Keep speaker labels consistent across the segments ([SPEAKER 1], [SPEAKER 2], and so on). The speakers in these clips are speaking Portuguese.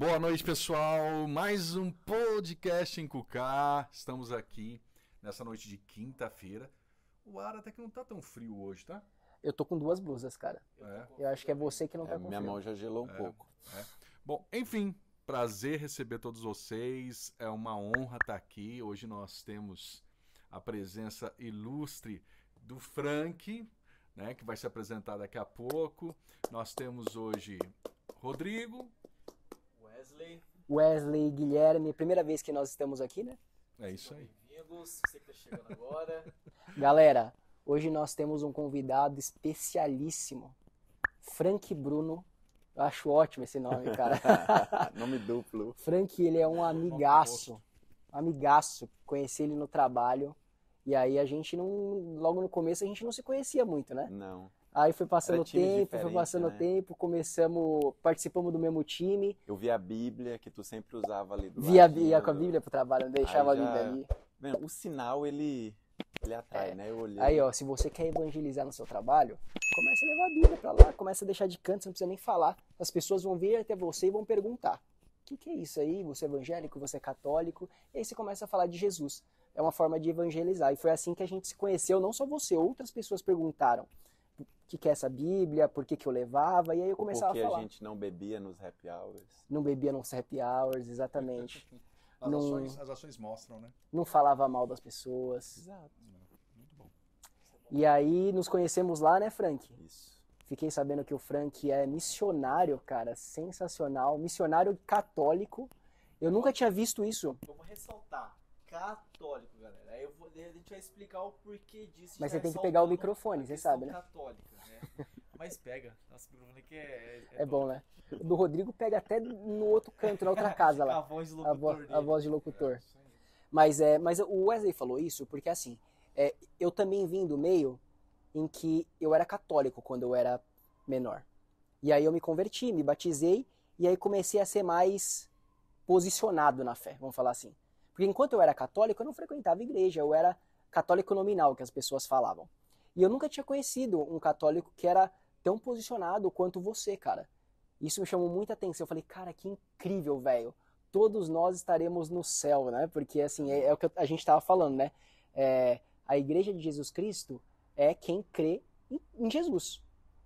[SPEAKER 1] Boa noite, pessoal. Mais um podcast em Cucá. Estamos aqui nessa noite de quinta-feira. O ar até que não tá tão frio hoje, tá?
[SPEAKER 2] Eu tô com duas blusas, cara. Eu acho que é você que não tá com
[SPEAKER 3] Minha
[SPEAKER 2] frio.
[SPEAKER 3] mão já gelou um pouco.
[SPEAKER 1] Bom, enfim, prazer receber todos vocês. É uma honra estar aqui. Hoje nós temos a presença ilustre do Frank, né, que vai se apresentar daqui a pouco. Nós temos hoje Rodrigo.
[SPEAKER 2] Wesley, Guilherme, primeira vez que nós estamos aqui, né?
[SPEAKER 1] É isso aí.
[SPEAKER 4] Bem-vindos, você que tá chegando agora.
[SPEAKER 2] Galera, hoje nós temos um convidado especialíssimo, Frank Bruno. Eu acho ótimo esse nome, cara.
[SPEAKER 3] Nome duplo.
[SPEAKER 2] Frank, ele é um amigaço. Conheci ele no trabalho. E aí a gente não, logo no começo a gente não se conhecia muito, né?
[SPEAKER 3] Não.
[SPEAKER 2] Aí foi passando
[SPEAKER 3] Era
[SPEAKER 2] o
[SPEAKER 3] time
[SPEAKER 2] tempo,
[SPEAKER 3] diferente, né?
[SPEAKER 2] participamos do mesmo time.
[SPEAKER 3] Eu vi a Bíblia que tu sempre usava ali do
[SPEAKER 2] Ia
[SPEAKER 3] ladinho,
[SPEAKER 2] com a Bíblia pro trabalho, não deixava
[SPEAKER 3] Aí
[SPEAKER 2] a
[SPEAKER 3] já-
[SPEAKER 2] Bíblia ali.
[SPEAKER 3] Bem, o sinal, ele atrai, né? Eu olhei.
[SPEAKER 2] Aí, ó, se você quer evangelizar no seu trabalho, começa a levar a Bíblia pra lá, começa a deixar de canto, você não precisa nem falar. As pessoas vão vir até você e vão perguntar: o que é isso aí? Você é evangélico? Você é católico? E aí você começa a falar de Jesus. É uma forma de evangelizar. E foi assim que a gente se conheceu, não só você, outras pessoas perguntaram o que é essa Bíblia, por que eu levava, e aí eu começava
[SPEAKER 3] Porque
[SPEAKER 2] a falar.
[SPEAKER 3] a gente não bebia nos happy hours.
[SPEAKER 2] Não bebia nos happy hours, exatamente.
[SPEAKER 1] As ações mostram, né?
[SPEAKER 2] Não falava mal das pessoas.
[SPEAKER 3] Exato.
[SPEAKER 1] Muito bom.
[SPEAKER 2] E aí nos conhecemos lá, né, Frank?
[SPEAKER 3] Isso.
[SPEAKER 2] Fiquei sabendo que o Frank é missionário, cara, sensacional. Missionário católico. Eu nunca tinha visto isso.
[SPEAKER 4] Vamos ressaltar, católico, galera. Aí a gente vai explicar o porquê disso.
[SPEAKER 2] Mas
[SPEAKER 4] já
[SPEAKER 2] você tem que pegar o
[SPEAKER 4] ressaltando
[SPEAKER 2] microfone,
[SPEAKER 4] a
[SPEAKER 2] você
[SPEAKER 4] questão
[SPEAKER 2] sabe, né?
[SPEAKER 4] católica, né? Mas pega, nosso microfone aqui
[SPEAKER 2] É bom, né? O do Rodrigo pega até no outro canto, na outra casa
[SPEAKER 4] A
[SPEAKER 2] lá.
[SPEAKER 4] voz do
[SPEAKER 2] A
[SPEAKER 4] locutor dele.
[SPEAKER 2] voz de locutor. Mas o Wesley falou isso porque, assim, eu também vim do meio em que eu era católico quando eu era menor. E aí eu me converti, me batizei, e aí comecei a ser mais posicionado na fé, vamos falar assim. Porque enquanto eu era católico, eu não frequentava igreja, eu era católico nominal, que as pessoas falavam. E eu nunca tinha conhecido um católico que era tão posicionado quanto você, cara. Isso me chamou muita atenção. Eu falei, cara, que incrível, velho. Todos nós estaremos no céu, né? Porque, assim, é o que a gente estava falando, né? A igreja de Jesus Cristo é quem crê em Jesus.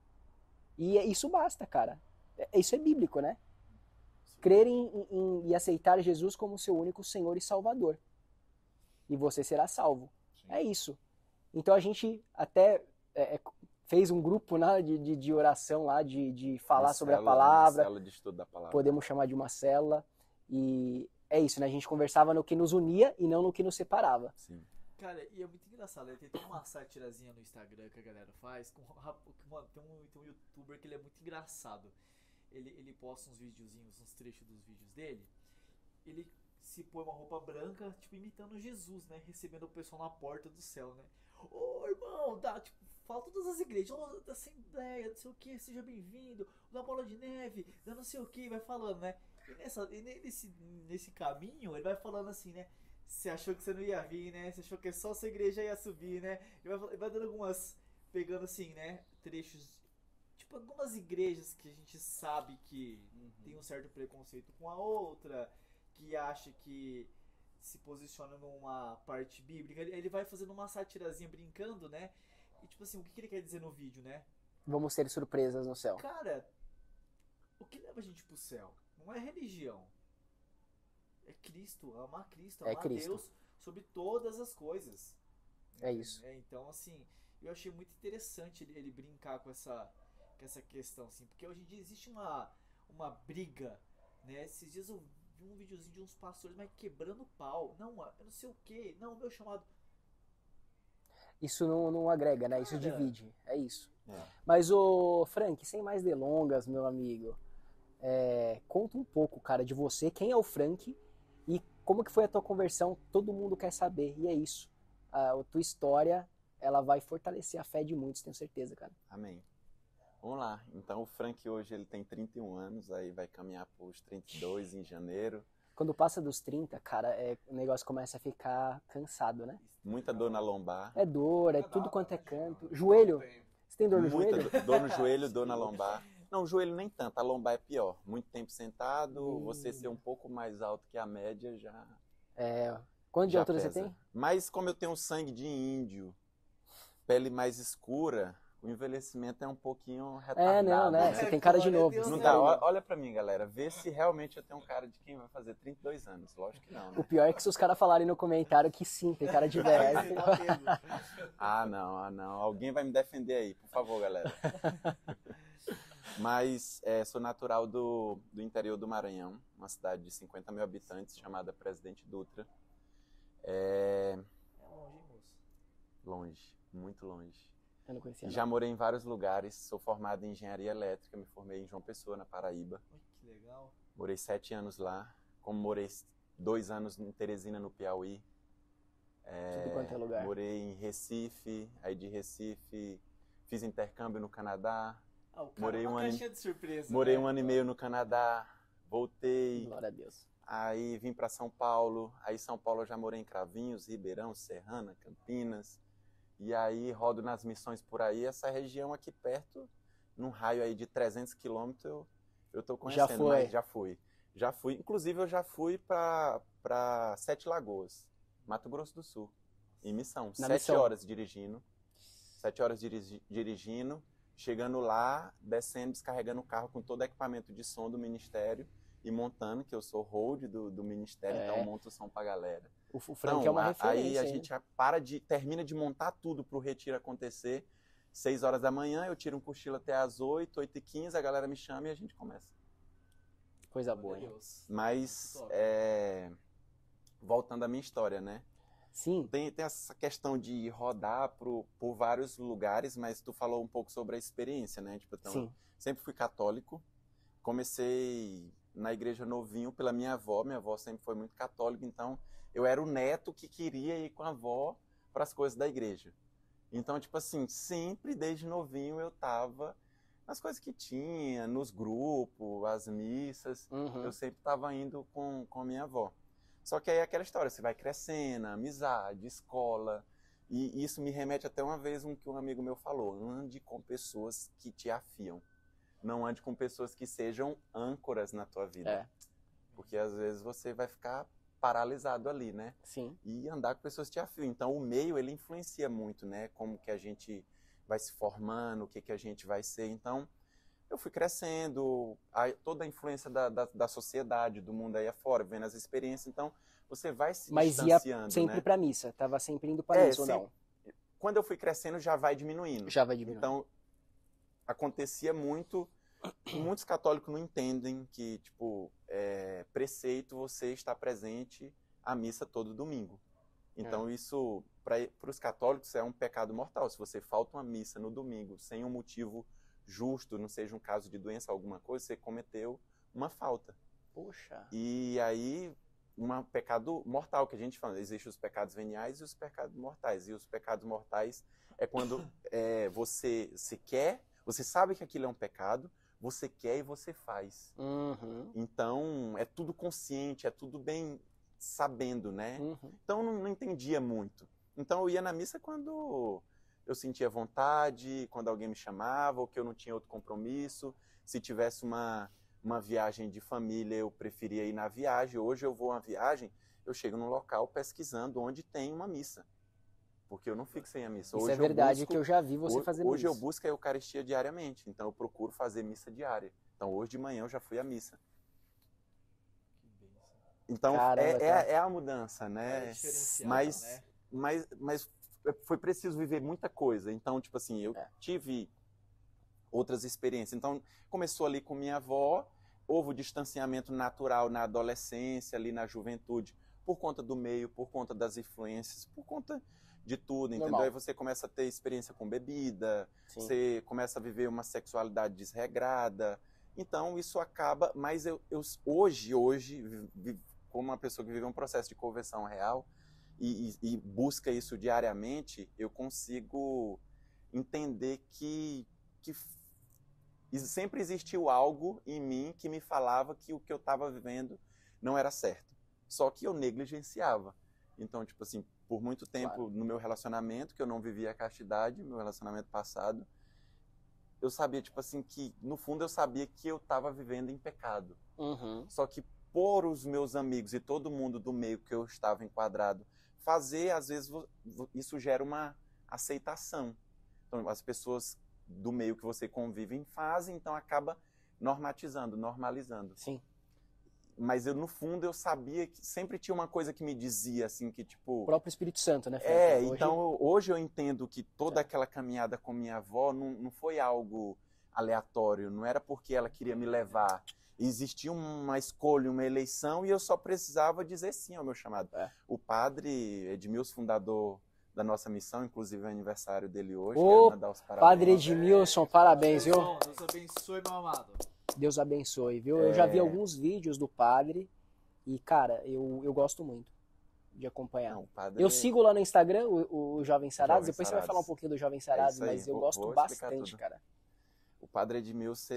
[SPEAKER 2] E isso basta, cara. Isso é bíblico, né? Crer e aceitar Jesus como seu único Senhor e Salvador. E você será salvo.
[SPEAKER 1] Sim.
[SPEAKER 2] É isso. Então a gente até fez um grupo, né, de oração lá, de falar
[SPEAKER 3] Uma
[SPEAKER 2] sobre a
[SPEAKER 3] célula,
[SPEAKER 2] palavra.
[SPEAKER 3] Uma célula de estudo da palavra.
[SPEAKER 2] Podemos chamar de uma célula. E é isso, né? A gente conversava no que nos unia e não no que nos separava.
[SPEAKER 3] Sim.
[SPEAKER 4] Cara, e é muito engraçado, né? Tem uma sátirazinha no Instagram que a galera faz. Mano, tem um youtuber que ele é muito engraçado. Ele posta uns videozinhos, uns trechos dos vídeos dele. Ele se põe uma roupa branca, tipo, imitando Jesus, né? Recebendo o pessoal na porta do céu, né? Ô, irmão, fala todas as igrejas, ô, da Assembleia, não sei o que, seja bem-vindo, da Bola de Neve, da não sei o que, vai falando, né? E nesse caminho, ele vai falando assim, né? Você achou que você não ia vir, né? Você achou que só a sua igreja ia subir, né? Ele vai dando algumas, pegando assim, né? Trechos, tipo, algumas igrejas que a gente sabe que tem um certo preconceito com a outra, que acha que se posiciona numa parte bíblica. Ele vai fazendo uma satirazinha brincando, né? E tipo assim, o que ele quer dizer no vídeo, né?
[SPEAKER 2] Vamos ter surpresas no céu.
[SPEAKER 4] Cara, o que leva a gente pro céu? Não é religião. É Cristo, amar Cristo, amar
[SPEAKER 2] Cristo.
[SPEAKER 4] Deus sobre todas as coisas.
[SPEAKER 2] É isso.
[SPEAKER 4] Então, assim, eu achei muito interessante ele brincar com essa questão, assim, porque hoje em dia existe uma briga, né? Esses dias eu vi um videozinho de uns pastores, mas quebrando pau. Não, eu não sei o que. Não, meu chamado.
[SPEAKER 2] Isso não agrega, né? Isso
[SPEAKER 4] Cara.
[SPEAKER 2] divide. É isso.
[SPEAKER 3] É.
[SPEAKER 2] Mas, ô Frank, sem mais delongas, meu amigo, conta um pouco, cara, de você, quem é o Frank e como que foi a tua conversão, todo mundo quer saber, e é isso. A tua história, ela vai fortalecer a fé de muitos, tenho certeza, cara.
[SPEAKER 3] Amém. Vamos lá. Então o Frank hoje ele tem 31 anos, aí vai caminhar para os 32 em janeiro.
[SPEAKER 2] Quando passa dos 30, cara, o negócio começa a ficar cansado, né?
[SPEAKER 3] Muita dor na lombar.
[SPEAKER 2] É dor, é tudo quanto é canto. Joelho, você tem dor no
[SPEAKER 3] Muita
[SPEAKER 2] joelho?
[SPEAKER 3] dor no joelho, dor na lombar. Não, o joelho nem tanto, a lombar é pior. Muito tempo sentado, você ser um pouco mais alto que a média já...
[SPEAKER 2] Quanto de
[SPEAKER 3] já
[SPEAKER 2] altura você
[SPEAKER 3] pesa.
[SPEAKER 2] tem?
[SPEAKER 3] Mas como eu tenho sangue de índio, pele mais escura, o envelhecimento é um pouquinho retardado.
[SPEAKER 2] Não, né? Você tem cara de novo.
[SPEAKER 4] Deus
[SPEAKER 3] Não
[SPEAKER 2] você
[SPEAKER 3] dá,
[SPEAKER 2] tá ligado?
[SPEAKER 3] olha pra mim, galera, vê se realmente eu tenho cara de quem vai fazer 32 anos. Lógico que não,
[SPEAKER 2] O
[SPEAKER 3] né?
[SPEAKER 2] pior é que se os caras falarem no comentário que sim, tem cara de velho.
[SPEAKER 4] Você tá vendo?
[SPEAKER 3] Ah, não. Alguém vai me defender aí, por favor, galera. Mas sou natural do interior do Maranhão, uma cidade de 50 mil habitantes chamada Presidente Dutra.
[SPEAKER 4] É longe, hein, moço?
[SPEAKER 3] Longe, muito longe.
[SPEAKER 2] Eu não conhecia.
[SPEAKER 3] Já morei em vários lugares, sou formado em engenharia elétrica, me formei em João Pessoa, na Paraíba.
[SPEAKER 4] Ui, que legal.
[SPEAKER 3] Morei 7 anos lá, como morei 2 anos em Teresina, no Piauí.
[SPEAKER 2] Tudo quanto é lugar.
[SPEAKER 3] Morei em Recife, aí de Recife fiz intercâmbio no Canadá.
[SPEAKER 4] Ah, o cara
[SPEAKER 3] Morei
[SPEAKER 4] é uma
[SPEAKER 3] um ano
[SPEAKER 4] caixinha de surpresa.
[SPEAKER 3] Morei
[SPEAKER 4] né?
[SPEAKER 3] 1 ano e meio no Canadá, voltei,
[SPEAKER 2] Glória a Deus.
[SPEAKER 3] aí vim para São Paulo. Aí São Paulo eu já morei em Cravinhos, Ribeirão, Serrana, Campinas. E aí rodo nas missões por aí. Essa região aqui perto, num raio aí de 300 quilômetros, eu tô conhecendo.
[SPEAKER 2] Já foi?
[SPEAKER 3] Mas já fui. Inclusive eu já fui para Sete Lagoas, Mato Grosso do Sul, em missão.
[SPEAKER 2] Na
[SPEAKER 3] 7
[SPEAKER 2] missão.
[SPEAKER 3] horas dirigindo. 7 horas dirigindo. Chegando lá, descendo, descarregando o carro com todo o equipamento de som do ministério e montando, que eu sou hold do ministério, então eu monto o som pra galera.
[SPEAKER 2] O Frank é uma referência.
[SPEAKER 3] Aí a
[SPEAKER 2] hein?
[SPEAKER 3] gente termina de montar tudo pro retiro acontecer. 6 horas da manhã, eu tiro um cochilo até às 8, 8h15, a galera me chama e a gente começa.
[SPEAKER 2] Coisa
[SPEAKER 4] Glória
[SPEAKER 2] boa,
[SPEAKER 4] a
[SPEAKER 2] hein?
[SPEAKER 4] Deus.
[SPEAKER 3] Mas,
[SPEAKER 4] Top.
[SPEAKER 3] voltando à minha história, né?
[SPEAKER 2] Sim.
[SPEAKER 3] Tem essa questão de rodar por vários lugares, mas tu falou um pouco sobre a experiência, né? Tipo, então,
[SPEAKER 2] Sim.
[SPEAKER 3] sempre fui católico. Comecei na igreja novinho pela minha avó sempre foi muito católica, então eu era o neto que queria ir com a avó para as coisas da igreja. Então, tipo assim, sempre desde novinho eu tava nas coisas que tinha, nos grupos, as missas,
[SPEAKER 2] Uhum.
[SPEAKER 3] eu sempre tava indo com a minha avó. Só que aí é aquela história, você vai crescendo, amizade, escola, e isso me remete até uma vez que um amigo meu falou, ande com pessoas que te afiam, não ande com pessoas que sejam âncoras na tua vida,
[SPEAKER 2] É.
[SPEAKER 3] porque às vezes você vai ficar paralisado ali, né?
[SPEAKER 2] Sim.
[SPEAKER 3] E andar com pessoas que te afiam. Então o meio, ele influencia muito, né? Como que a gente vai se formando, o que a gente vai ser. Então eu fui crescendo, toda a influência da sociedade, do mundo aí afora, vendo as experiências, então você vai se
[SPEAKER 2] Mas ia
[SPEAKER 3] distanciando,
[SPEAKER 2] sempre
[SPEAKER 3] né?
[SPEAKER 2] pra missa. Tava sempre indo pra missa ou não?
[SPEAKER 3] Quando eu fui crescendo, já vai diminuindo.
[SPEAKER 2] Já vai diminuindo.
[SPEAKER 3] Então, acontecia muito, muitos católicos não entendem que, tipo, é preceito você estar presente à missa todo domingo. Então, isso, para os católicos, é um pecado mortal. Se você falta uma missa no domingo sem um motivo justo, não seja um caso de doença, alguma coisa, você cometeu uma falta.
[SPEAKER 2] Poxa.
[SPEAKER 3] E aí, um pecado mortal que a gente fala, existem os pecados veniais e os pecados mortais. E os pecados mortais é quando você quer, você sabe que aquilo é um pecado, você quer e você faz.
[SPEAKER 2] Uhum.
[SPEAKER 3] Então, é tudo consciente, é tudo bem sabendo, né?
[SPEAKER 2] Uhum.
[SPEAKER 3] Então, eu não entendia muito. Então, eu ia na missa quando eu sentia vontade, quando alguém me chamava, ou que eu não tinha outro compromisso. Se tivesse uma viagem de família, eu preferia ir na viagem. Hoje eu vou a uma viagem, eu chego num local pesquisando onde tem uma missa. Porque eu não fico sem a missa.
[SPEAKER 2] Isso
[SPEAKER 3] Hoje
[SPEAKER 2] é verdade
[SPEAKER 3] eu busco,
[SPEAKER 2] que eu já vi você fazendo
[SPEAKER 3] Hoje eu
[SPEAKER 2] isso.
[SPEAKER 3] busco a Eucaristia diariamente, então eu procuro fazer missa diária. Então hoje de manhã eu já fui à missa.
[SPEAKER 4] Que bênção.
[SPEAKER 3] Então
[SPEAKER 2] Caramba, cara.
[SPEAKER 3] é a mudança, né?
[SPEAKER 4] diferencial,
[SPEAKER 3] Mas,
[SPEAKER 4] né?
[SPEAKER 3] mas foi preciso viver muita coisa. Então, tipo assim, eu tive outras experiências. Então, começou ali com minha avó, houve o distanciamento natural na adolescência, ali na juventude, por conta do meio, por conta das influências, por conta de tudo, entendeu?
[SPEAKER 2] Normal.
[SPEAKER 3] Aí você começa a ter experiência com bebida,
[SPEAKER 2] Sim.
[SPEAKER 3] você começa a viver uma sexualidade desregrada. Então, isso acaba... Mas eu hoje, como uma pessoa que vive um processo de conversão real e busca isso diariamente, eu consigo entender que sempre existiu algo em mim que me falava que o que eu estava vivendo não era certo. Só que eu negligenciava. Então, tipo assim, por muito tempo no meu relacionamento, que eu não vivia a castidade, meu relacionamento passado, eu sabia, tipo assim, que no fundo eu sabia que eu estava vivendo em pecado.
[SPEAKER 2] Uhum.
[SPEAKER 3] Só que por os meus amigos e todo mundo do meio que eu estava enquadrado fazer, às vezes isso gera uma aceitação. Então, as pessoas do meio que você convive fazem, então acaba normatizando, normalizando.
[SPEAKER 2] Sim.
[SPEAKER 3] Mas eu, no fundo, eu sabia que sempre tinha uma coisa que me dizia, assim, que tipo...
[SPEAKER 2] O próprio Espírito Santo, né, Frank?
[SPEAKER 3] É,
[SPEAKER 2] Hoje-
[SPEAKER 3] então hoje eu entendo que toda
[SPEAKER 2] Certo.
[SPEAKER 3] aquela caminhada com minha avó não foi algo aleatório, não era porque ela queria me levar. Existia uma escolha, uma eleição, e eu só precisava dizer sim ao meu chamado.
[SPEAKER 2] É.
[SPEAKER 3] O padre Edmilson, fundador da nossa missão, inclusive é aniversário dele hoje,
[SPEAKER 2] Ô,
[SPEAKER 3] quero mandar os parabéns.
[SPEAKER 2] Padre Edmilson, parabéns, viu?
[SPEAKER 4] Deus abençoe, meu amado.
[SPEAKER 2] Deus abençoe, viu? Eu já vi alguns vídeos do padre e, cara, eu gosto muito de acompanhar.
[SPEAKER 3] Não, o padre
[SPEAKER 2] Eu sigo lá no Instagram o Jovem Sarados,
[SPEAKER 3] Jovem
[SPEAKER 2] depois você vai
[SPEAKER 3] Sarados.
[SPEAKER 2] falar um pouquinho do Jovem Sarados,
[SPEAKER 3] isso aí,
[SPEAKER 2] mas eu
[SPEAKER 3] vou
[SPEAKER 2] gosto
[SPEAKER 3] explicar
[SPEAKER 2] bastante,
[SPEAKER 3] tudo.
[SPEAKER 2] cara.
[SPEAKER 3] O padre Edmilson,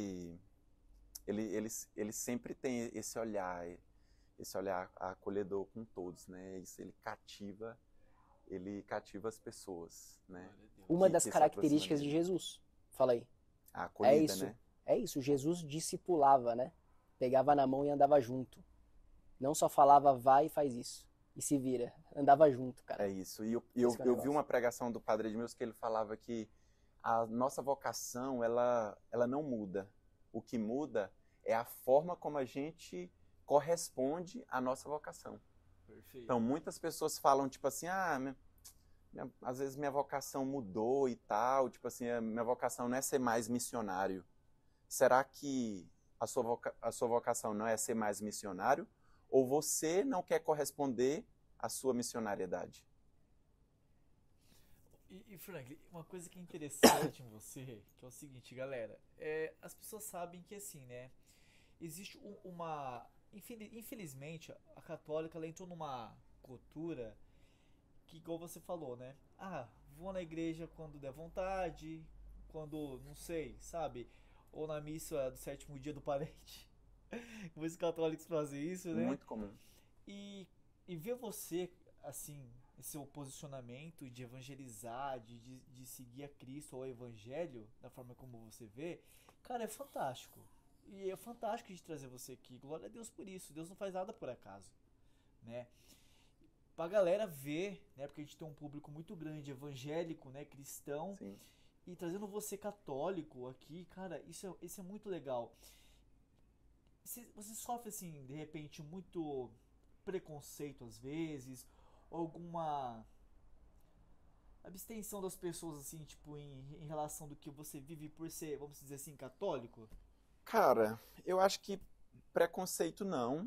[SPEAKER 3] ele sempre tem esse olhar acolhedor com todos, né? Isso ele cativa as pessoas, né?
[SPEAKER 2] Uma
[SPEAKER 3] Que
[SPEAKER 2] das
[SPEAKER 3] se
[SPEAKER 2] características
[SPEAKER 3] aproxima
[SPEAKER 2] de
[SPEAKER 3] dele.
[SPEAKER 2] Jesus. Fala aí.
[SPEAKER 3] A acolhida,
[SPEAKER 2] É isso.
[SPEAKER 3] né?
[SPEAKER 2] É isso, Jesus discipulava, né? Pegava na mão e andava junto. Não só falava, vai e faz isso. E se vira. Andava junto, cara.
[SPEAKER 3] É isso. E
[SPEAKER 2] Esse que é o
[SPEAKER 3] eu vi
[SPEAKER 2] negócio.
[SPEAKER 3] uma pregação do padre Edmilson que ele falava que a nossa vocação, ela não muda. O que muda é a forma como a gente corresponde à nossa vocação.
[SPEAKER 4] Perfeito.
[SPEAKER 3] Então, muitas pessoas falam, tipo assim, às vezes minha vocação mudou e tal, tipo assim, a minha vocação não é ser mais missionário. Será que a sua vocação não é ser mais missionário? Ou você não quer corresponder à sua missionariedade?
[SPEAKER 4] E Frank, uma coisa que é interessante em você, que é o seguinte, galera, as pessoas sabem que assim, né, existe infelizmente, a católica, ela entrou numa cultura que, igual você falou, né, vou na igreja quando der vontade, quando, não sei, sabe, ou na missa do 7º dia do parente, muitos católicos fazem isso, né,
[SPEAKER 3] Muito comum.
[SPEAKER 4] e ver você, assim, esse seu posicionamento de evangelizar, de seguir a Cristo ou o Evangelho, da forma como você vê, cara, é fantástico. E é fantástico de trazer você aqui. Glória a Deus por isso. Deus não faz nada por acaso, né? Pra galera ver, né? Porque a gente tem um público muito grande, evangélico, né? Cristão.
[SPEAKER 3] Sim.
[SPEAKER 4] E trazendo você católico aqui, cara, isso é muito legal. Você sofre, assim, de repente, muito preconceito às vezes, ou alguma abstenção das pessoas, assim, tipo, em relação do que você vive por ser, vamos dizer assim, católico?
[SPEAKER 3] Cara, eu acho que preconceito não,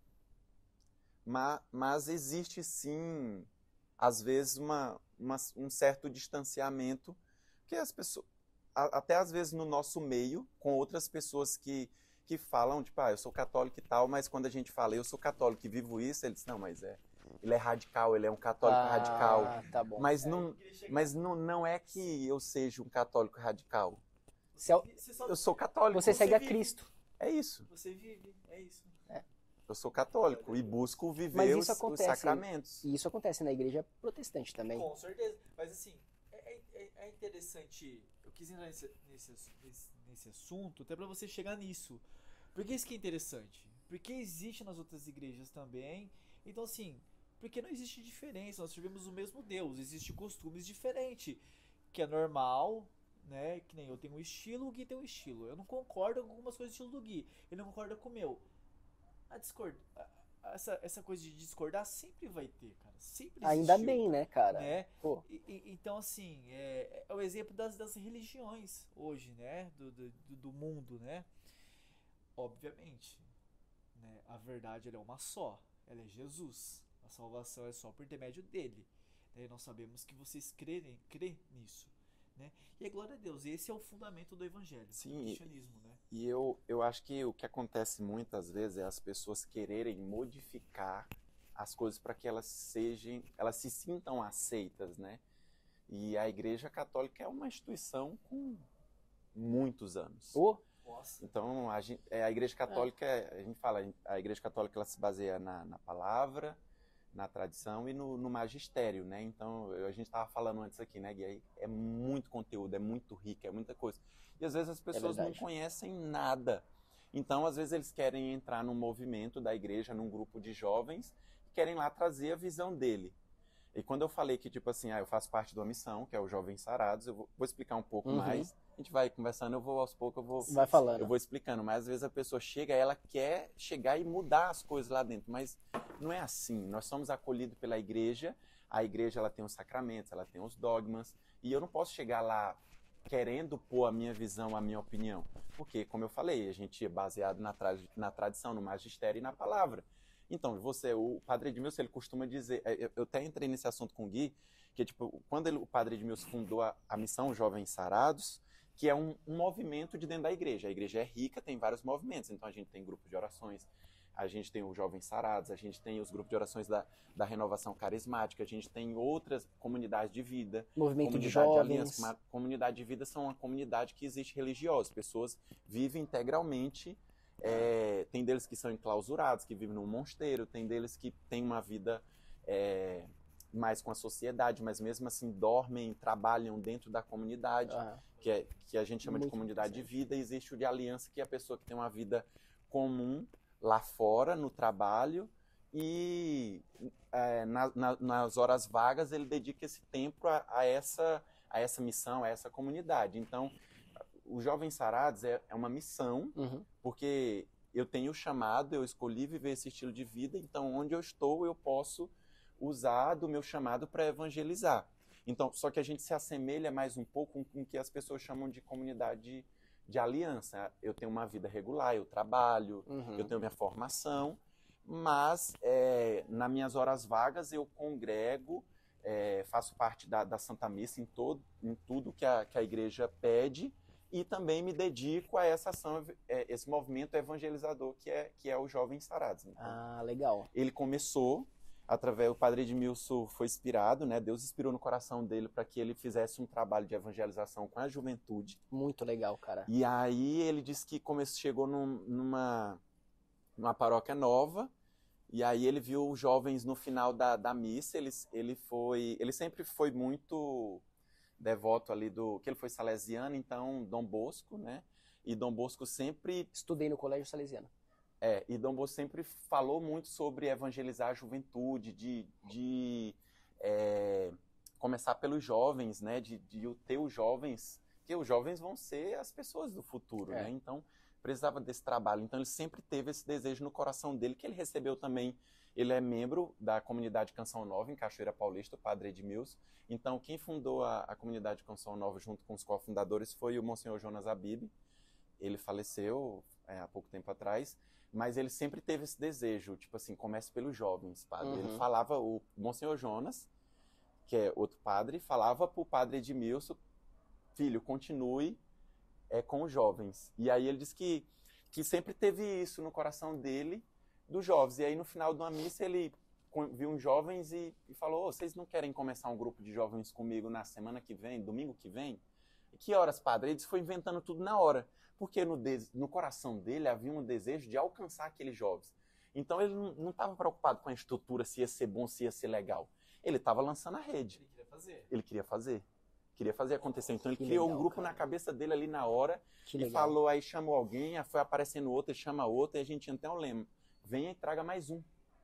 [SPEAKER 3] mas existe sim, às vezes, um certo distanciamento, que as pessoas, até às vezes no nosso meio, com outras pessoas que falam, tipo, eu sou católico e tal, mas quando a gente fala, eu sou católico e vivo isso, eles não, mas ele é radical, ele é um católico radical.
[SPEAKER 2] Tá bom.
[SPEAKER 3] Mas não é que eu seja um católico radical. Eu sou católico.
[SPEAKER 2] Você segue a
[SPEAKER 4] vive.
[SPEAKER 2] Cristo.
[SPEAKER 3] É isso.
[SPEAKER 4] Você vive, é isso.
[SPEAKER 3] Eu sou católico e busco
[SPEAKER 2] Mas
[SPEAKER 3] viver
[SPEAKER 2] isso
[SPEAKER 3] os
[SPEAKER 2] acontece.
[SPEAKER 3] sacramentos.
[SPEAKER 2] E isso acontece na igreja protestante também.
[SPEAKER 4] Com certeza. Mas assim, é interessante. Eu quis entrar nesse assunto até pra você chegar nisso. Porque isso que é interessante. Porque existe nas outras igrejas também. Então assim, porque não existe diferença. Nós servimos o mesmo Deus. Existem costumes diferentes. Que é normal, né? Que nem eu tenho um estilo, o Gui tem um estilo. Eu não concordo com algumas coisas do estilo do Gui. Ele não concorda com o meu. Essa coisa de discordar sempre vai ter, cara. Sempre
[SPEAKER 2] Ainda
[SPEAKER 4] existiu,
[SPEAKER 2] bem, né, cara?
[SPEAKER 4] né?
[SPEAKER 2] Pô.
[SPEAKER 4] Então, assim, é o exemplo das religiões hoje, né? Do mundo, né? Obviamente, né? A verdade ela é uma só. Ela é Jesus. A salvação é só por intermédio dele. E nós sabemos que vocês crê nisso. Né? E glória a Deus, esse é o fundamento do evangelho,
[SPEAKER 3] Sim,
[SPEAKER 4] do cristianismo, né?
[SPEAKER 3] E eu acho que o que acontece muitas vezes é as pessoas quererem modificar as coisas para que elas se sintam aceitas, né? E a Igreja Católica é uma instituição com muitos anos.
[SPEAKER 4] Nossa.
[SPEAKER 3] Então, a Igreja Católica, a gente fala, a Igreja Católica ela se baseia na palavra, na tradição e no magistério, né? Então, a gente estava falando antes aqui, né, Gui? É muito conteúdo, é muito rico, é muita coisa. E às vezes as pessoas não conhecem nada. Então, às vezes eles querem entrar num movimento da igreja, num grupo de jovens, e querem lá trazer a visão dele. E quando eu falei que, tipo assim, eu faço parte de uma missão, que é o Jovens Sarados, eu vou explicar um pouco mais. A gente vai conversando, aos poucos,
[SPEAKER 2] vai falando.
[SPEAKER 3] Eu vou explicando. Mas às vezes a pessoa chega, ela quer chegar e mudar as coisas lá dentro. Mas não é assim. Nós somos acolhidos pela igreja. A igreja, ela tem os sacramentos, ela tem os dogmas. E eu não posso chegar lá querendo pôr a minha visão, a minha opinião. Porque, como eu falei, a gente é baseado na tradição, no magistério e na palavra. Então, o Padre Edmilson, ele costuma dizer, eu até entrei nesse assunto com o Gui, que tipo, quando o Padre Edmilson fundou a missão Jovens Sarados, que é um movimento de dentro da igreja. A igreja é rica, tem vários movimentos, então a gente tem grupos de orações, a gente tem os Jovens Sarados, a gente tem os grupos de orações da Renovação Carismática, a gente tem outras comunidades de vida.
[SPEAKER 2] Movimento de jovens.
[SPEAKER 3] Aliança, comunidade de vida são uma comunidade que existe religiosa, pessoas vivem integralmente. Tem deles que são enclausurados, que vivem num mosteiro, tem deles que têm uma vida mais com a sociedade, mas mesmo assim dormem, trabalham dentro da comunidade, que a gente chama de comunidade de vida. E existe o de aliança, que é a pessoa que tem uma vida comum lá fora, no trabalho, e nas horas vagas ele dedica esse tempo a essa missão, a essa comunidade. Então, o Jovens Sarados é uma missão, porque eu tenho chamado, eu escolhi viver esse estilo de vida, então onde eu estou eu posso usar do meu chamado para evangelizar. Então, só que a gente se assemelha mais um pouco com o que as pessoas chamam de comunidade de aliança. Eu tenho uma vida regular, eu trabalho, eu tenho minha formação, mas nas minhas horas vagas eu congrego, faço parte da Santa Missa em tudo que a igreja pede, e também me dedico a essa ação, esse movimento evangelizador que é o Jovens Sarados. Então,
[SPEAKER 2] legal.
[SPEAKER 3] Ele começou o Padre Edmilson foi inspirado, né? Deus inspirou no coração dele para que ele fizesse um trabalho de evangelização com a juventude.
[SPEAKER 2] Muito legal, cara.
[SPEAKER 3] E aí ele disse que chegou numa paróquia nova, e aí ele viu os jovens no final da missa. Ele sempre foi muito devoto ali que ele foi salesiano, então Dom Bosco, né? E Dom Bosco sempre...
[SPEAKER 2] Estudei no colégio salesiano.
[SPEAKER 3] E Dom Bosco sempre falou muito sobre evangelizar a juventude, de começar pelos jovens, né? De ter os jovens, que os jovens vão ser as pessoas do futuro, né? Então, precisava desse trabalho. Então, ele sempre teve esse desejo no coração dele, que ele recebeu também. Ele é membro da comunidade Canção Nova, em Cachoeira Paulista, o Padre Edmilson. Então, quem fundou a comunidade Canção Nova, junto com os cofundadores, foi o Monsenhor Jonas Abib. Ele faleceu há pouco tempo atrás, mas ele sempre teve esse desejo, tipo assim, comece pelos jovens, padre. Ele falava, o Monsenhor Jonas, que é outro padre, falava para o Padre Edmilson, filho, continue com os jovens. E aí ele disse que sempre teve isso no coração dele, dos jovens. E aí no final de uma missa ele viu uns jovens e falou, vocês não querem começar um grupo de jovens comigo na semana que vem, domingo que vem? E que horas, padre? Ele foi inventando tudo na hora, porque no coração dele havia um desejo de alcançar aqueles jovens. Então ele não estava preocupado com a estrutura, se ia ser bom, se ia ser legal. Ele estava lançando a rede. Ele queria fazer. Queria fazer acontecer. Então ele criou um grupo na cabeça dele ali na hora e falou, aí chamou alguém, aí foi aparecendo outro, ele chama outro, e a gente tinha até um lema, venha e traga mais um.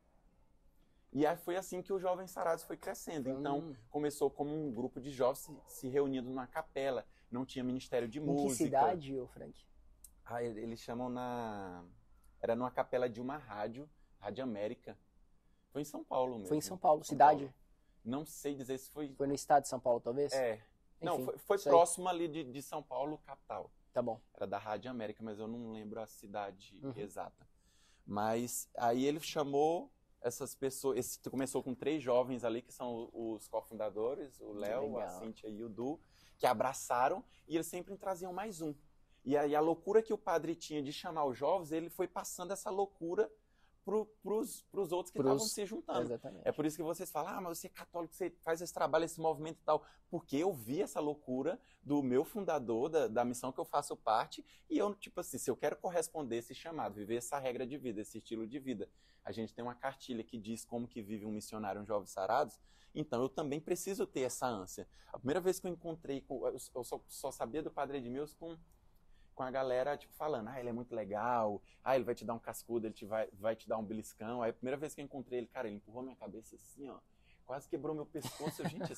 [SPEAKER 3] E aí foi assim que o Jovens Sarados foi crescendo. Então começou como um grupo de jovens se reunindo numa capela, não tinha ministério de música.
[SPEAKER 2] Em que cidade, ô Frank?
[SPEAKER 3] Eles chamam era numa capela de uma Rádio América. Foi em São Paulo mesmo.
[SPEAKER 2] Foi em São Paulo, cidade?
[SPEAKER 3] Não sei dizer se foi...
[SPEAKER 2] Foi no estado de São Paulo, talvez?
[SPEAKER 3] Enfim, não, foi próximo ali de São Paulo, capital.
[SPEAKER 2] Tá bom.
[SPEAKER 3] Era da Rádio América, mas eu não lembro a cidade exata. Mas aí ele chamou essas pessoas... Começou com 3 jovens ali, que são os cofundadores, o Léo, a Cíntia e o Du, que abraçaram, e eles sempre traziam mais um. E aí a loucura que o padre tinha de chamar os jovens, ele foi passando essa loucura pros outros que estavam se juntando.
[SPEAKER 2] Exatamente.
[SPEAKER 3] É por isso que vocês falam, mas você é católico, você faz esse trabalho, esse movimento e tal. Porque eu vi essa loucura do meu fundador, da missão que eu faço parte, e eu, tipo assim, se eu quero corresponder a esse chamado, viver essa regra de vida, esse estilo de vida, a gente tem uma cartilha que diz como que vive um missionário, um jovem sarados, então eu também preciso ter essa ânsia. A primeira vez que eu encontrei, eu só sabia do Padre Edmilson com a galera, tipo, falando, ele é muito legal, ele vai te dar um cascudo, vai te dar um beliscão. Aí a primeira vez que eu encontrei ele, cara, ele empurrou minha cabeça assim, ó, quase quebrou meu pescoço. Gente,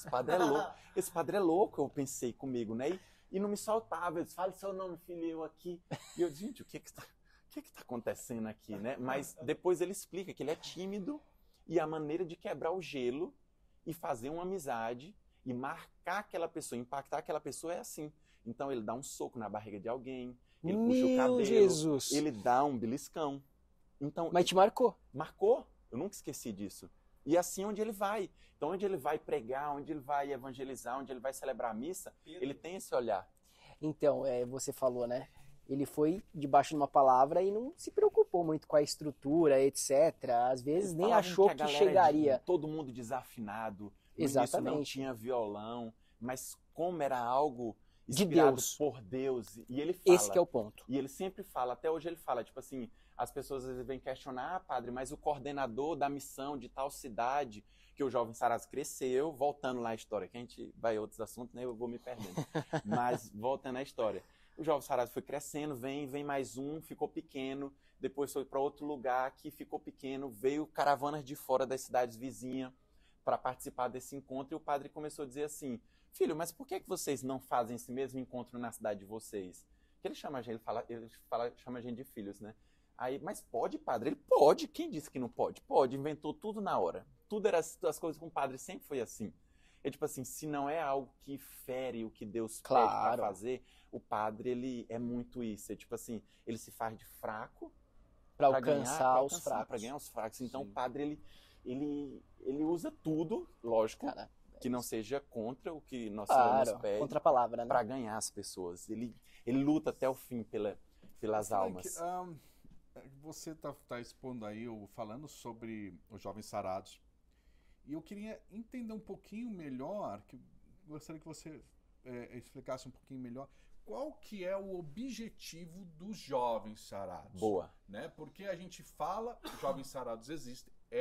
[SPEAKER 3] esse padre é louco, eu pensei comigo, né? E não me soltava, ele disse, fale seu nome, filho, eu aqui. E eu disse, gente, o que que tá acontecendo aqui, né? Mas depois ele explica que ele é tímido e a maneira de quebrar o gelo e fazer uma amizade e marcar aquela pessoa, impactar aquela pessoa é assim. Então ele dá um soco na barriga de alguém, ele puxa o cabelo,
[SPEAKER 2] Jesus.
[SPEAKER 3] ele dá um beliscão. Então,
[SPEAKER 2] Mas te marcou.
[SPEAKER 3] Marcou, eu nunca esqueci disso. E assim onde ele vai. Então onde ele vai pregar, onde ele vai evangelizar, onde ele vai celebrar a missa, ele tem esse olhar.
[SPEAKER 2] Então, você falou, né? Ele foi debaixo de uma palavra e não se preocupou muito com a estrutura, etc. Às vezes nem achou que chegaria.
[SPEAKER 3] Todo mundo desafinado.
[SPEAKER 2] Exatamente.
[SPEAKER 3] Não tinha violão, mas como era algo
[SPEAKER 2] de
[SPEAKER 3] inspirado
[SPEAKER 2] Deus.
[SPEAKER 3] por Deus. E ele fala.
[SPEAKER 2] Esse que é o ponto.
[SPEAKER 3] E ele sempre fala, até hoje ele fala, tipo assim, as pessoas às vezes vêm questionar, padre, mas o coordenador da missão de tal cidade, que o Jovem Sarados cresceu, voltando lá à história, que a gente vai a outros assuntos, né, eu vou me perdendo. Mas voltando à história. O Jovem Sarados foi crescendo, vem mais um, ficou pequeno, depois foi para outro lugar que ficou pequeno, veio caravanas de fora das cidades vizinhas para participar desse encontro, e o padre começou a dizer assim, filho, mas por que vocês não fazem esse mesmo encontro na cidade de vocês? Que ele chama a gente, chama a gente de filhos, né? Aí, mas pode, padre? Ele pode. Quem disse que não pode? Pode, inventou tudo na hora. Tudo era as coisas com o padre sempre foi assim. É tipo assim, se não é algo que fere o que Deus pede para fazer, o padre, ele é muito isso. É tipo assim, ele se faz de fraco
[SPEAKER 2] para alcançar os fracos.
[SPEAKER 3] Para ganhar os fracos. Então, o padre, ele usa tudo, lógico, cara, que não seja contra o que nosso Senhor pede.
[SPEAKER 2] Contra a palavra, né?
[SPEAKER 3] Para ganhar as pessoas. Ele luta até o fim pelas almas.
[SPEAKER 1] Você tá expondo aí, falando sobre os Jovens Sarados. E eu queria entender um pouquinho melhor, gostaria que você explicasse um pouquinho melhor, qual que é o objetivo dos Jovens Sarados.
[SPEAKER 3] Boa.
[SPEAKER 1] Né? Porque a gente fala, os Jovens Sarados existem, é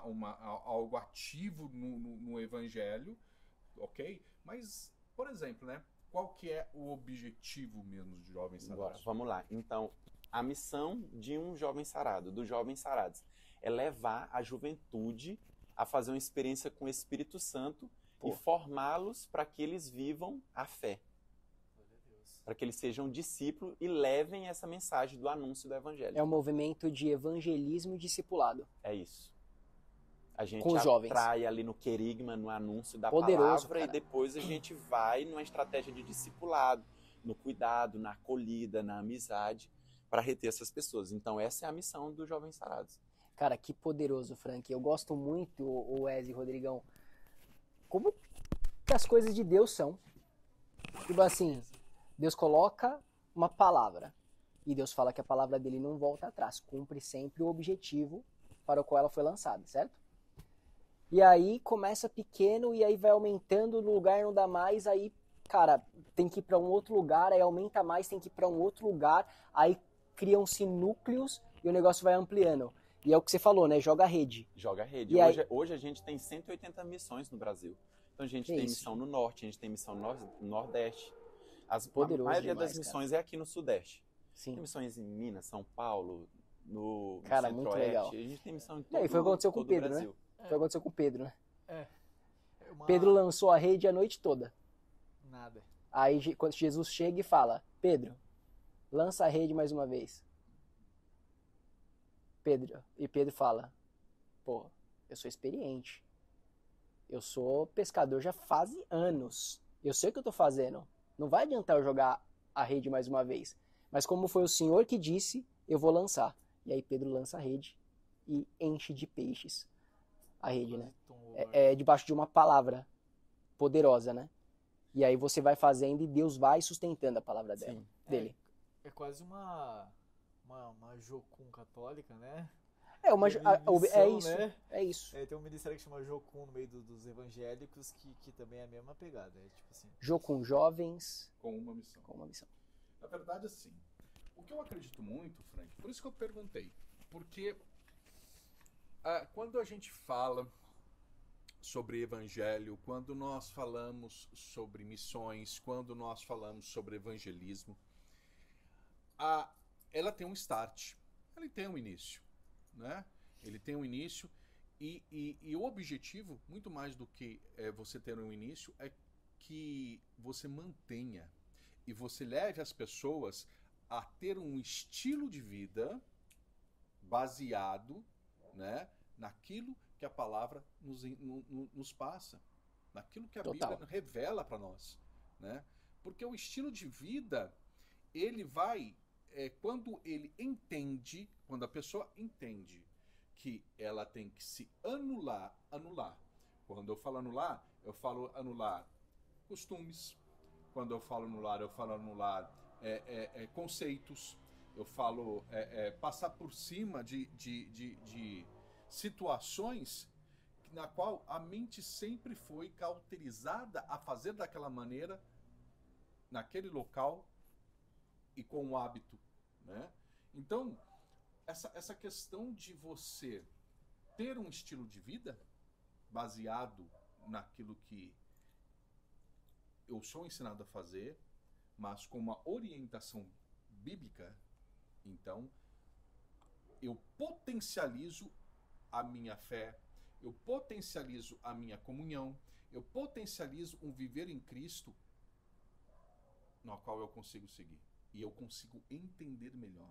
[SPEAKER 1] algo ativo no Evangelho, ok? Mas, por exemplo, né? Qual que é o objetivo mesmo dos Jovens Sarados?
[SPEAKER 3] Agora, vamos lá. Então, a missão de um jovem sarado, dos Jovens Sarados, é levar a juventude a fazer uma experiência com o Espírito Santo e formá-los para que eles vivam a fé. Para que eles sejam discípulos e levem essa mensagem do anúncio do Evangelho.
[SPEAKER 2] É um movimento de evangelismo e discipulado.
[SPEAKER 3] É isso. A gente atrai ali no querigma, no anúncio da palavra, cara. E depois a gente vai numa estratégia de discipulado, no cuidado, na acolhida, na amizade, para reter essas pessoas. Então essa é a missão dos Jovens Sarados.
[SPEAKER 2] Cara, que poderoso, Frank. Eu gosto muito, o Wes e Rodrigão, como que as coisas de Deus são. Tipo assim, Deus coloca uma palavra e Deus fala que a palavra dele não volta atrás, cumpre sempre o objetivo para o qual ela foi lançada, certo? E aí começa pequeno e aí vai aumentando, no lugar não dá mais, aí, cara, tem que ir para um outro lugar, aí aumenta mais, tem que ir para um outro lugar, aí criam-se núcleos e o negócio vai ampliando. E é o que você falou, né? Joga a rede.
[SPEAKER 3] Joga a rede. Hoje a gente tem 180 missões no Brasil. Então a gente tem missão no Norte, a gente tem missão no Nordeste. A maioria das missões é aqui no Sudeste.
[SPEAKER 2] Sim.
[SPEAKER 3] Tem missões em Minas, São Paulo, no
[SPEAKER 2] Centro-Oeste. Muito legal.
[SPEAKER 3] A gente tem missão em todo o Brasil.
[SPEAKER 2] E foi o que aconteceu com o Pedro, né? Foi o que aconteceu com o Pedro, né?
[SPEAKER 4] Uma...
[SPEAKER 2] Pedro lançou a rede a noite toda.
[SPEAKER 4] Nada.
[SPEAKER 2] Aí quando Jesus chega e fala, Pedro, lança a rede mais uma vez. Pedro fala, pô, eu sou experiente. Eu sou pescador já faz anos. Eu sei o que eu tô fazendo. Não vai adiantar eu jogar a rede mais uma vez. Mas como foi o Senhor que disse, eu vou lançar. E aí Pedro lança a rede e enche de peixes a rede, né? É debaixo de uma palavra poderosa, né? E aí você vai fazendo e Deus vai sustentando a palavra dele.
[SPEAKER 4] É quase uma Jocum católica, né?
[SPEAKER 2] É, uma, é
[SPEAKER 4] Missão,
[SPEAKER 2] isso,
[SPEAKER 4] né?
[SPEAKER 2] é isso.
[SPEAKER 4] Tem um ministério que chama Jocum no meio dos evangélicos que também é a mesma pegada. É tipo assim.
[SPEAKER 2] Jô com jovens,
[SPEAKER 1] Com uma missão.
[SPEAKER 2] com uma missão.
[SPEAKER 1] Na verdade, assim, o que eu acredito muito, Frank, por isso que eu perguntei, porque quando a gente fala sobre evangelho, quando nós falamos sobre missões, quando nós falamos sobre evangelismo, ela tem um start, ela tem um início, né? Ele tem um início e o objetivo, muito mais do que você ter um início, é que você mantenha e você leve as pessoas a ter um estilo de vida baseado, né, naquilo que a palavra nos passa, naquilo que a
[SPEAKER 2] Total.
[SPEAKER 1] Bíblia revela para nós, né? Porque o estilo de vida, ele vai, quando ele entende, quando a pessoa entende que ela tem que se anular. Quando eu falo anular costumes. Quando eu falo anular conceitos. Eu falo passar por cima de situações na qual a mente sempre foi cauterizada a fazer daquela maneira, naquele local e com o hábito, né? Então, essa questão de você ter um estilo de vida baseado naquilo que eu sou ensinado a fazer, mas com uma orientação bíblica, então eu potencializo a minha fé, eu potencializo a minha comunhão, eu potencializo um viver em Cristo no qual eu consigo seguir e eu consigo entender melhor.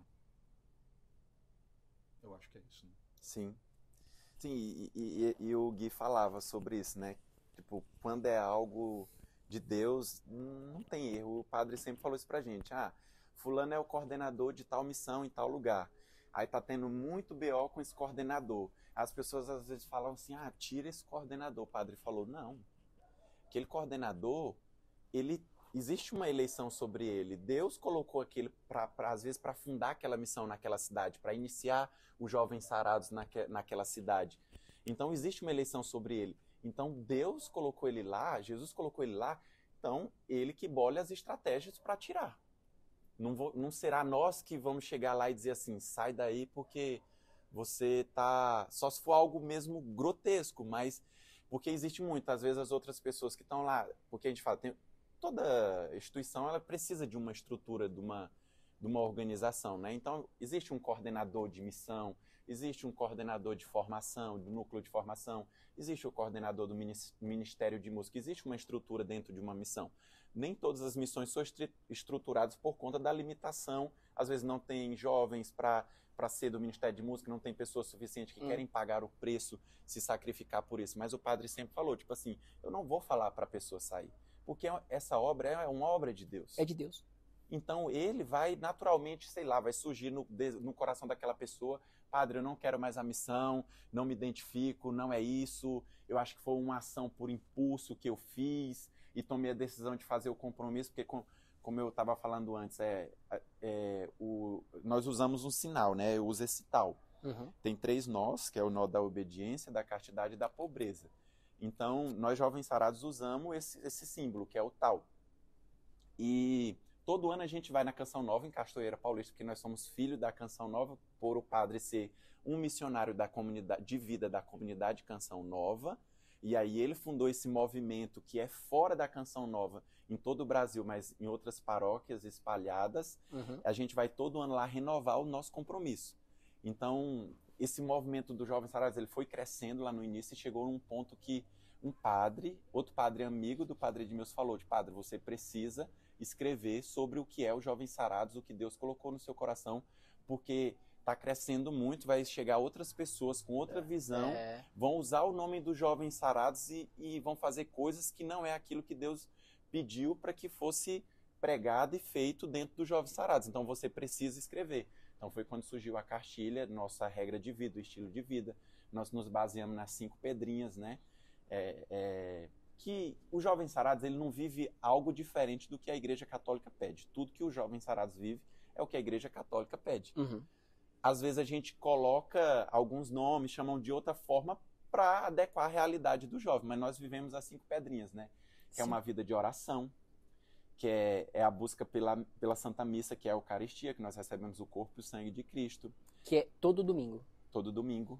[SPEAKER 1] Eu acho que é isso, né?
[SPEAKER 3] Sim. Sim, e o Gui falava sobre isso, né? Tipo, quando é algo de Deus, não tem erro. O padre sempre falou isso pra gente. Fulano é o coordenador de tal missão em tal lugar. Aí tá tendo muito BO com esse coordenador. As pessoas às vezes falam assim, tira esse coordenador. O padre falou, não. Aquele coordenador, existe uma eleição sobre ele. Deus colocou aquele, às vezes, para fundar aquela missão naquela cidade, para iniciar os jovens sarados naquela cidade. Então, existe uma eleição sobre ele. Então, Deus colocou ele lá, Jesus colocou ele lá, então, ele que bolha as estratégias para tirar. Não será nós que vamos chegar lá e dizer assim, sai daí porque você tá... Só se for algo mesmo grotesco, mas... Porque existe muito, às vezes, as outras pessoas que estão lá... Porque a gente fala, toda instituição ela precisa de uma estrutura, de uma organização, né? Então, existe um coordenador de missão, existe um coordenador de formação, do núcleo de formação, existe o coordenador do Ministério de Música, existe uma estrutura dentro de uma missão. Nem todas as missões são estruturadas por conta da limitação. Às vezes não tem jovens para ser do Ministério de Música, não tem pessoas suficientes que querem pagar o preço, se sacrificar por isso. Mas o padre sempre falou, tipo assim, eu não vou falar para a pessoa sair. Porque essa obra é uma obra de Deus.
[SPEAKER 2] É de Deus.
[SPEAKER 3] Então ele vai naturalmente, sei lá, vai surgir no coração daquela pessoa, padre, eu não quero mais a missão, não me identifico, não é isso, eu acho que foi uma ação por impulso que eu fiz e tomei a decisão de fazer o compromisso, porque como eu estava falando antes, nós usamos um sinal, né? Eu uso esse tal.
[SPEAKER 2] Uhum.
[SPEAKER 3] Tem 3 nós, que é o nó da obediência, da castidade e da pobreza. Então, nós jovens sarados usamos esse símbolo, que é o tal. E todo ano a gente vai na Canção Nova, em Cachoeira Paulista, porque nós somos filhos da Canção Nova, por o padre ser um missionário da comunidade, de vida da comunidade Canção Nova. E aí ele fundou esse movimento que é fora da Canção Nova, em todo o Brasil, mas em outras paróquias espalhadas.
[SPEAKER 2] Uhum.
[SPEAKER 3] A gente vai todo ano lá renovar o nosso compromisso. Então, esse movimento dos Jovens Sarados, ele foi crescendo lá no início e chegou num ponto que outro padre amigo do padre Edmilson falou, padre, você precisa escrever sobre o que é os Jovens Sarados, o que Deus colocou no seu coração, porque está crescendo muito, vai chegar outras pessoas com outra visão, vão usar o nome dos Jovens Sarados e vão fazer coisas que não é aquilo que Deus pediu para que fosse pregado e feito dentro dos Jovens Sarados. Então você precisa escrever. Então foi quando surgiu a cartilha, nossa regra de vida, o estilo de vida. Nós nos baseamos nas 5 pedrinhas, né? Que os Jovens Sarados, ele não vive algo diferente do que a Igreja Católica pede. Tudo que os Jovens Sarados vive é o que a Igreja Católica pede.
[SPEAKER 2] Uhum.
[SPEAKER 3] às vezes a gente coloca alguns nomes, chamam de outra forma para adequar a realidade do jovem. Mas nós vivemos as 5 pedrinhas, né? Que é uma vida de oração, que é a busca pela Santa Missa, que é a Eucaristia, que nós recebemos o corpo e o sangue de Cristo.
[SPEAKER 2] Que é todo domingo.
[SPEAKER 3] Todo domingo.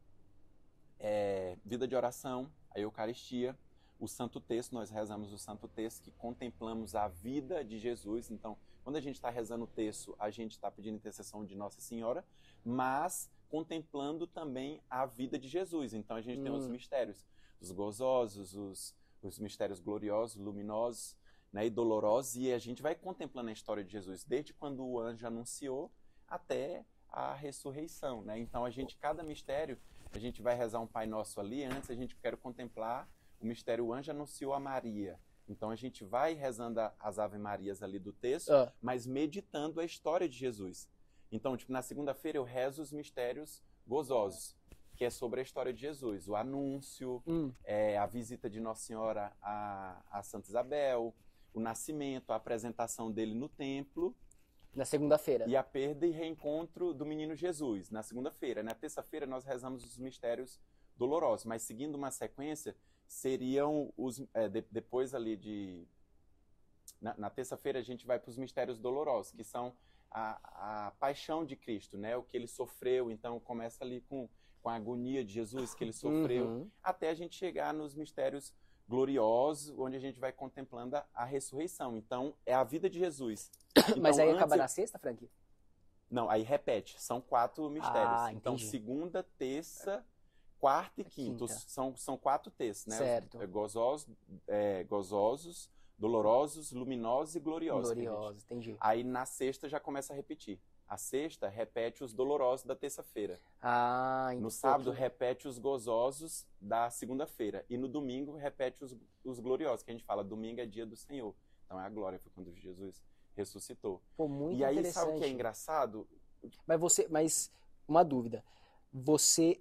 [SPEAKER 3] Vida de oração, a Eucaristia, o Santo Texto, nós rezamos o Santo Texto, que contemplamos a vida de Jesus. Então, quando a gente está rezando o texto, a gente está pedindo intercessão de Nossa Senhora, mas contemplando também a vida de Jesus. Então, a gente tem os mistérios, os gozosos, os mistérios gloriosos, luminosos, né, e dolorosos, e a gente vai contemplando a história de Jesus, desde quando o anjo anunciou até a ressurreição, né? Então, cada mistério, a gente vai rezar um Pai Nosso ali, antes a gente quer contemplar o mistério, o anjo anunciou a Maria. Então, a gente vai rezando as Ave Marias ali do texto, mas meditando a história de Jesus. Então, tipo, na segunda-feira eu rezo os mistérios gozosos, que é sobre a história de Jesus. O anúncio, a visita de Nossa Senhora a Santa Isabel, o nascimento, a apresentação dele no templo.
[SPEAKER 2] Na segunda-feira.
[SPEAKER 3] E a perda e reencontro do menino Jesus, na segunda-feira. Na terça-feira nós rezamos os mistérios dolorosos, mas seguindo uma sequência, seriam depois ali na terça-feira a gente vai para os mistérios dolorosos, que são a paixão de Cristo, né? O que ele sofreu. Então começa ali com a agonia de Jesus que ele sofreu, até a gente chegar nos mistérios gloriosos, onde a gente vai contemplando a ressurreição. Então é a vida de Jesus. Então,
[SPEAKER 2] mas aí acaba na sexta, Frank?
[SPEAKER 3] Não, aí repete, são 4 mistérios. Então segunda, terça, quarta e quinta. São 4 textos, né?
[SPEAKER 2] Certo.
[SPEAKER 3] Gozosos, dolorosos, luminosos e gloriosos.
[SPEAKER 2] Gloriosos, entendi.
[SPEAKER 3] Aí na sexta já começa a repetir. A sexta repete os dolorosos da terça-feira.
[SPEAKER 2] Entendi.
[SPEAKER 3] No sábado repete os gozosos da segunda-feira. E no domingo repete os gloriosos, que a gente fala, domingo é dia do Senhor. Então é a glória, foi quando Jesus ressuscitou.
[SPEAKER 2] Pô, muito
[SPEAKER 3] e aí,
[SPEAKER 2] interessante.
[SPEAKER 3] sabe o que é engraçado?
[SPEAKER 2] Mas uma dúvida. Você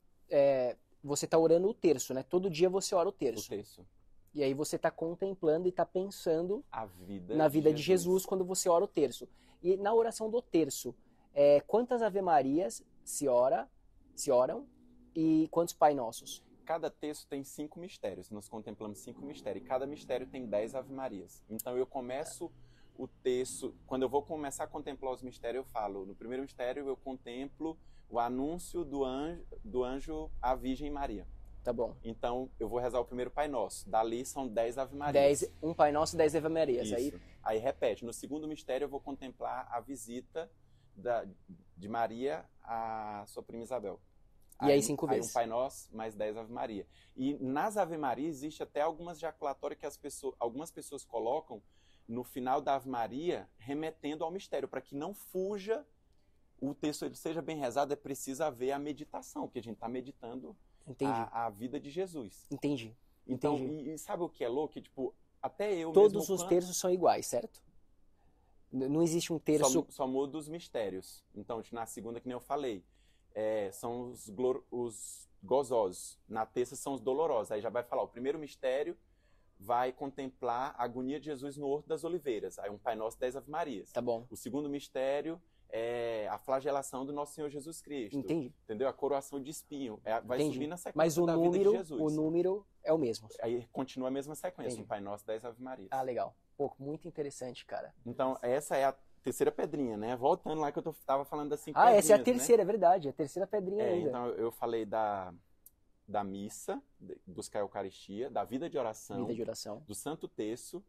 [SPEAKER 2] tá orando o terço, né? Todo dia você ora o terço.
[SPEAKER 3] O terço.
[SPEAKER 2] E aí você tá contemplando e tá pensando
[SPEAKER 3] na
[SPEAKER 2] vida de Jesus quando você ora o terço. E na oração do terço, quantas Ave Marias se oram e quantos Pai Nossos?
[SPEAKER 3] Cada texto tem 5 mistérios. Nós contemplamos 5 mistérios. E cada mistério tem 10 Ave Marias. Então eu começo o texto, quando eu vou começar a contemplar os mistérios, eu falo, no primeiro mistério eu contemplo o anúncio do anjo à Virgem Maria.
[SPEAKER 2] Tá bom.
[SPEAKER 3] Então eu vou rezar o primeiro Pai Nosso. Dali são 10 Ave Marias.
[SPEAKER 2] Um Pai Nosso e 10 Ave Marias.
[SPEAKER 3] Isso. Aí repete. No segundo mistério eu vou contemplar a visita de Maria à sua prima Isabel.
[SPEAKER 2] E aí 5 vezes.
[SPEAKER 3] Aí um Pai Nosso, mais 10 Ave Maria. E nas Ave Maria existe até algumas jaculatórias que algumas pessoas colocam no final da Ave Maria, remetendo ao mistério, para que não fuja o texto, ele seja bem rezado, é preciso haver a meditação, porque a gente está meditando a vida de Jesus.
[SPEAKER 2] Entendi.
[SPEAKER 3] Então, e sabe o que é louco? Que, tipo, até eu
[SPEAKER 2] Todos os terços são iguais, certo? Não existe um terço...
[SPEAKER 3] Só muda os mistérios. Então, na segunda, que nem eu falei, são os gozosos. Na terça são os dolorosos. Aí já vai falar, o primeiro mistério vai contemplar a agonia de Jesus no Horto das Oliveiras. Aí um Pai Nosso, 10 Ave Marias.
[SPEAKER 2] Tá bom.
[SPEAKER 3] O segundo mistério é a flagelação do Nosso Senhor Jesus Cristo.
[SPEAKER 2] Entendi.
[SPEAKER 3] Entendeu? A coroação de espinho. Vai subir na sequência
[SPEAKER 2] Mas
[SPEAKER 3] da vida de Jesus.
[SPEAKER 2] O número é o mesmo.
[SPEAKER 3] Aí continua a mesma sequência.
[SPEAKER 2] Entendi.
[SPEAKER 3] Um Pai Nosso, 10 Ave Marias.
[SPEAKER 2] Legal. Pô, muito interessante, cara.
[SPEAKER 3] Então, essa é a terceira pedrinha, né? Voltando lá que eu tava falando das 5 pedrinhas,
[SPEAKER 2] essa é a terceira,
[SPEAKER 3] né?
[SPEAKER 2] é verdade. A terceira pedrinha ainda.
[SPEAKER 3] Então, eu falei da missa, buscar a Eucaristia, da vida de oração, do Santo Terço,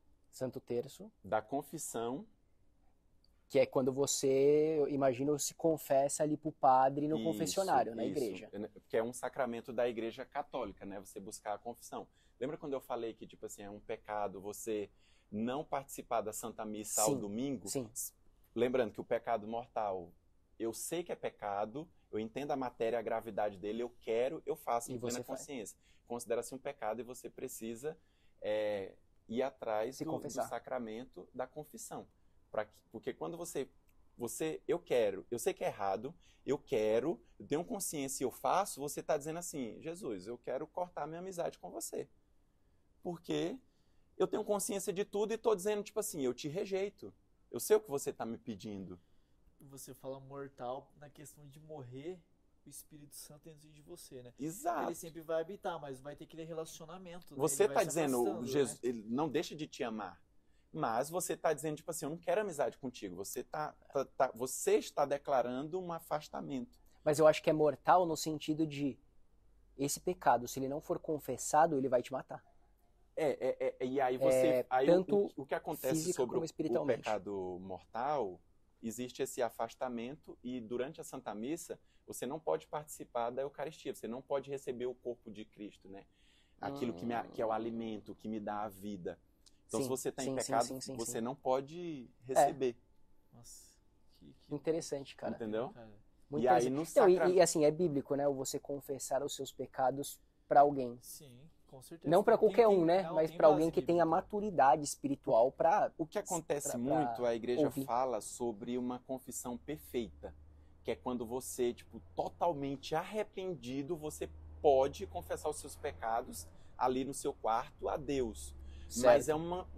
[SPEAKER 3] da confissão,
[SPEAKER 2] que é quando você, imagina, se confessa ali pro padre no confessionário, na igreja.
[SPEAKER 3] Que é um sacramento da Igreja Católica, né? Você buscar a confissão. Lembra quando eu falei que, tipo assim, é um pecado você não participar da Santa Missa ao domingo?
[SPEAKER 2] Sim.
[SPEAKER 3] Lembrando que o pecado mortal, eu sei que é pecado, eu entendo a matéria, a gravidade dele, eu quero, eu faço em plena consciência. Considera-se um pecado e você precisa ir atrás do sacramento da confissão. Porque quando eu sei que é errado, eu tenho consciência e eu faço, você está dizendo assim, Jesus, eu quero cortar minha amizade com você. Porque eu tenho consciência de tudo e estou dizendo, tipo assim, eu te rejeito. Eu sei o que você está me pedindo.
[SPEAKER 4] você fala mortal na questão de morrer o Espírito Santo dentro de você, né?
[SPEAKER 3] Exato.
[SPEAKER 4] Ele sempre vai habitar, mas vai ter aquele relacionamento.
[SPEAKER 3] Você
[SPEAKER 4] ele vai
[SPEAKER 3] tá
[SPEAKER 4] se
[SPEAKER 3] dizendo,
[SPEAKER 4] afastando,
[SPEAKER 3] Jesus,
[SPEAKER 4] né?
[SPEAKER 3] ele não deixa de te amar. Mas você tá dizendo, tipo assim, eu não quero amizade contigo. Você está declarando um afastamento.
[SPEAKER 2] Mas eu acho que é mortal no sentido de esse pecado, se ele não for confessado, ele vai te matar.
[SPEAKER 3] E aí você. Aí
[SPEAKER 2] tanto
[SPEAKER 3] o que acontece
[SPEAKER 2] física
[SPEAKER 3] sobre
[SPEAKER 2] como
[SPEAKER 3] o
[SPEAKER 2] espiritualmente.
[SPEAKER 3] pecado mortal, existe esse afastamento, e durante a Santa Missa, você não pode participar da Eucaristia, você não pode receber o corpo de Cristo, né? Aquilo que é o alimento, que me dá a vida. Então, se você está em pecado, você não pode receber.
[SPEAKER 4] Nossa, que
[SPEAKER 2] Interessante, cara.
[SPEAKER 3] Entendeu?
[SPEAKER 4] cara.
[SPEAKER 2] Muito
[SPEAKER 3] E aí,
[SPEAKER 2] interessante.
[SPEAKER 3] no
[SPEAKER 2] Então,
[SPEAKER 3] sacramento.
[SPEAKER 2] e assim, é bíblico, né? Você confessar os seus pecados pra alguém.
[SPEAKER 4] Sim, com certeza.
[SPEAKER 2] Não pra qualquer um, né?
[SPEAKER 4] Não,
[SPEAKER 2] Mas
[SPEAKER 4] tem
[SPEAKER 2] pra alguém
[SPEAKER 4] base
[SPEAKER 2] que tenha
[SPEAKER 4] bíblica.
[SPEAKER 2] maturidade espiritual pra.
[SPEAKER 3] O que acontece
[SPEAKER 2] pra
[SPEAKER 3] muito, a igreja
[SPEAKER 2] ouvir.
[SPEAKER 3] fala sobre uma confissão perfeita, que é quando você, tipo, totalmente arrependido, você pode confessar os seus pecados ali no seu quarto a Deus. Mas é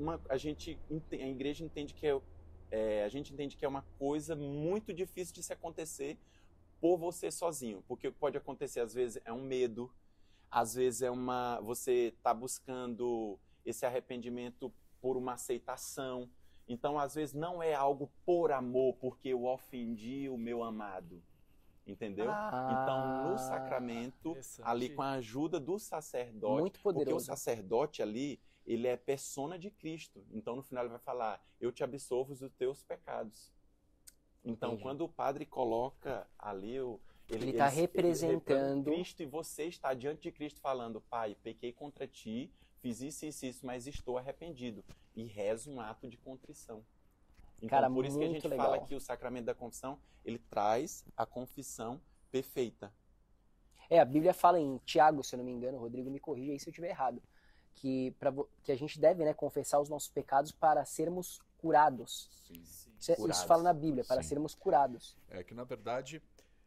[SPEAKER 3] a igreja entende que a gente entende que é uma coisa muito difícil de se acontecer por você sozinho, porque o que pode acontecer às vezes é um medo, às vezes você está buscando esse arrependimento por uma aceitação. Então, às vezes não é algo por amor, porque eu ofendi o meu amado. Entendeu? Então, no sacramento, ali com a ajuda do sacerdote,
[SPEAKER 2] muito
[SPEAKER 3] porque o
[SPEAKER 2] poderoso.
[SPEAKER 3] sacerdote ali, ele é persona de Cristo. Então, no final, ele vai falar, eu te absolvo dos teus pecados. Então,
[SPEAKER 2] Entendi.
[SPEAKER 3] quando o padre coloca ali,
[SPEAKER 2] Ele está representando
[SPEAKER 3] Cristo, e você está diante de Cristo falando, Pai, pequei contra ti, fiz isso, mas estou arrependido. E reza um ato de contrição. Então,
[SPEAKER 2] Cara,
[SPEAKER 3] por isso que a
[SPEAKER 2] muito
[SPEAKER 3] gente
[SPEAKER 2] legal.
[SPEAKER 3] fala que o sacramento da confissão, ele traz a confissão perfeita.
[SPEAKER 2] A Bíblia fala em Tiago, se eu não me engano, Rodrigo me corrija aí se eu estiver errado, que a gente deve, né, confessar os nossos pecados para sermos curados.
[SPEAKER 1] Sim.
[SPEAKER 2] Isso fala na Bíblia, para
[SPEAKER 1] Sim.
[SPEAKER 2] sermos curados.
[SPEAKER 1] É que, na verdade,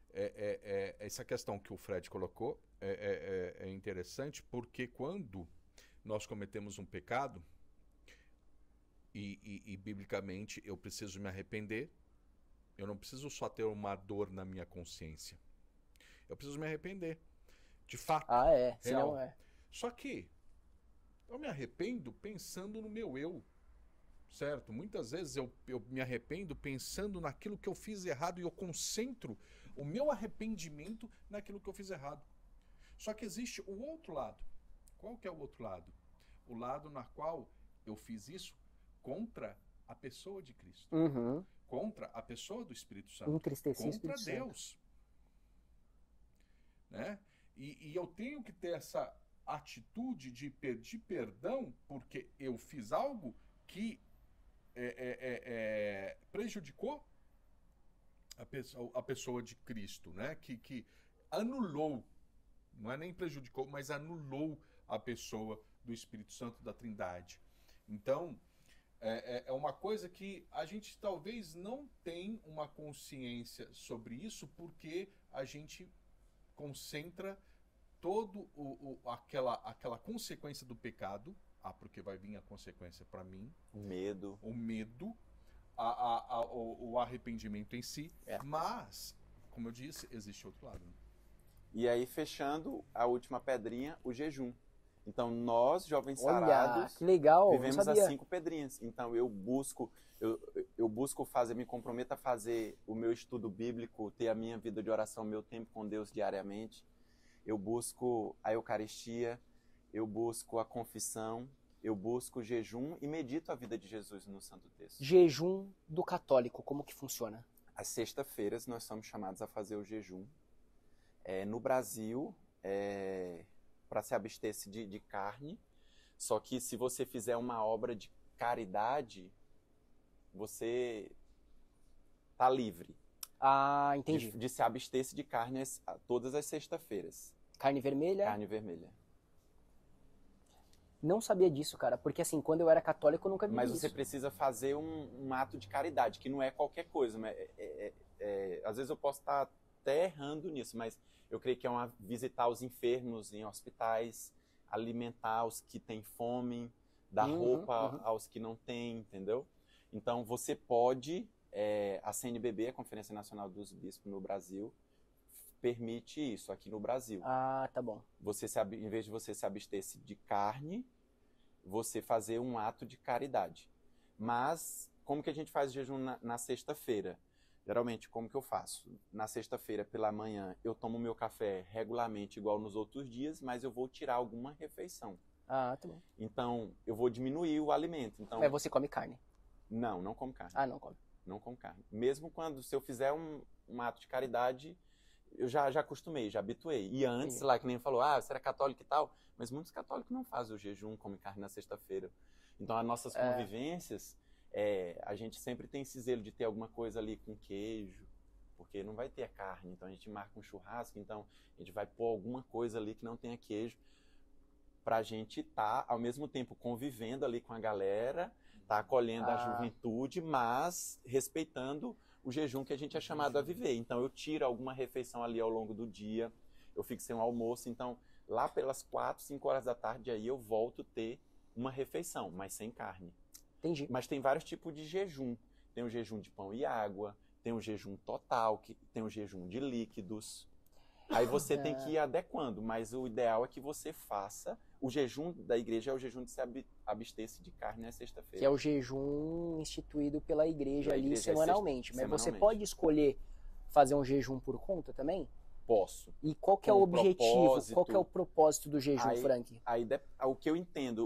[SPEAKER 1] essa questão que o Fred colocou é interessante, porque quando nós cometemos um pecado, e biblicamente eu preciso me arrepender, eu não preciso só ter uma dor na minha consciência. Eu preciso me arrepender. De fato.
[SPEAKER 2] Senão é.
[SPEAKER 1] Só que eu me arrependo pensando no meu eu. Certo? Muitas vezes eu me arrependo pensando naquilo que eu fiz errado e eu concentro o meu arrependimento naquilo que eu fiz errado. Só que existe o outro lado. Qual que é o outro lado? O lado na qual eu fiz isso contra a pessoa de Cristo.
[SPEAKER 2] Uhum.
[SPEAKER 1] Contra a pessoa do Espírito Santo.
[SPEAKER 2] Entristecer o
[SPEAKER 1] Contra
[SPEAKER 2] Espírito
[SPEAKER 1] Deus. Né? E eu tenho que ter essa atitude de pedir perdão porque eu fiz algo que prejudicou a pessoa de Cristo, né? Que anulou, não é nem prejudicou, mas anulou a pessoa do Espírito Santo da Trindade. Então, é uma coisa que a gente talvez não tem uma consciência sobre isso, porque a gente concentra todo aquela consequência do pecado, porque vai vir a consequência para mim, o medo, o arrependimento em si, mas, como eu disse, existe outro lado. Né?
[SPEAKER 3] E aí, fechando a última pedrinha, o jejum. Então, nós, jovens sarados,
[SPEAKER 2] que legal,
[SPEAKER 3] vivemos as 5 pedrinhas. Então, eu busco fazer, me comprometo a fazer o meu estudo bíblico, ter a minha vida de oração, meu tempo com Deus diariamente. Eu busco a Eucaristia, eu busco a confissão, eu busco o jejum e medito a vida de Jesus no Santo Texto.
[SPEAKER 2] Jejum do católico, como que funciona?
[SPEAKER 3] Às sextas-feiras nós somos chamados a fazer o jejum. No Brasil, para se abster-se de carne, só que se você fizer uma obra de caridade, você está livre.
[SPEAKER 2] Ah, entendi.
[SPEAKER 3] De se abster-se de carne todas as sextas-feiras.
[SPEAKER 2] Carne vermelha?
[SPEAKER 3] Carne vermelha.
[SPEAKER 2] Não sabia disso, cara, porque assim, quando eu era católico eu nunca vi isso.
[SPEAKER 3] Mas você precisa fazer um ato de caridade, que não é qualquer coisa. Mas às vezes eu posso estar até errando nisso, mas eu creio que é visitar os enfermos em hospitais, alimentar os que têm fome, dar roupa aos que não têm, entendeu? Então você pode a CNBB, a Conferência Nacional dos Bispos no Brasil, permite isso aqui no Brasil.
[SPEAKER 2] Ah, tá bom.
[SPEAKER 3] Em vez de você se abster de carne, você fazer um ato de caridade. Mas, como que a gente faz jejum na sexta-feira? Geralmente, como que eu faço? Na sexta-feira, pela manhã, eu tomo meu café regularmente, igual nos outros dias, mas eu vou tirar alguma refeição.
[SPEAKER 2] Ah, tá bom.
[SPEAKER 3] Então, eu vou diminuir o alimento. Então,
[SPEAKER 2] Mas você come carne?
[SPEAKER 3] não como carne.
[SPEAKER 2] Ah, não come.
[SPEAKER 3] Não como carne. Mesmo se eu fizer um ato de caridade, eu já acostumei, já habituei. E antes,
[SPEAKER 2] Sim.
[SPEAKER 3] lá que nem falou, você era católico e tal, mas muitos católicos não fazem o jejum, comem carne na sexta-feira. Então, as nossas convivências, a gente sempre tem esse zelo de ter alguma coisa ali com queijo, porque não vai ter a carne. Então, a gente marca um churrasco, então a gente vai pôr alguma coisa ali que não tenha queijo, pra gente estar, ao mesmo tempo, convivendo ali com a galera, tá acolhendo a juventude, mas respeitando o jejum que a gente é chamado a viver. Então, eu tiro alguma refeição ali ao longo do dia, eu fico sem um almoço, então, lá pelas 4, 5 horas da tarde, aí eu volto a ter uma refeição, mas sem carne.
[SPEAKER 2] Entendi.
[SPEAKER 3] Mas tem vários tipos de jejum. Tem o jejum de pão e água, tem o jejum total, tem o jejum de líquidos. Aí você tem que ir adequando, mas o ideal é que você faça. O jejum da igreja é o jejum de se abster-se de carne na sexta-feira.
[SPEAKER 2] Que é o jejum instituído pela igreja ali semanalmente. Mas
[SPEAKER 3] semanalmente.
[SPEAKER 2] você pode escolher fazer um jejum por conta também?
[SPEAKER 3] Posso.
[SPEAKER 2] E qual que é o objetivo? Qual que é o propósito do jejum, Frank?
[SPEAKER 3] Aí o que eu entendo,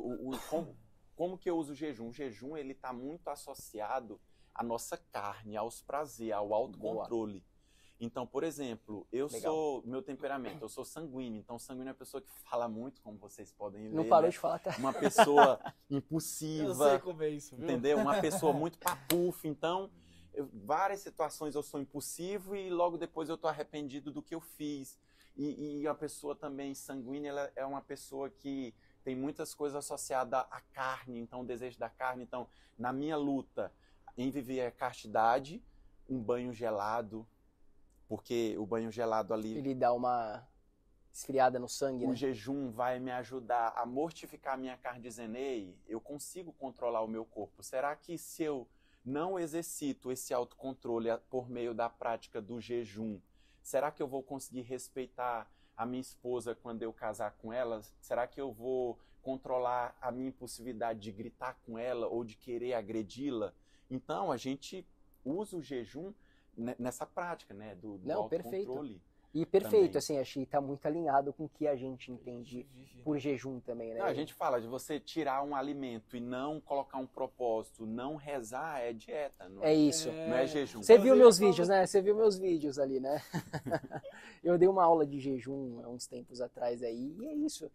[SPEAKER 3] como que eu uso o jejum? O jejum, ele está muito associado à nossa carne, aos prazeres, ao autocontrole. Então, por exemplo, meu temperamento, eu sou sanguíneo. Então, sanguíneo é uma pessoa que fala muito, como vocês podem ver.
[SPEAKER 2] Não parou de falar, tá?
[SPEAKER 3] Uma pessoa impulsiva.
[SPEAKER 4] Eu sei como é isso, viu?
[SPEAKER 3] Entendeu? Uma pessoa muito papufa. Então, várias situações eu sou impulsivo e logo depois eu tô arrependido do que eu fiz. E a pessoa também sanguínea, ela é uma pessoa que tem muitas coisas associadas à carne, então o desejo da carne. Então, na minha luta em viver a castidade, um banho gelado, porque o banho gelado ali...
[SPEAKER 2] Ele dá uma esfriada no sangue,
[SPEAKER 3] O
[SPEAKER 2] né?
[SPEAKER 3] jejum vai me ajudar a mortificar a minha carne, dizendo, ei, eu consigo controlar o meu corpo. Será que se eu não exercito esse autocontrole por meio da prática do jejum, será que eu vou conseguir respeitar a minha esposa quando eu casar com ela? Será que eu vou controlar a minha impulsividade de gritar com ela ou de querer agredi-la? Então, a gente usa o jejum nessa prática, né, do autocontrole.
[SPEAKER 2] Perfeito. E perfeito,
[SPEAKER 3] também.
[SPEAKER 2] assim, achei que tá muito alinhado com o que a gente entende por jejum também, né?
[SPEAKER 3] Não, a gente fala de você tirar um alimento e não colocar um propósito, não rezar, é dieta. Não
[SPEAKER 2] é isso.
[SPEAKER 3] Não é jejum.
[SPEAKER 2] Você viu meus vídeos, né? Você viu meus vídeos ali, né? Eu dei uma aula de jejum há uns tempos atrás aí, e é isso.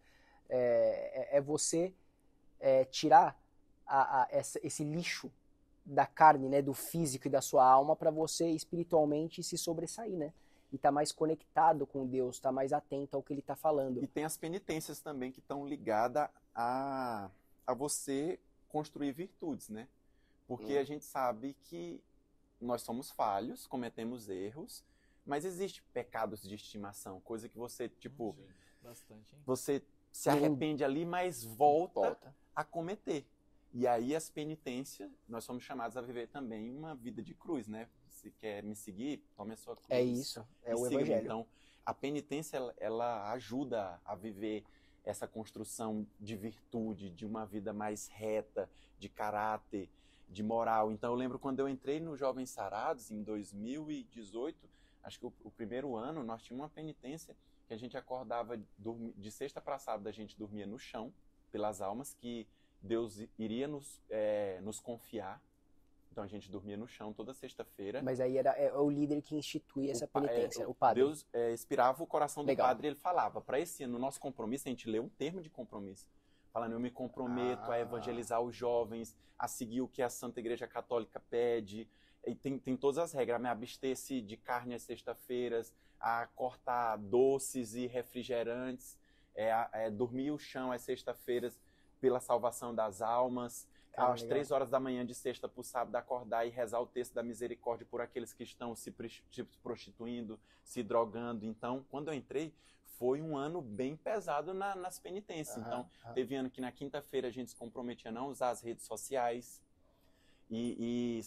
[SPEAKER 2] É você tirar esse lixo da carne, né, do físico e da sua alma para você espiritualmente se sobressair, né? E tá mais conectado com Deus, tá mais atento ao que ele tá falando.
[SPEAKER 3] E tem as penitências também que estão ligadas a você construir virtudes, né? Porque a gente sabe que nós somos falhos, cometemos erros, mas existe pecados de estimação, coisa que você, tipo,
[SPEAKER 4] bastante, hein?
[SPEAKER 3] Você se arrepende ali, mas volta a cometer. E aí as penitências, nós somos chamados a viver também uma vida de cruz, né? Se quer me seguir, tome a sua cruz.
[SPEAKER 2] É isso, é o evangelho.
[SPEAKER 3] Então, a penitência, ela ajuda a viver essa construção de virtude, de uma vida mais reta, de caráter, de moral. Então, eu lembro quando eu entrei no Jovens Sarados, em 2018, acho que o primeiro ano, nós tínhamos uma penitência que a gente acordava de sexta para sábado, a gente dormia no chão, pelas almas que Deus iria nos confiar. Então a gente dormia no chão toda sexta-feira.
[SPEAKER 2] Mas aí é o líder que institui essa penitência, o padre.
[SPEAKER 3] Deus inspirava o coração do padre, ele falava, para esse ano, no nosso compromisso, a gente lê um termo de compromisso. Falando, eu me comprometo a evangelizar os jovens, a seguir o que a Santa Igreja Católica pede. E tem todas as regras, a me abster-se de carne às sextas-feiras, a cortar doces e refrigerantes, dormir o chão às sextas-feiras pela salvação das almas, às 3 horas da manhã de sexta para o sábado acordar e rezar o texto da misericórdia por aqueles que estão se prostituindo, se drogando. Então, quando eu entrei, foi um ano bem pesado nas penitências. Então, teve ano que na quinta-feira a gente se comprometia a não usar as redes sociais e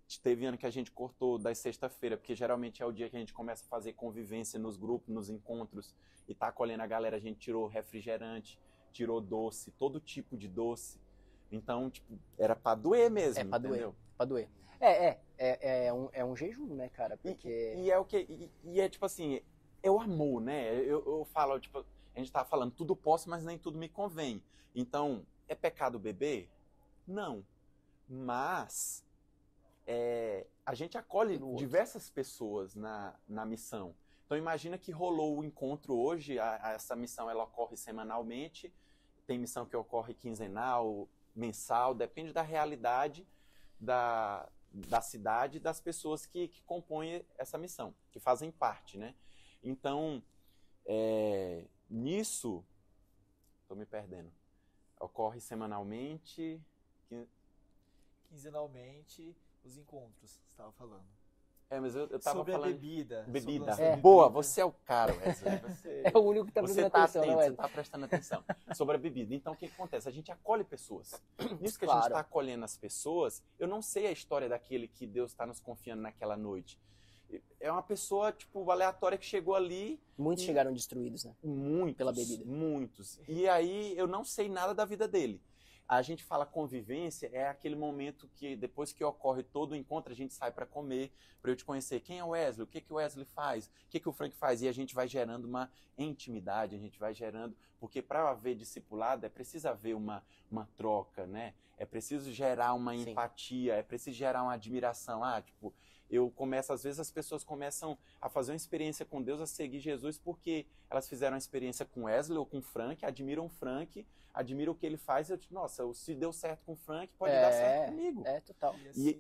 [SPEAKER 3] Teve ano que a gente cortou das sexta-feira, porque geralmente é o dia que a gente começa a fazer convivência nos grupos, nos encontros, e tá acolhendo a galera. A gente tirou refrigerante, tirou doce, todo tipo de doce. Então, tipo, era pra doer mesmo, entendeu?
[SPEAKER 2] Pra doer. É um jejum, né, cara? Porque...
[SPEAKER 3] E é o que... E é tipo assim, é o amor, né? Eu falo, tipo, a gente tá falando, tudo posso, mas nem tudo me convém. Então, é pecado beber? Não. Mas... a gente acolhe diversas pessoas na missão. Então imagina que rolou o encontro hoje, essa missão ela ocorre semanalmente, tem missão que ocorre quinzenal, mensal, depende da realidade da cidade, das pessoas que compõem essa missão, que fazem parte, né? Então, nisso, estou me perdendo, ocorre semanalmente...
[SPEAKER 4] Quinzenalmente... Os encontros, você estava falando.
[SPEAKER 3] Mas eu tava
[SPEAKER 4] sobre
[SPEAKER 3] falando...
[SPEAKER 4] a bebida.
[SPEAKER 3] Bebida.
[SPEAKER 4] Sobre
[SPEAKER 3] Boa, você é o cara, Wesley.
[SPEAKER 2] É o único que tá prestando atenção, né, Wesley?
[SPEAKER 3] Você tá prestando atenção. Sobre a bebida. Então, o que acontece? A gente acolhe pessoas. Nisso que a
[SPEAKER 2] Claro.
[SPEAKER 3] gente está acolhendo as pessoas, eu não sei a história daquele que Deus está nos confiando naquela noite. É uma pessoa, tipo, aleatória que chegou ali...
[SPEAKER 2] Muitos chegaram destruídos, né?
[SPEAKER 3] Muitos.
[SPEAKER 2] Pela bebida.
[SPEAKER 3] Muitos. E aí, eu não sei nada da vida dele. A gente fala convivência, é aquele momento que depois que ocorre todo o encontro, a gente sai para comer, para eu te conhecer. Quem é o Wesley? O que o Wesley faz? O que o Frank faz? E a gente vai gerando uma intimidade, a gente vai gerando... Porque para haver discipulado é preciso haver uma troca, né? É preciso gerar uma
[SPEAKER 2] Sim.
[SPEAKER 3] empatia, é preciso gerar uma admiração. Tipo... às vezes as pessoas começam a fazer uma experiência com Deus, a seguir Jesus, porque elas fizeram uma experiência com Wesley ou com Frank, admiram o Frank, admiram o que ele faz, eu digo, nossa, se deu certo com o Frank, pode dar certo comigo.
[SPEAKER 2] Total.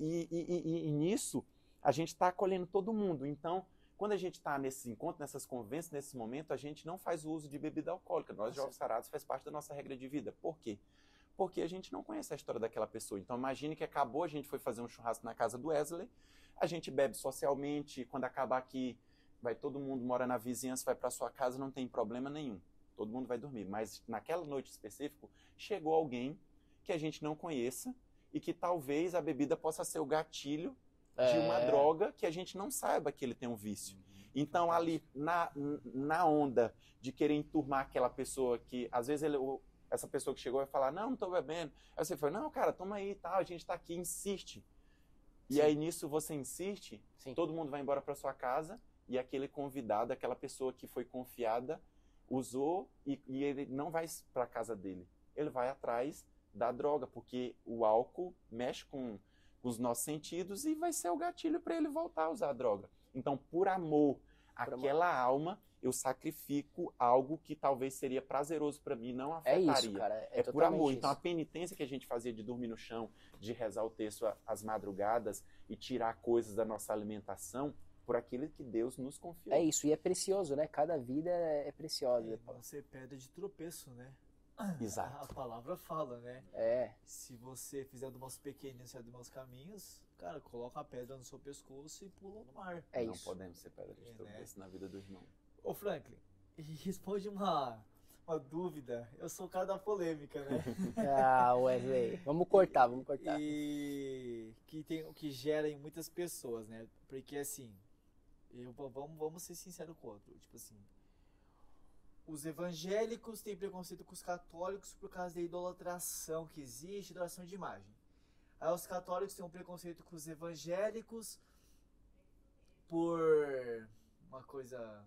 [SPEAKER 3] E nisso, a gente está acolhendo todo mundo. Então, quando a gente está nesses encontros, nessas convivências, nesse momento, a gente não faz uso de bebida alcoólica. Nós, Jovens Sarados, faz parte da nossa regra de vida. Por quê? Porque a gente não conhece a história daquela pessoa. Então, imagine que acabou, a gente foi fazer um churrasco na casa do Wesley, a gente bebe socialmente, quando acabar aqui, vai todo mundo mora na vizinhança, vai para sua casa, não tem problema nenhum. Todo mundo vai dormir. Mas naquela noite específica, chegou alguém que a gente não conheça e que talvez a bebida possa ser o gatilho de uma droga que a gente não saiba que ele tem um vício. Então, ali, na onda de querer enturmar aquela pessoa que, às vezes, essa pessoa que chegou vai falar, não tô bebendo. Aí você fala, não, cara, toma aí e tal, a gente tá aqui, insiste. E aí, nisso, você insiste, todo mundo vai embora para sua casa e aquele convidado, aquela pessoa que foi confiada, usou e ele não vai para a casa dele. Ele vai atrás da droga, porque o álcool mexe com os nossos sentidos e vai ser o gatilho para ele voltar a usar a droga. Então, por amor àquela alma, eu sacrifico algo que talvez seria prazeroso para mim, não afetaria.
[SPEAKER 2] É isso, cara. É
[SPEAKER 3] por amor.
[SPEAKER 2] isso.
[SPEAKER 3] Então, a penitência que a gente fazia de dormir no chão, de rezar o texto às madrugadas e tirar coisas da nossa alimentação, por aquilo que Deus nos confiou.
[SPEAKER 2] É isso, e é precioso, né? Cada vida é preciosa.
[SPEAKER 4] Não ser pedra de tropeço, né?
[SPEAKER 3] Exato.
[SPEAKER 4] A palavra fala, né? Se você fizer do nosso pequenino sair dos meus caminhos, cara, coloca a pedra no seu pescoço e pula no mar.
[SPEAKER 3] Não podemos ser pedra de tropeço, né? Na vida do irmão.
[SPEAKER 4] Ô Franklin, responde uma dúvida. Eu sou o cara da polêmica, né?
[SPEAKER 2] Wesley, vamos cortar.
[SPEAKER 4] E que gera em muitas pessoas, né? Porque assim, vamos ser sinceros com o outro. Tipo assim, os evangélicos têm preconceito com os católicos por causa da idolatração que existe, idolatраção de imagem. Aí os católicos têm um preconceito com os evangélicos por uma coisa...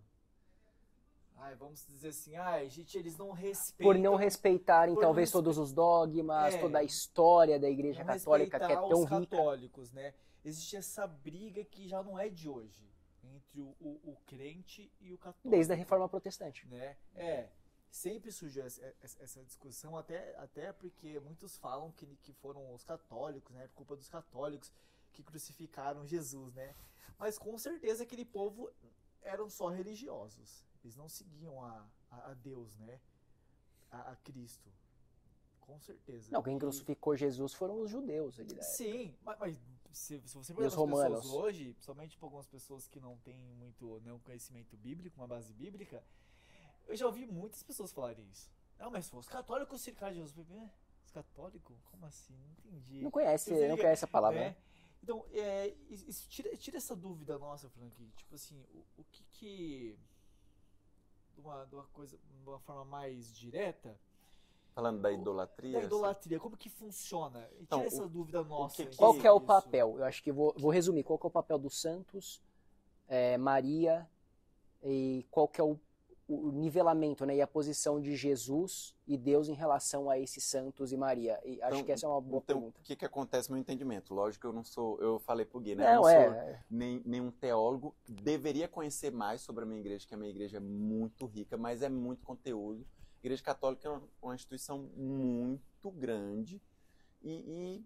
[SPEAKER 4] vamos dizer assim, gente, eles não respeitam...
[SPEAKER 2] Por não respeitarem, talvez, todos os dogmas, toda a história da Igreja Católica, que é tão rica.
[SPEAKER 4] Católicos, né? Existe essa briga que já não é de hoje, entre o crente e o católico.
[SPEAKER 2] Desde a Reforma Protestante.
[SPEAKER 4] Né? Sempre surgiu essa discussão, até porque muitos falam que foram os católicos, né? Por culpa dos católicos que crucificaram Jesus, né? Mas com certeza aquele povo eram só religiosos. Eles não seguiam a Deus, né? A Cristo. Com certeza.
[SPEAKER 2] Não, quem crucificou Jesus foram os judeus.
[SPEAKER 4] Sim, mas se você
[SPEAKER 2] perguntar
[SPEAKER 4] as pessoas hoje, principalmente para algumas pessoas que não têm muito conhecimento bíblico, uma base bíblica, eu já ouvi muitas pessoas falarem isso. Não, mas os católicos crucificaram Jesus. Os católicos? Como assim? Não entendi.
[SPEAKER 2] Não conhece a palavra, né?
[SPEAKER 4] Então, isso tira essa dúvida nossa, Frank. Tipo assim, o que de uma coisa, de uma forma mais direta,
[SPEAKER 3] Falando da idolatria.
[SPEAKER 4] da idolatria, como que funciona? E
[SPEAKER 3] Então,
[SPEAKER 4] tira essa dúvida nossa.
[SPEAKER 2] Qual que é o
[SPEAKER 4] isso.
[SPEAKER 2] papel? Eu acho que vou resumir. Qual que é o papel dos santos, Maria, e qual que é o nivelamento, né, e a posição de Jesus e Deus em relação a esses santos e Maria? E acho que essa é uma boa
[SPEAKER 3] Então,
[SPEAKER 2] pergunta.
[SPEAKER 3] o que acontece no meu entendimento? Lógico que eu não sou, eu falei pro Gui, né?
[SPEAKER 2] Não,
[SPEAKER 3] eu não sou nenhum teólogo, deveria conhecer mais sobre a minha igreja, que a minha igreja é muito rica, mas é muito conteúdo. A Igreja Católica é uma instituição muito grande e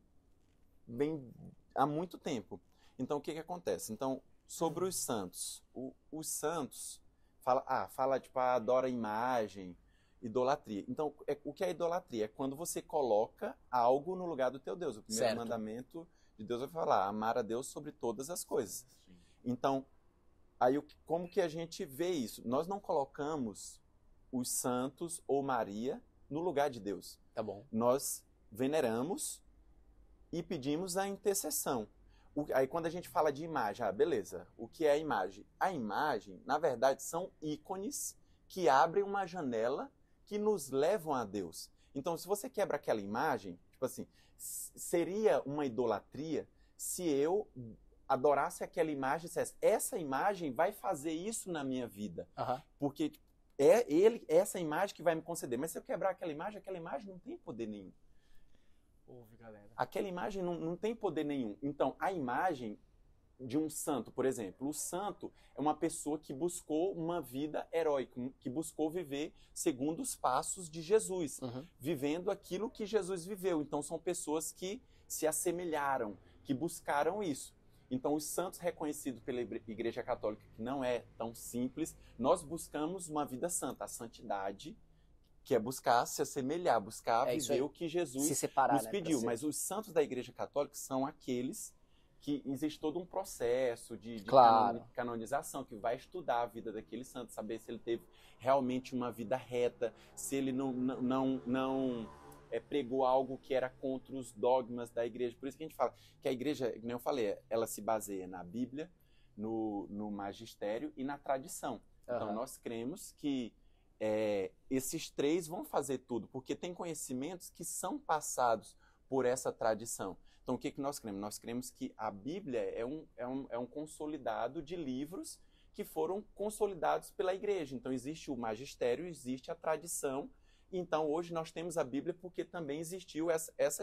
[SPEAKER 3] vem há muito tempo. Então, o que acontece? Então, sobre os santos. Os santos fala tipo, adora imagem, idolatria. Então, o que é idolatria? É quando você coloca algo no lugar do teu Deus. O primeiro
[SPEAKER 2] Certo.
[SPEAKER 3] mandamento de Deus vai falar, amar a Deus sobre todas as coisas. Então, aí como que a gente vê isso? Nós não colocamos os santos ou Maria no lugar de Deus.
[SPEAKER 2] Tá bom.
[SPEAKER 3] Nós veneramos e pedimos a intercessão. Aí quando a gente fala de imagem, beleza, o que é a imagem? A imagem, na verdade, são ícones que abrem uma janela que nos levam a Deus. Então, se você quebra aquela imagem, tipo assim, seria uma idolatria se eu adorasse aquela imagem e dissesse, essa imagem vai fazer isso na minha vida.
[SPEAKER 2] Uhum.
[SPEAKER 3] Porque essa imagem que vai me conceder. Mas se eu quebrar aquela imagem não tem poder nenhum.
[SPEAKER 4] Ouve, galera.
[SPEAKER 3] Aquela imagem não tem poder nenhum. Então, a imagem de um santo, por exemplo, o santo é uma pessoa que buscou uma vida heróica, que buscou viver segundo os passos de Jesus, vivendo aquilo que Jesus viveu. Então, são pessoas que se assemelharam, que buscaram isso. Então, os santos reconhecidos pela Igreja Católica, que não é tão simples, nós buscamos uma vida santa, a santidade, que é buscar se assemelhar, buscar viver o que Jesus
[SPEAKER 2] se separar,
[SPEAKER 3] nos pediu.
[SPEAKER 2] né,
[SPEAKER 3] mas os santos da Igreja Católica são aqueles que existe todo um processo de canonização, que vai estudar a vida daquele santo, saber se ele teve realmente uma vida reta, se ele não pregou algo que era contra os dogmas da igreja. Por isso que a gente fala que a igreja, como eu falei, ela se baseia na Bíblia, no magistério e na tradição. Então, nós cremos que esses três vão fazer tudo, porque tem conhecimentos que são passados por essa tradição. Então, o que nós cremos? Nós cremos que a Bíblia é um consolidado de livros que foram consolidados pela igreja. Então, existe o magistério, existe a tradição. Então, hoje nós temos a Bíblia porque também existiu essa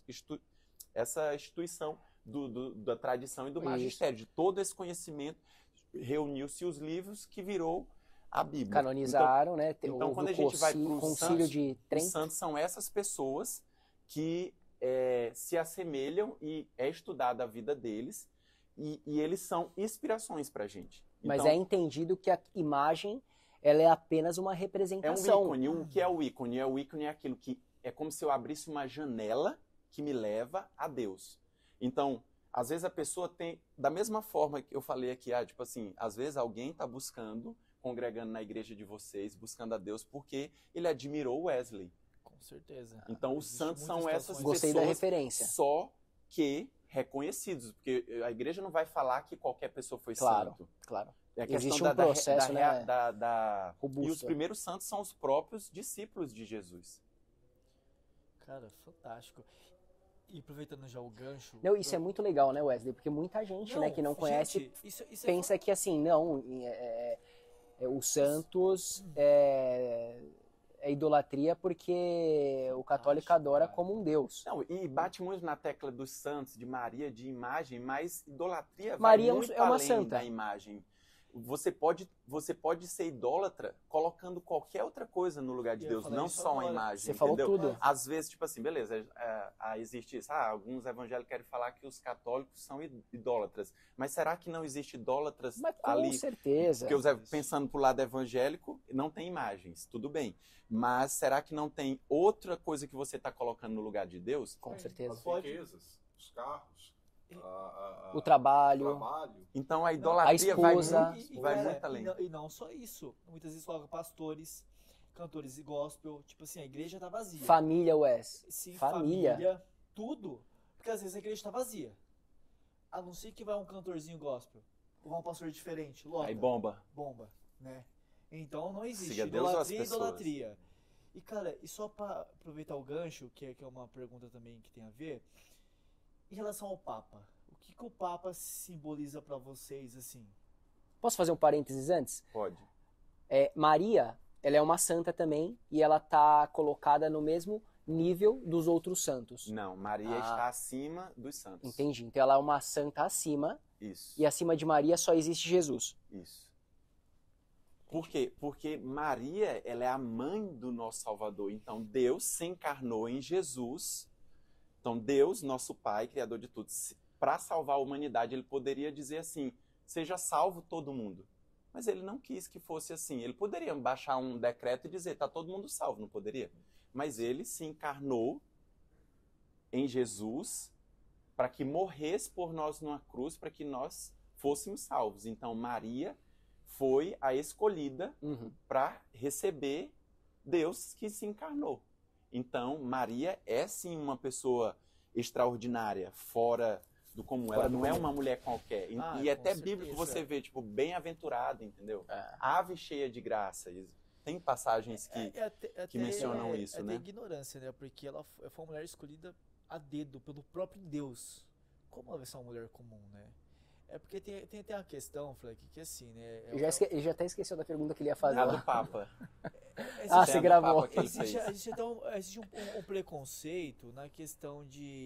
[SPEAKER 3] instituição da tradição e do magistério. De todo esse conhecimento, reuniu-se os livros que virou a Bíblia.
[SPEAKER 2] Canonizaram, né?
[SPEAKER 3] Então quando a gente vai para o
[SPEAKER 2] Concílio de Trento.
[SPEAKER 3] Os santos são essas pessoas que se assemelham e é estudada a vida deles e eles são inspirações para a gente.
[SPEAKER 2] Mas
[SPEAKER 3] então,
[SPEAKER 2] é entendido que a imagem ela é apenas uma representação.
[SPEAKER 3] É um ícone. O que é o ícone? O ícone é aquilo que é como se eu abrisse uma janela que me leva a Deus. Então, às vezes a pessoa tem, da mesma forma que eu falei aqui, tipo assim, às vezes alguém está congregando na igreja de vocês, buscando a Deus, porque ele admirou Wesley.
[SPEAKER 4] Com certeza.
[SPEAKER 3] Então, os santos são essas pessoas,
[SPEAKER 2] Gostei da referência.
[SPEAKER 3] só que reconhecidos, porque a igreja não vai falar que qualquer pessoa foi santo.
[SPEAKER 2] Claro.
[SPEAKER 3] É a questão
[SPEAKER 2] Existe um processo, né?
[SPEAKER 3] Robusto. E os primeiros santos são os próprios discípulos de Jesus.
[SPEAKER 4] Cara, fantástico. E aproveitando já o gancho...
[SPEAKER 2] Não, isso é muito legal, né, Wesley? Porque muita gente, né, que não conhece,
[SPEAKER 4] isso
[SPEAKER 2] pensa que assim, não, os santos é idolatria porque o católico adora como um deus.
[SPEAKER 3] Não, e bate muito na tecla dos santos, de Maria, de imagem, mas idolatria
[SPEAKER 2] Maria
[SPEAKER 3] vai muito
[SPEAKER 2] é uma
[SPEAKER 3] além
[SPEAKER 2] santa.
[SPEAKER 3] da imagem. Você pode ser idólatra colocando qualquer outra coisa no lugar de Deus, não só uma imagem.
[SPEAKER 2] Você
[SPEAKER 3] entendeu?
[SPEAKER 2] falou tudo.
[SPEAKER 3] Às vezes, tipo assim, beleza, existe isso. alguns evangélicos querem falar que os católicos são idólatras. Mas será que não existe idólatras
[SPEAKER 2] Mas com
[SPEAKER 3] ali?
[SPEAKER 2] certeza.
[SPEAKER 3] Porque pensando pro lado evangélico, não tem imagens, tudo bem. Mas será que não tem outra coisa que você está colocando no lugar de Deus?
[SPEAKER 2] Com certeza.
[SPEAKER 1] As riquezas, os carros,
[SPEAKER 2] o trabalho.
[SPEAKER 3] Então a idolatria
[SPEAKER 2] a esposa.
[SPEAKER 3] vai muito além.
[SPEAKER 4] E não só isso. Muitas vezes coloca pastores, cantores e gospel. Tipo assim, a igreja tá vazia.
[SPEAKER 2] Família, Wes.
[SPEAKER 4] Sim,
[SPEAKER 2] família.
[SPEAKER 4] Tudo. Porque às vezes a igreja tá vazia. A não ser que vai um cantorzinho gospel, ou vai um pastor diferente, lota.
[SPEAKER 3] Aí bomba.
[SPEAKER 4] Bomba, né? Então não existe.
[SPEAKER 3] Siga Deus ou as
[SPEAKER 4] Idolatria é
[SPEAKER 3] pessoas?
[SPEAKER 4] idolatria. E, cara, e só pra aproveitar o gancho, que é uma pergunta também que tem a ver, em relação ao Papa, o que o Papa simboliza pra vocês, assim?
[SPEAKER 2] Posso fazer um parênteses antes?
[SPEAKER 3] Pode.
[SPEAKER 2] Maria, ela é uma santa também e ela tá colocada no mesmo nível dos outros santos.
[SPEAKER 3] Não, Maria está acima dos santos.
[SPEAKER 2] Entendi. Então ela é uma santa acima
[SPEAKER 3] Isso.
[SPEAKER 2] e acima de Maria só existe Jesus.
[SPEAKER 3] Isso. Por quê? Porque Maria, ela é a mãe do nosso Salvador. Então, Deus se encarnou em Jesus. Então, Deus, nosso Pai, Criador de tudo, para salvar a humanidade, ele poderia dizer assim, seja salvo todo mundo. Mas ele não quis que fosse assim. Ele poderia baixar um decreto e dizer, tá todo mundo salvo, não poderia? Mas ele se encarnou em Jesus para que morresse por nós numa cruz, para que nós fôssemos salvos. Então, Maria foi a escolhida para receber Deus que se encarnou. Então, Maria é sim uma pessoa extraordinária, fora do comum. Ela não é uma mulher qualquer. E é até bíblico você vê, tipo, bem-aventurada, entendeu? Ave cheia de graça. Tem passagens que mencionam isso, né?
[SPEAKER 4] É ignorância, né? Porque ela foi uma mulher escolhida a dedo pelo próprio Deus. Como ela vai ser uma mulher comum, né? É porque tem até uma questão, Frank, que assim, né?
[SPEAKER 2] Eu já até esqueci da pergunta que ele ia fazer.
[SPEAKER 3] A do Papa.
[SPEAKER 2] Você gravou.
[SPEAKER 4] Existe um preconceito na questão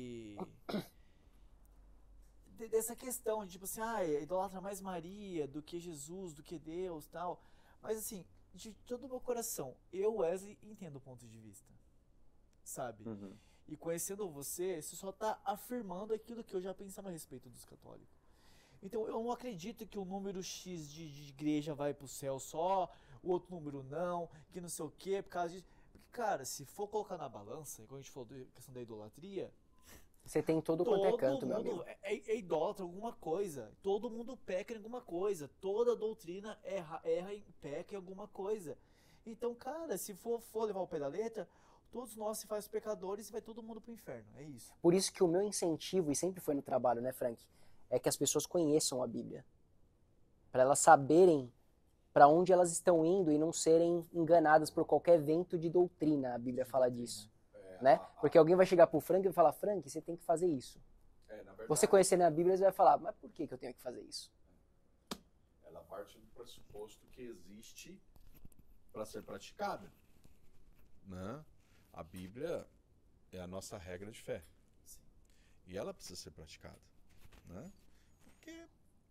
[SPEAKER 4] dessa questão de, tipo assim, idolatra mais Maria do que Jesus, do que Deus, tal. Mas assim, de todo o meu coração, eu, Wesley, entendo o ponto de vista, sabe? E conhecendo você só tá afirmando aquilo que eu já pensava a respeito dos católicos. Então eu não acredito que o número X de igreja vai pro céu só, o outro número não, que não sei o quê, por causa disso. Porque, cara, se for colocar na balança, quando a gente falou da questão da idolatria,
[SPEAKER 2] você tem todo quanto é canto, meu amigo.
[SPEAKER 4] É idólatra alguma coisa. Todo mundo peca em alguma coisa. Toda doutrina erra e peca em alguma coisa. Então, cara, se for levar o pé da letra, todos nós se faz pecadores e vai todo mundo pro inferno. É isso.
[SPEAKER 2] Por isso que o meu incentivo, e sempre foi no trabalho, né, Frank? É que as pessoas conheçam a Bíblia. Para elas saberem para onde elas estão indo e não serem enganadas por qualquer vento de doutrina. A Bíblia fala disso. Né? Porque alguém vai chegar pro Frank e vai falar, Frank, você tem que fazer isso. Você conhecendo a Bíblia, você vai falar, mas por que eu tenho que fazer isso?
[SPEAKER 1] Ela parte do pressuposto que existe para ser praticada. Né? A Bíblia é a nossa regra de fé. Sim. E ela precisa ser praticada. Né? Porque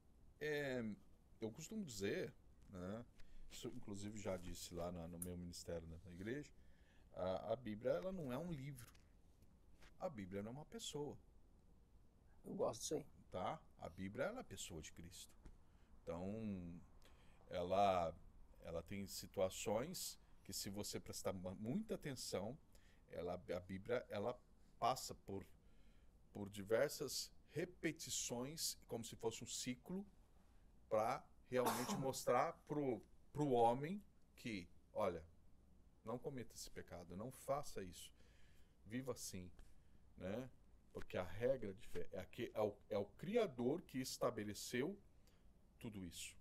[SPEAKER 1] eu costumo dizer, né, isso inclusive já disse lá no meu ministério na igreja, a Bíblia ela não é um livro. A Bíblia não é uma pessoa.
[SPEAKER 2] Eu gosto disso aí.
[SPEAKER 1] Tá? A Bíblia ela é a pessoa de Cristo. Então, ela tem situações que, se você prestar muita atenção, a Bíblia ela passa por diversas repetições, como se fosse um ciclo, para realmente mostrar pro homem que, olha, não cometa esse pecado, não faça isso, viva assim, né? Porque a regra de fé é o Criador que estabeleceu tudo isso,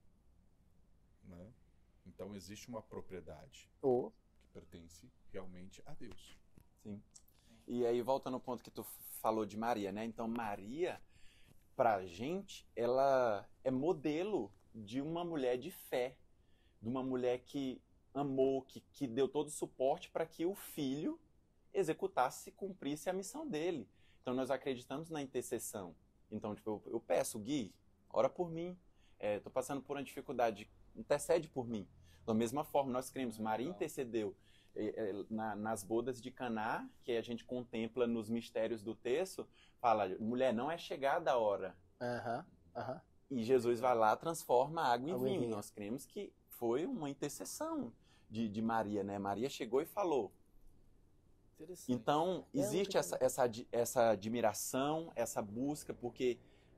[SPEAKER 1] né? Então existe uma propriedade que pertence realmente a Deus.
[SPEAKER 3] Sim. E aí, voltando ao ponto que tu falou de Maria, né? Então, Maria, pra gente, ela é modelo de uma mulher de fé, de uma mulher que amou, que deu todo o suporte para que o filho executasse e cumprisse a missão dele. Então, nós acreditamos na intercessão. Então, tipo, eu peço, Gui, ora por mim. Tô passando por uma dificuldade, intercede por mim. Da mesma forma, nós cremos, Maria intercedeu nas bodas de Caná, que a gente contempla nos mistérios do texto, fala, mulher, não é chegada a hora. E Jesus vai lá, transforma a água em vinho. Nós cremos que foi uma intercessão de Maria, né? Maria chegou e falou. Então, existe essa admiração, essa busca, porque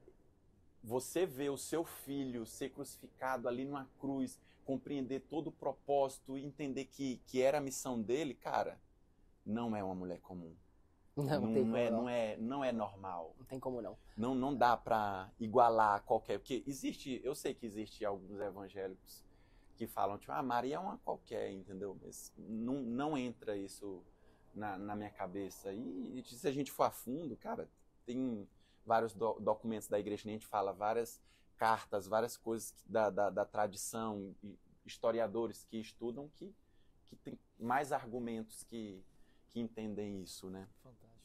[SPEAKER 3] você vê o seu filho ser crucificado ali numa cruz, compreender todo o propósito, entender que era a missão dele, cara, não é uma mulher comum.
[SPEAKER 2] Não tem como não.
[SPEAKER 3] Não é normal.
[SPEAKER 2] Não tem como não.
[SPEAKER 3] Não dá para igualar qualquer... Porque eu sei que existe alguns evangélicos que falam, tipo, Maria é uma qualquer, entendeu? Mas não entra isso na minha cabeça. E se a gente for a fundo, cara, tem vários documentos da igreja, a gente fala várias cartas, várias coisas da tradição, e historiadores que estudam que tem mais argumentos que entendem isso, né?
[SPEAKER 4] Fantástico.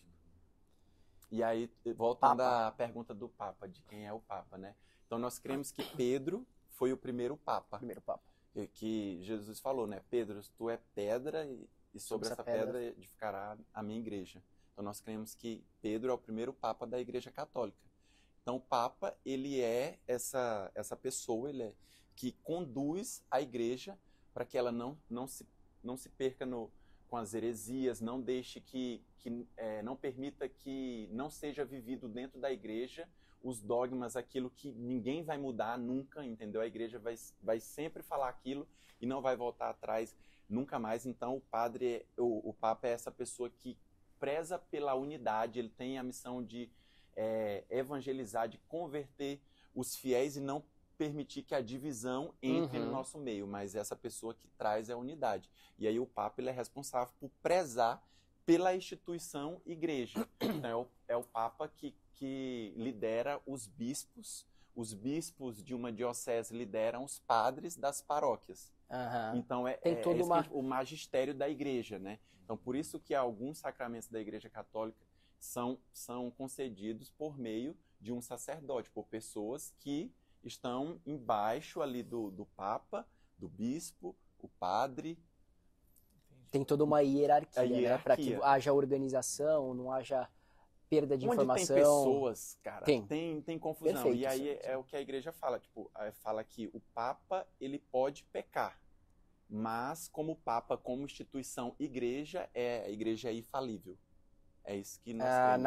[SPEAKER 3] E aí, voltando à pergunta do Papa, de quem é o Papa, né? Então, nós cremos que Pedro foi o primeiro Papa.
[SPEAKER 2] Primeiro Papa.
[SPEAKER 3] Que Jesus falou, né? Pedro, tu é pedra e sobre essa pedra edificará a minha igreja. Então, nós cremos que Pedro é o primeiro Papa da Igreja Católica. Então, o Papa, ele é essa pessoa, ele é que conduz a igreja para que ela não se perca com as heresias, não deixe não permita que não seja vivido dentro da igreja os dogmas, aquilo que ninguém vai mudar nunca, entendeu? A igreja vai sempre falar aquilo e não vai voltar atrás nunca mais. Então, o Papa é essa pessoa que preza pela unidade, ele tem a missão de evangelizar, de converter os fiéis e não permitir que a divisão entre no nosso meio, mas essa pessoa que traz a unidade. E aí o Papa, ele é responsável por prezar pela instituição igreja. Então é o Papa que lidera os bispos de uma diocese lideram os padres das paróquias. Então
[SPEAKER 2] tem todo
[SPEAKER 3] o magistério da igreja, né? Então por isso que alguns sacramentos da igreja católica são concedidos por meio de um sacerdote, por pessoas que estão embaixo ali do Papa, do bispo, o padre.
[SPEAKER 2] Tem toda uma hierarquia, né? Para que haja organização, não haja perda de informação.
[SPEAKER 3] Onde tem pessoas, cara,
[SPEAKER 2] tem
[SPEAKER 3] confusão.
[SPEAKER 2] Perfeito,
[SPEAKER 3] e aí é o que a igreja fala, tipo, fala que o Papa, ele pode pecar, mas como Papa, como instituição igreja, a igreja é infalível. É isso que nós temos.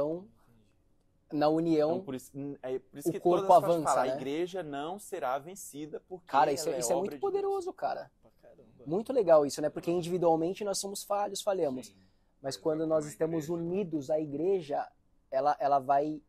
[SPEAKER 2] Na união,
[SPEAKER 3] então, por isso
[SPEAKER 2] o
[SPEAKER 3] que
[SPEAKER 2] corpo
[SPEAKER 3] todas
[SPEAKER 2] avança,
[SPEAKER 3] falam,
[SPEAKER 2] né?
[SPEAKER 3] A igreja não será vencida porque
[SPEAKER 2] cara, isso
[SPEAKER 3] ela
[SPEAKER 2] é muito poderoso,
[SPEAKER 3] Deus.
[SPEAKER 2] Cara.
[SPEAKER 4] Caramba.
[SPEAKER 2] Muito legal isso, né? Porque individualmente nós somos falhos, falhamos.
[SPEAKER 5] Sim.
[SPEAKER 2] Mas quando nós estamos unidos, a igreja, ela vai,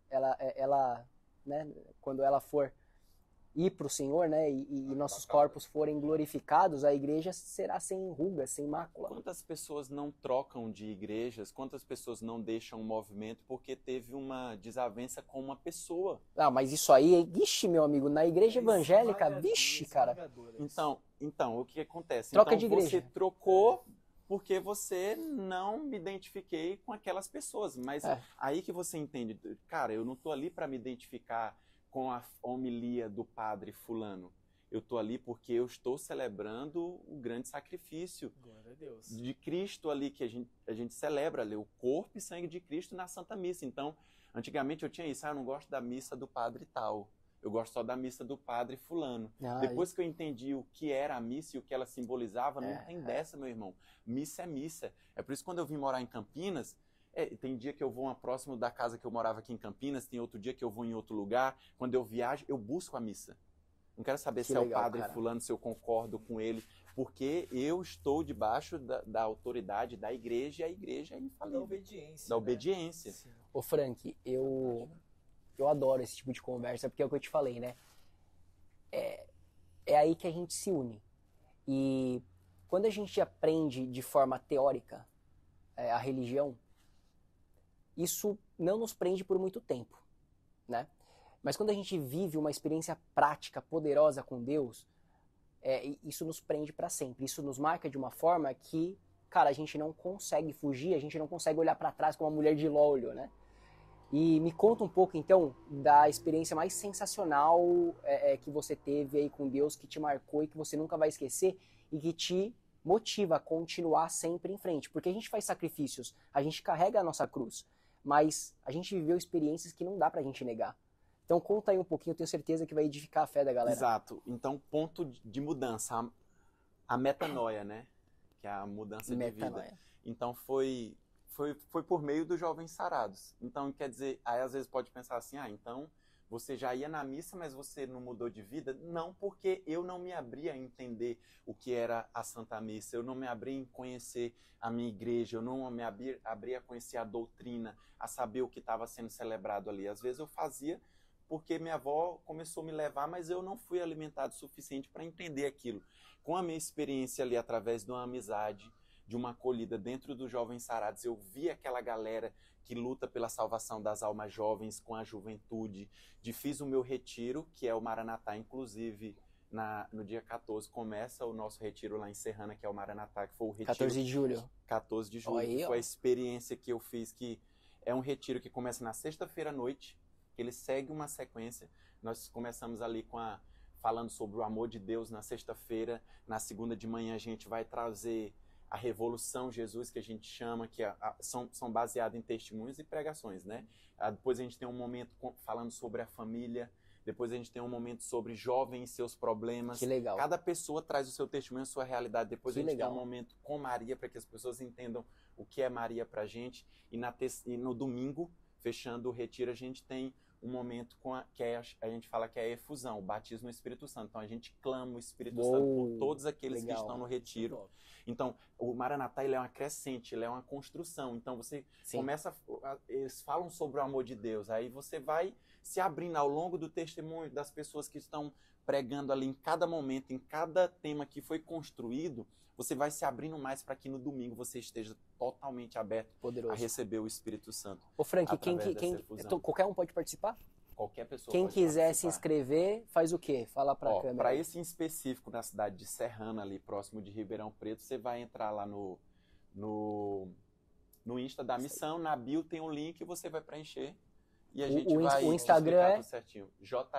[SPEAKER 2] né? Quando ela for ir para o Senhor, né? E nossos corpos forem glorificados, a igreja será sem ruga, sem mácula.
[SPEAKER 3] Quantas pessoas não trocam de igrejas? Quantas pessoas não deixam o movimento porque teve uma desavença com uma pessoa?
[SPEAKER 2] Ah, mas isso aí, vixe, meu amigo, na igreja evangélica, vixe, cara.
[SPEAKER 3] Então, o que acontece?
[SPEAKER 2] Troca
[SPEAKER 3] então,
[SPEAKER 2] de igreja.
[SPEAKER 3] Você trocou porque você não me identifiquei com aquelas pessoas. Mas aí que você entende, cara, eu não tô ali para me identificar com a homilia do padre fulano. Eu estou ali porque eu estou celebrando o grande sacrifício de Cristo ali, que a gente celebra ali, o corpo e sangue de Cristo na Santa Missa. Então, antigamente eu tinha isso, eu não gosto da missa do padre tal, eu gosto só da missa do padre fulano. Depois que eu entendi o que era a missa e o que ela simbolizava, não tem dessa, meu irmão. Missa é missa. É por isso que quando eu vim morar em Campinas, tem dia que eu vou próximo da casa que eu morava aqui em Campinas, tem outro dia que eu vou em outro lugar. Quando eu viajo, eu busco a missa. Não quero saber se legal, é o padre fulano, se eu concordo com ele, porque eu estou debaixo da autoridade da igreja, e a igreja é infalível. Da obediência.
[SPEAKER 2] Né? Ô Frank, eu adoro esse tipo de conversa, porque é o que eu te falei, né? É aí que a gente se une. E quando a gente aprende de forma teórica a religião, isso não nos prende por muito tempo, né? Mas quando a gente vive uma experiência prática, poderosa com Deus, isso nos prende para sempre. Isso nos marca de uma forma que, cara, a gente não consegue fugir, a gente não consegue olhar para trás como a mulher de Ló olhou, né? E me conta um pouco, então, da experiência mais sensacional que você teve aí com Deus, que te marcou e que você nunca vai esquecer e que te motiva a continuar sempre em frente. Porque a gente faz sacrifícios, a gente carrega a nossa cruz, mas a gente viveu experiências que não dá pra gente negar. Então conta aí um pouquinho, eu tenho certeza que vai edificar a fé da galera.
[SPEAKER 3] Exato. Então, ponto de mudança, a metanoia, né? Que é a mudança de vida. Então foi por meio dos Jovens Sarados. Então, quer dizer, aí às vezes pode pensar assim, então Você já ia na missa, mas você não mudou de vida? Não, porque eu não me abria a entender o que era a Santa Missa, eu não me abria em conhecer a minha igreja, eu não me abria a conhecer a doutrina, a saber o que estava sendo celebrado ali. Às vezes eu fazia porque minha avó começou a me levar, mas eu não fui alimentado o suficiente para entender aquilo. Com a minha experiência ali, através de uma amizade, de uma acolhida dentro dos Jovens Sarados, eu vi aquela galera que luta pela salvação das almas jovens com a juventude, fiz o meu retiro, que é o Maranatá, inclusive no dia 14 começa o nosso retiro lá em Serrana, que é o Maranatá, que foi o retiro...
[SPEAKER 2] 14 de julho.
[SPEAKER 3] 14 de julho,
[SPEAKER 2] Aí,
[SPEAKER 3] foi a experiência que eu fiz, que é um retiro que começa na sexta-feira à noite, que ele segue uma sequência. Nós começamos ali falando sobre o amor de Deus na sexta-feira, na segunda de manhã a gente vai trazer a Revolução Jesus, que a gente chama, que são baseados em testemunhos e pregações, né? Depois a gente tem um momento falando sobre a família, depois a gente tem um momento sobre jovens e seus problemas.
[SPEAKER 2] Que legal.
[SPEAKER 3] Cada pessoa traz o seu testemunho, a sua realidade. Depois
[SPEAKER 2] Que
[SPEAKER 3] a gente
[SPEAKER 2] legal.
[SPEAKER 3] tem um momento com Maria, para que as pessoas entendam o que é Maria pra gente. E no domingo, fechando o retiro, a gente tem um momento a gente fala que é a efusão, o batismo no Espírito Santo. Então a gente clama o Espírito Santo por todos aqueles que estão no retiro. Então o Maranatá, ele é uma crescente, ele é uma construção. Então você começa, eles falam sobre o amor de Deus, aí você vai se abrindo ao longo do testemunho das pessoas que estão pregando ali em cada momento, em cada tema que foi construído, você vai se abrindo mais para que no domingo você esteja totalmente aberto
[SPEAKER 2] Poderoso.
[SPEAKER 3] a receber o Espírito Santo.
[SPEAKER 2] Ô Frank, qualquer um pode participar?
[SPEAKER 3] Qualquer pessoa
[SPEAKER 2] Quem
[SPEAKER 3] pode
[SPEAKER 2] quiser
[SPEAKER 3] participar.
[SPEAKER 2] se inscrever, faz o quê? Fala pra câmera.
[SPEAKER 3] Para esse em específico, na cidade de Serrana, ali próximo de Ribeirão Preto, você vai entrar lá no Insta da missão, na bio tem um link, você vai preencher e a gente vai
[SPEAKER 2] o Instagram é
[SPEAKER 3] tudo certinho.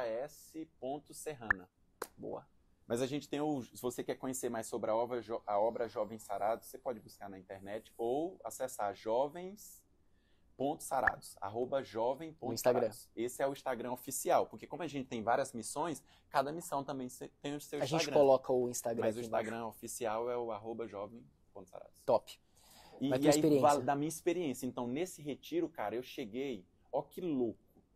[SPEAKER 3] js.serrana.
[SPEAKER 2] Boa.
[SPEAKER 3] Mas a gente tem se você quer conhecer mais sobre a obra Jovens Sarados, você pode buscar na internet ou acessar jovens.sarados, @jovem.sarados.
[SPEAKER 2] Instagram.
[SPEAKER 3] Esse é o Instagram oficial, porque como a gente tem várias missões, cada missão também tem o seu Instagram.
[SPEAKER 2] A gente coloca o Instagram
[SPEAKER 3] Mas o
[SPEAKER 2] aqui
[SPEAKER 3] Instagram
[SPEAKER 2] embaixo.
[SPEAKER 3] oficial é o @jovem.sarados.
[SPEAKER 2] Top.
[SPEAKER 3] E
[SPEAKER 2] Mas tua
[SPEAKER 3] aí,
[SPEAKER 2] experiência?
[SPEAKER 3] da minha experiência. Então, nesse retiro, cara, eu cheguei... Ó que louco.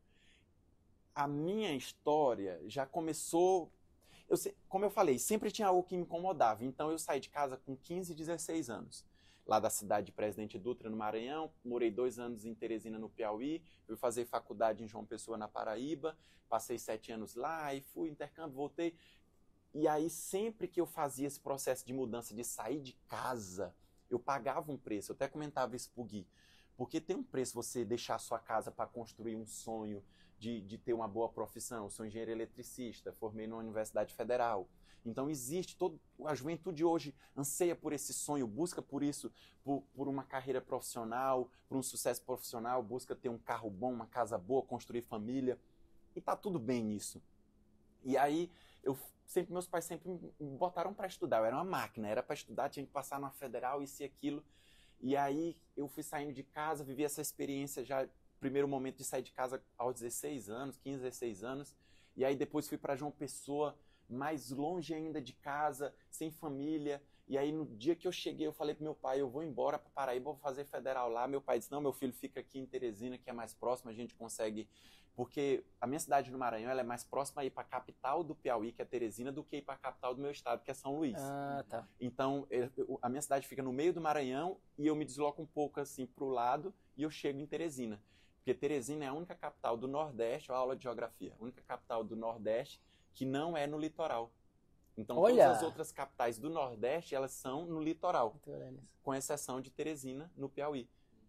[SPEAKER 3] A minha história já começou... como eu falei, sempre tinha algo que me incomodava. Então, eu saí de casa com 15, 16 anos. Lá da cidade de Presidente Dutra, no Maranhão. Morei 2 anos em Teresina, no Piauí. Fui fazer faculdade em João Pessoa, na Paraíba. Passei 7 anos lá e fui intercâmbio, voltei. E aí, sempre que eu fazia esse processo de mudança, de sair de casa... eu pagava um preço, eu até comentava isso pro Gui, porque tem um preço você deixar a sua casa para construir um sonho de ter uma boa profissão. Eu sou engenheiro eletricista, formei na Universidade Federal. Então existe, a juventude hoje anseia por esse sonho, busca por isso, por uma carreira profissional, por um sucesso profissional, busca ter um carro bom, uma casa boa, construir família, e tá tudo bem nisso. E aí, meus pais sempre me botaram para estudar. Eu era uma máquina, era para estudar, tinha que passar numa federal, isso e aquilo. E aí eu fui saindo de casa, vivi essa experiência já, primeiro momento de sair de casa aos 16 anos, 15, 16 anos. E aí depois fui para João Pessoa, mais longe ainda de casa, sem família. E aí no dia que eu cheguei, eu falei pro meu pai, eu vou embora para Paraíba, vou fazer federal lá. Meu pai disse, não, meu filho, fica aqui em Teresina, que é mais próximo, a gente consegue... Porque a minha cidade no Maranhão, ela é mais próxima a ir para a capital do Piauí, que é Teresina, do que ir para a capital do meu estado, que é São Luís.
[SPEAKER 2] Ah, tá.
[SPEAKER 3] Então, a minha cidade fica no meio do Maranhão e eu me desloco um pouco assim para o lado e eu chego em Teresina. Porque Teresina é a única capital do Nordeste, ó, aula de geografia, a única capital do Nordeste que não é no litoral. Então,
[SPEAKER 2] Olha!
[SPEAKER 3] Todas as outras capitais do Nordeste, elas são no litoral, com exceção de Teresina, no Piauí.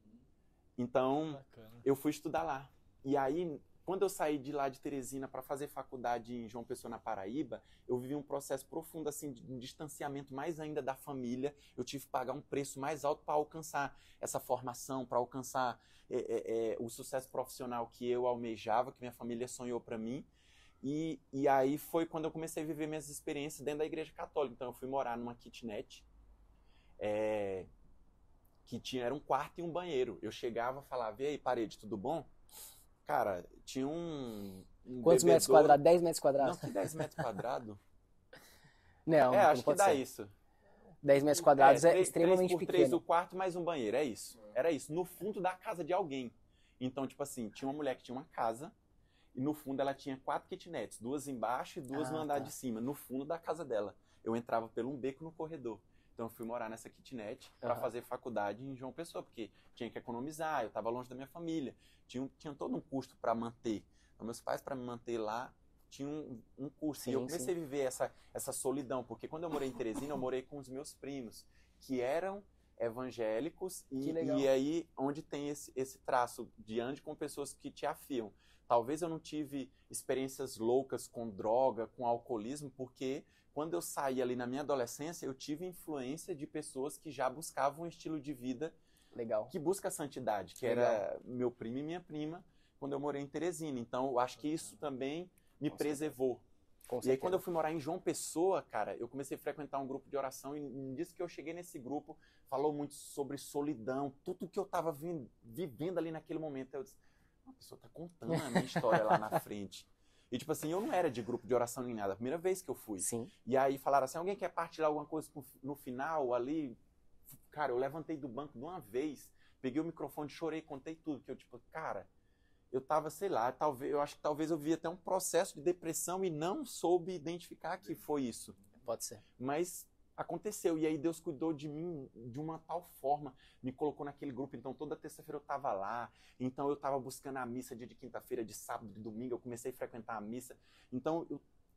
[SPEAKER 3] Então,
[SPEAKER 4] Bacana.
[SPEAKER 3] eu fui estudar lá. E aí, quando eu saí de lá de Teresina para fazer faculdade em João Pessoa, na Paraíba, eu vivi um processo profundo, assim, de um distanciamento mais ainda da família. Eu tive que pagar um preço mais alto para alcançar essa formação, para alcançar o sucesso profissional que eu almejava, que minha família sonhou para mim. E aí foi quando eu comecei a viver minhas experiências dentro da igreja católica. Então eu fui morar numa kitnet, que era um quarto e um banheiro. Eu chegava e falava, e aí, parede, tudo bom? Cara, tinha um
[SPEAKER 2] Quantos metros quadrados? 10 metros quadrados?
[SPEAKER 3] Não, que 10 metros quadrados?
[SPEAKER 2] Não, não
[SPEAKER 3] acho que
[SPEAKER 2] pode
[SPEAKER 3] dá
[SPEAKER 2] ser.
[SPEAKER 3] isso.
[SPEAKER 2] 10 metros quadrados é
[SPEAKER 3] 3
[SPEAKER 2] extremamente
[SPEAKER 3] por 3
[SPEAKER 2] pequeno.
[SPEAKER 3] o quarto mais um banheiro, é isso. Era isso, no fundo da casa de alguém. Então, tipo assim, tinha uma mulher que tinha uma casa e no fundo ela tinha 4 kitnets, 2 embaixo e 2 no andar de cima, no fundo da casa dela. Eu entrava por um beco no corredor. Então eu fui morar nessa kitnet para fazer faculdade em João Pessoa, porque tinha que economizar, eu estava longe da minha família, tinha todo um custo para manter. Então meus pais, para me manter lá, tinham um custo.
[SPEAKER 2] Sim,
[SPEAKER 3] e eu comecei a viver essa solidão, porque quando eu morei em Teresina, eu morei com os meus primos, que eram evangélicos, e aí onde tem esse traço de ande com pessoas que te afiam. Talvez eu não tive experiências loucas com droga, com alcoolismo, porque quando eu saí ali na minha adolescência, eu tive influência de pessoas que já buscavam um estilo de vida que busca a santidade, que era meu primo e minha prima, quando eu morei em Teresina. Então, eu acho que isso também me preservou. E aí, quando eu fui morar em João Pessoa, cara, eu comecei a frequentar um grupo de oração e nisso que eu cheguei nesse grupo, falou muito sobre solidão, tudo que eu estava vivendo ali naquele momento. Eu disse, uma pessoa está contando a minha história lá na frente. E tipo assim, eu não era de grupo de oração nem nada, a primeira vez que eu fui.
[SPEAKER 2] Sim.
[SPEAKER 3] E aí falaram assim, alguém quer partilhar alguma coisa no final ali? Cara, eu levantei do banco de uma vez, peguei o microfone, chorei, contei tudo, que eu tipo, cara, eu tava, sei lá, eu acho que talvez eu vi até um processo de depressão e não soube identificar que foi isso.
[SPEAKER 2] Pode ser.
[SPEAKER 3] Mas aconteceu, e aí Deus cuidou de mim de uma tal forma, me colocou naquele grupo, então toda terça-feira eu estava lá, então eu estava buscando a missa dia de quinta-feira, de sábado, de domingo, eu comecei a frequentar a missa, então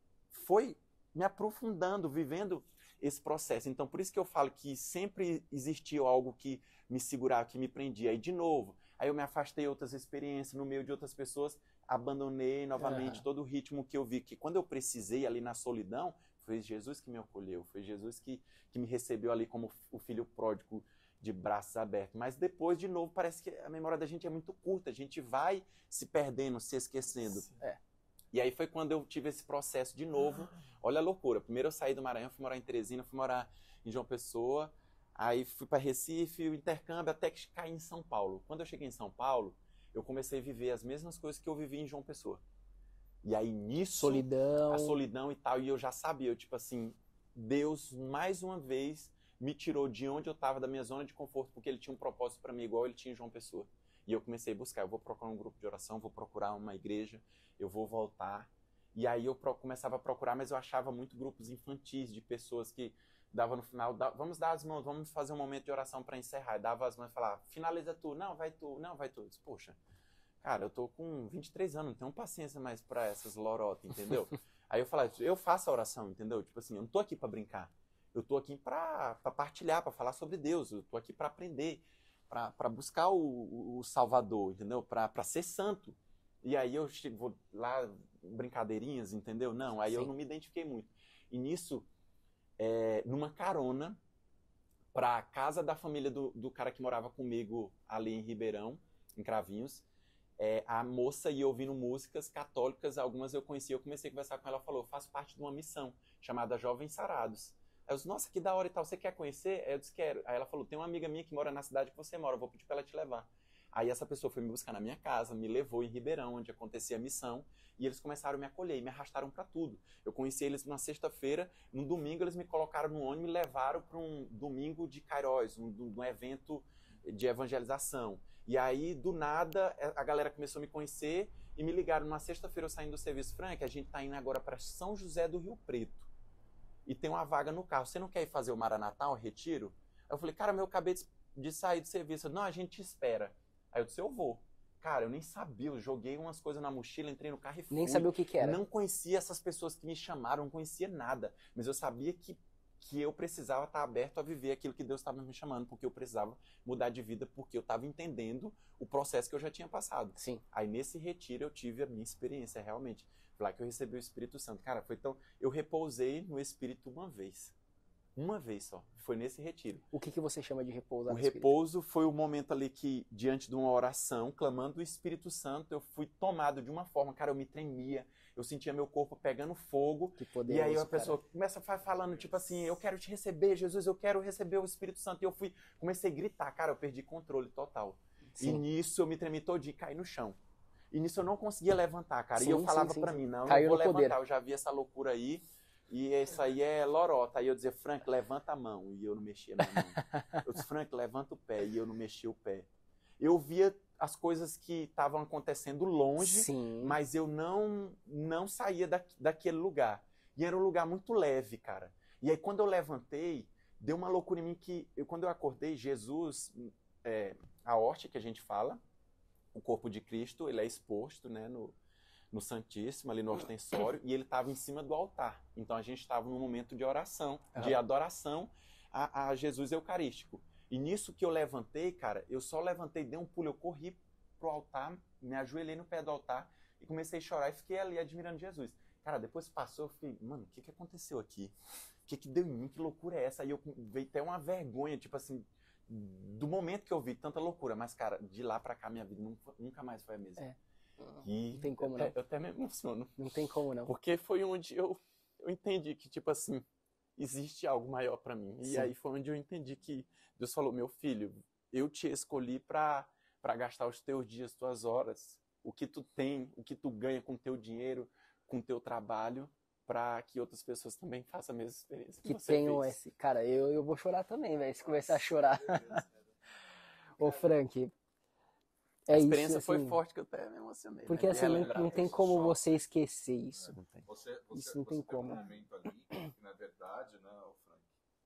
[SPEAKER 3] foi me aprofundando, vivendo esse processo. Então por isso que eu falo que sempre existiu algo que me segurava, que me prendia, aí de novo, aí eu me afastei de outras experiências, no meio de outras pessoas, abandonei novamente todo o ritmo que eu vi, que quando eu precisei ali na solidão, foi Jesus que me acolheu, foi Jesus que me recebeu ali como o filho pródigo de braços abertos. Mas depois, de novo, parece que a memória da gente é muito curta, a gente vai se perdendo, se esquecendo. E aí foi quando eu tive esse processo de novo. Olha a loucura, primeiro eu saí do Maranhão, fui morar em Teresina, fui morar em João Pessoa, aí fui para Recife, o intercâmbio, até que caí em São Paulo. Quando eu cheguei em São Paulo, eu comecei a viver as mesmas coisas que eu vivi em João Pessoa. E aí nisso, a solidão e tal, e eu já sabia, eu tipo assim, Deus mais uma vez me tirou de onde eu estava, da minha zona de conforto, porque ele tinha um propósito para mim igual ele tinha em João Pessoa. E eu comecei a buscar, eu vou procurar um grupo de oração, vou procurar uma igreja, eu vou voltar. E aí eu começava a procurar, mas eu achava muito grupos infantis, de pessoas que davam no final, vamos dar as mãos, vamos fazer um momento de oração para encerrar. E dava as mãos e falava, finaliza tu, não, vai tu, não, vai tu. Eu disse, poxa, cara, eu tô com 23 anos, não tenho paciência mais pra essas lorotas, entendeu? Aí eu falava, eu faço a oração, entendeu? Tipo assim, eu não tô aqui pra brincar. Eu tô aqui pra partilhar, pra falar sobre Deus. Eu tô aqui pra aprender, pra buscar o Salvador, entendeu? Pra ser santo. E aí eu vou lá, brincadeirinhas, entendeu? Não, aí eu não me identifiquei muito. E nisso, numa carona pra casa da família do cara que morava comigo ali em Ribeirão, em Cravinhos, a moça ia ouvindo músicas católicas, algumas eu conhecia, eu comecei a conversar com ela, ela falou, eu faço parte de uma missão chamada Jovens Sarados. Aí eu disse, nossa, que da hora e tal, você quer conhecer? Aí eu disse, quero. Aí ela falou, tem uma amiga minha que mora na cidade que você mora, eu vou pedir pra ela te levar. Aí essa pessoa foi me buscar na minha casa, me levou em Ribeirão, onde acontecia a missão, e eles começaram a me acolher, e me arrastaram pra tudo. Eu conheci eles na sexta-feira, no domingo eles me colocaram no ônibus e me levaram para um domingo de Cairóis, um evento de evangelização. E aí, do nada, a galera começou a me conhecer e me ligaram numa sexta-feira, eu saindo do serviço, Frank, a gente tá indo agora para São José do Rio Preto. E tem uma vaga no carro. Você não quer ir fazer o Maranatá, o retiro? Aí eu falei, cara, eu acabei de sair do serviço. Não, a gente te espera. Aí eu disse, eu vou. Cara, eu nem sabia, eu joguei umas coisas na mochila, entrei no carro e fui.
[SPEAKER 2] Nem sabia o que era.
[SPEAKER 3] Não conhecia essas pessoas que me chamaram, não conhecia nada. Mas eu sabia que eu precisava estar aberto a viver aquilo que Deus estava me chamando, porque eu precisava mudar de vida, porque eu estava entendendo o processo que eu já tinha passado.
[SPEAKER 2] Sim.
[SPEAKER 3] Aí nesse retiro eu tive a minha experiência, realmente. Foi lá que eu recebi o Espírito Santo. Cara, foi tão... Eu repousei no Espírito uma vez. Uma vez só. Foi nesse retiro.
[SPEAKER 2] O que você chama de repousar
[SPEAKER 3] O
[SPEAKER 2] no Espírito?
[SPEAKER 3] repouso foi o momento ali que, diante de uma oração, clamando o Espírito Santo, eu fui tomado de uma forma, cara, eu me tremia, eu sentia meu corpo pegando fogo.
[SPEAKER 2] Que poderoso,
[SPEAKER 3] e aí a pessoa começa falando, tipo assim, eu quero te receber, Jesus, eu quero receber o Espírito Santo. E eu comecei a gritar, cara, eu perdi controle total.
[SPEAKER 2] Sim.
[SPEAKER 3] E nisso eu me tremi todinho e caí no chão. E nisso eu não conseguia levantar, cara.
[SPEAKER 2] Sim,
[SPEAKER 3] e eu falava
[SPEAKER 2] sim,
[SPEAKER 3] pra
[SPEAKER 2] sim.
[SPEAKER 3] mim, não,
[SPEAKER 2] Caiu
[SPEAKER 3] eu vou
[SPEAKER 2] no
[SPEAKER 3] levantar,
[SPEAKER 2] poder.
[SPEAKER 3] eu já vi essa loucura aí. E isso aí é lorota. Aí eu dizia, Frank, levanta a mão. E eu não mexia a minha mão. Eu disse, Frank, levanta o pé. E eu não mexia o pé. Eu via as coisas que estavam acontecendo longe,
[SPEAKER 2] Sim.
[SPEAKER 3] mas eu não saía daquele lugar. E era um lugar muito leve, cara. E aí quando eu levantei, deu uma loucura em mim que, quando eu acordei, Jesus, a hóstia que a gente fala, o corpo de Cristo, ele é exposto, né, no Santíssimo, ali no ostensório, e ele estava em cima do altar. Então a gente estava num momento de oração, de adoração a Jesus Eucarístico. E nisso que eu levantei, cara, eu só levantei, dei um pulo, eu corri pro altar, me ajoelhei no pé do altar e comecei a chorar e fiquei ali admirando Jesus. Cara, depois passou, eu fiquei, mano, o que aconteceu aqui? O que deu em mim? Que loucura é essa? Aí eu veio até uma vergonha, tipo assim, do momento que eu vi tanta loucura. Mas, cara, de lá pra cá, minha vida nunca mais foi a mesma. E
[SPEAKER 2] Não tem como não.
[SPEAKER 3] eu até me emociono.
[SPEAKER 2] Não tem como não.
[SPEAKER 3] Porque foi onde eu entendi que, tipo assim, existe algo maior pra mim. E aí foi onde eu entendi que Deus falou, meu filho, eu te escolhi pra gastar os teus dias, tuas horas, o que tu tem, o que tu ganha com teu dinheiro, com teu trabalho, para que outras pessoas também façam a mesma experiência
[SPEAKER 2] Que
[SPEAKER 3] você
[SPEAKER 2] tenham
[SPEAKER 3] fez.
[SPEAKER 2] esse... Cara, eu vou chorar também, velho, se começar a chorar. Ô, Frank,
[SPEAKER 3] A
[SPEAKER 2] isso,
[SPEAKER 3] experiência
[SPEAKER 2] assim,
[SPEAKER 3] foi forte, que eu até me emocionei.
[SPEAKER 2] porque
[SPEAKER 3] né?
[SPEAKER 2] assim,
[SPEAKER 3] Relembrar
[SPEAKER 2] não tem
[SPEAKER 3] isso.
[SPEAKER 2] como você esquecer isso.
[SPEAKER 3] Não tem.
[SPEAKER 2] Isso não tem como.
[SPEAKER 1] Um momento ali que, na verdade, né, o Frank,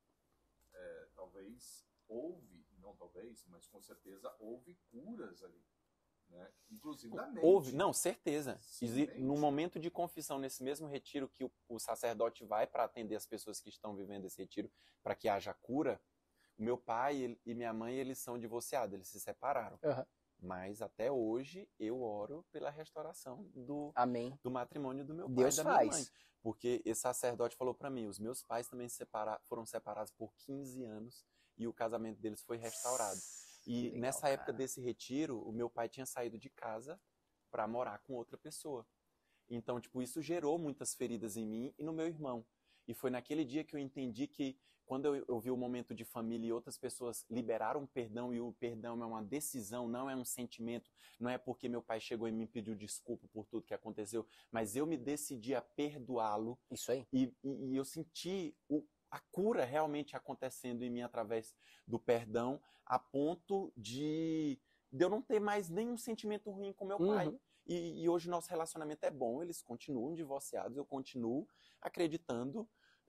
[SPEAKER 1] talvez houve, não talvez, mas com certeza houve curas ali, né? Inclusive da mente.
[SPEAKER 3] Houve, não, certeza.
[SPEAKER 1] Sim,
[SPEAKER 3] No momento de confissão, nesse mesmo retiro que o sacerdote vai para atender as pessoas que estão vivendo esse retiro, para que haja cura, o meu pai e minha mãe, eles são divorciados, eles se separaram.
[SPEAKER 2] Uhum.
[SPEAKER 3] Mas até hoje eu oro pela restauração
[SPEAKER 2] Amém.
[SPEAKER 3] do matrimônio do meu pai
[SPEAKER 2] Deus
[SPEAKER 3] e da minha
[SPEAKER 2] faz.
[SPEAKER 3] mãe. Porque esse sacerdote falou para mim, os meus pais também foram separados por 15 anos e o casamento deles foi restaurado. E
[SPEAKER 2] legal,
[SPEAKER 3] nessa
[SPEAKER 2] cara.
[SPEAKER 3] época desse retiro, o meu pai tinha saído de casa para morar com outra pessoa. Então, tipo, isso gerou muitas feridas em mim e no meu irmão. E foi naquele dia que eu entendi que, quando eu vi o momento de família e outras pessoas liberaram o perdão, e o perdão é uma decisão, não é um sentimento, não é porque meu pai chegou e me pediu desculpa por tudo que aconteceu, mas eu me decidi a perdoá-lo.
[SPEAKER 2] Isso aí.
[SPEAKER 3] E eu senti a cura realmente acontecendo em mim através do perdão, a ponto de eu não ter mais nenhum sentimento ruim com meu pai.
[SPEAKER 2] Uhum.
[SPEAKER 3] E hoje nosso relacionamento é bom, eles continuam divorciados, eu continuo acreditando,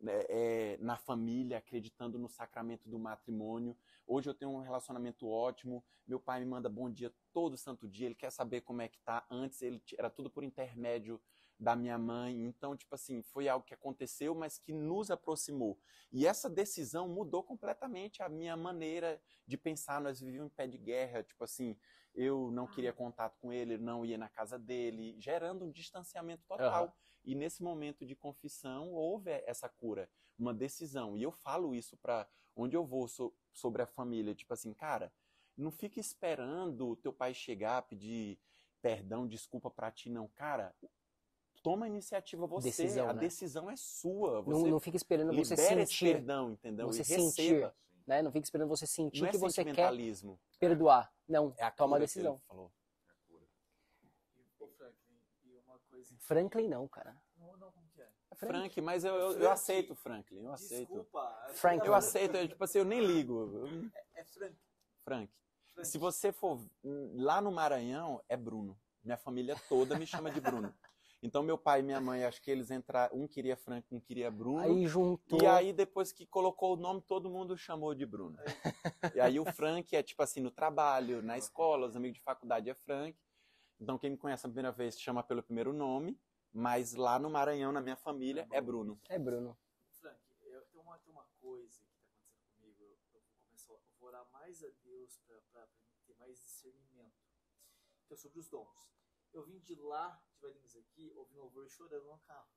[SPEAKER 3] né, na família, acreditando no sacramento do matrimônio. Hoje eu tenho um relacionamento ótimo, meu pai me manda bom dia todo santo dia, ele quer saber como é que tá. Antes era tudo por intermédio da minha mãe, então, tipo assim, foi algo que aconteceu, mas que nos aproximou. E essa decisão mudou completamente a minha maneira de pensar. Nós vivíamos em pé de guerra, tipo assim, eu não queria contato com ele, não ia na casa dele, gerando um distanciamento total.
[SPEAKER 2] Uhum.
[SPEAKER 3] E nesse momento de confissão, houve essa cura, uma decisão. E eu falo isso para onde eu vou sobre a família, tipo assim, cara, não fica esperando o teu pai chegar, pedir perdão, desculpa para ti, não. Cara, toma a iniciativa você,
[SPEAKER 2] Decisão,
[SPEAKER 3] a
[SPEAKER 2] né?
[SPEAKER 3] decisão é sua. Você
[SPEAKER 2] Não fica esperando você
[SPEAKER 3] libera esse
[SPEAKER 2] sentir,
[SPEAKER 3] perdão, entendeu?
[SPEAKER 2] você
[SPEAKER 3] E
[SPEAKER 2] sentir,
[SPEAKER 3] receba.
[SPEAKER 2] né? Não fica esperando você sentir
[SPEAKER 3] Não é
[SPEAKER 2] que você quer
[SPEAKER 3] sentimentalismo.
[SPEAKER 2] perdoar. Não,
[SPEAKER 3] É a
[SPEAKER 2] toma a
[SPEAKER 3] cura que ele
[SPEAKER 2] decisão.
[SPEAKER 3] falou.
[SPEAKER 4] E, ô, Franklin, e uma coisa...
[SPEAKER 2] Franklin não, cara.
[SPEAKER 4] Não, como que é?
[SPEAKER 2] É
[SPEAKER 3] Frank, mas eu aceito o Franklin, eu aceito.
[SPEAKER 4] Desculpa.
[SPEAKER 2] Franklin.
[SPEAKER 3] Eu aceito, tipo assim, eu nem ligo.
[SPEAKER 4] É Frank.
[SPEAKER 3] Frank.
[SPEAKER 4] Frank.
[SPEAKER 3] Se você for lá no Maranhão, é Bruno. Minha família toda me chama de Bruno. Então meu pai e minha mãe, acho que eles entraram, um queria Frank, um queria Bruno.
[SPEAKER 2] Aí juntou.
[SPEAKER 3] E aí depois que colocou o nome, todo mundo chamou de Bruno. E aí o Frank é tipo assim, no trabalho, na escola, os amigos de faculdade é Frank. Então quem me conhece a primeira vez chama pelo primeiro nome, mas lá no Maranhão, na minha família, é Bruno.
[SPEAKER 2] É Bruno.
[SPEAKER 4] Frank, tem uma coisa que está acontecendo comigo. Eu vou orar mais a Deus para ter mais discernimento, que é sobre os dons. Eu vim de lá, de Valinhos aqui, ouvindo louvor chorando no carro.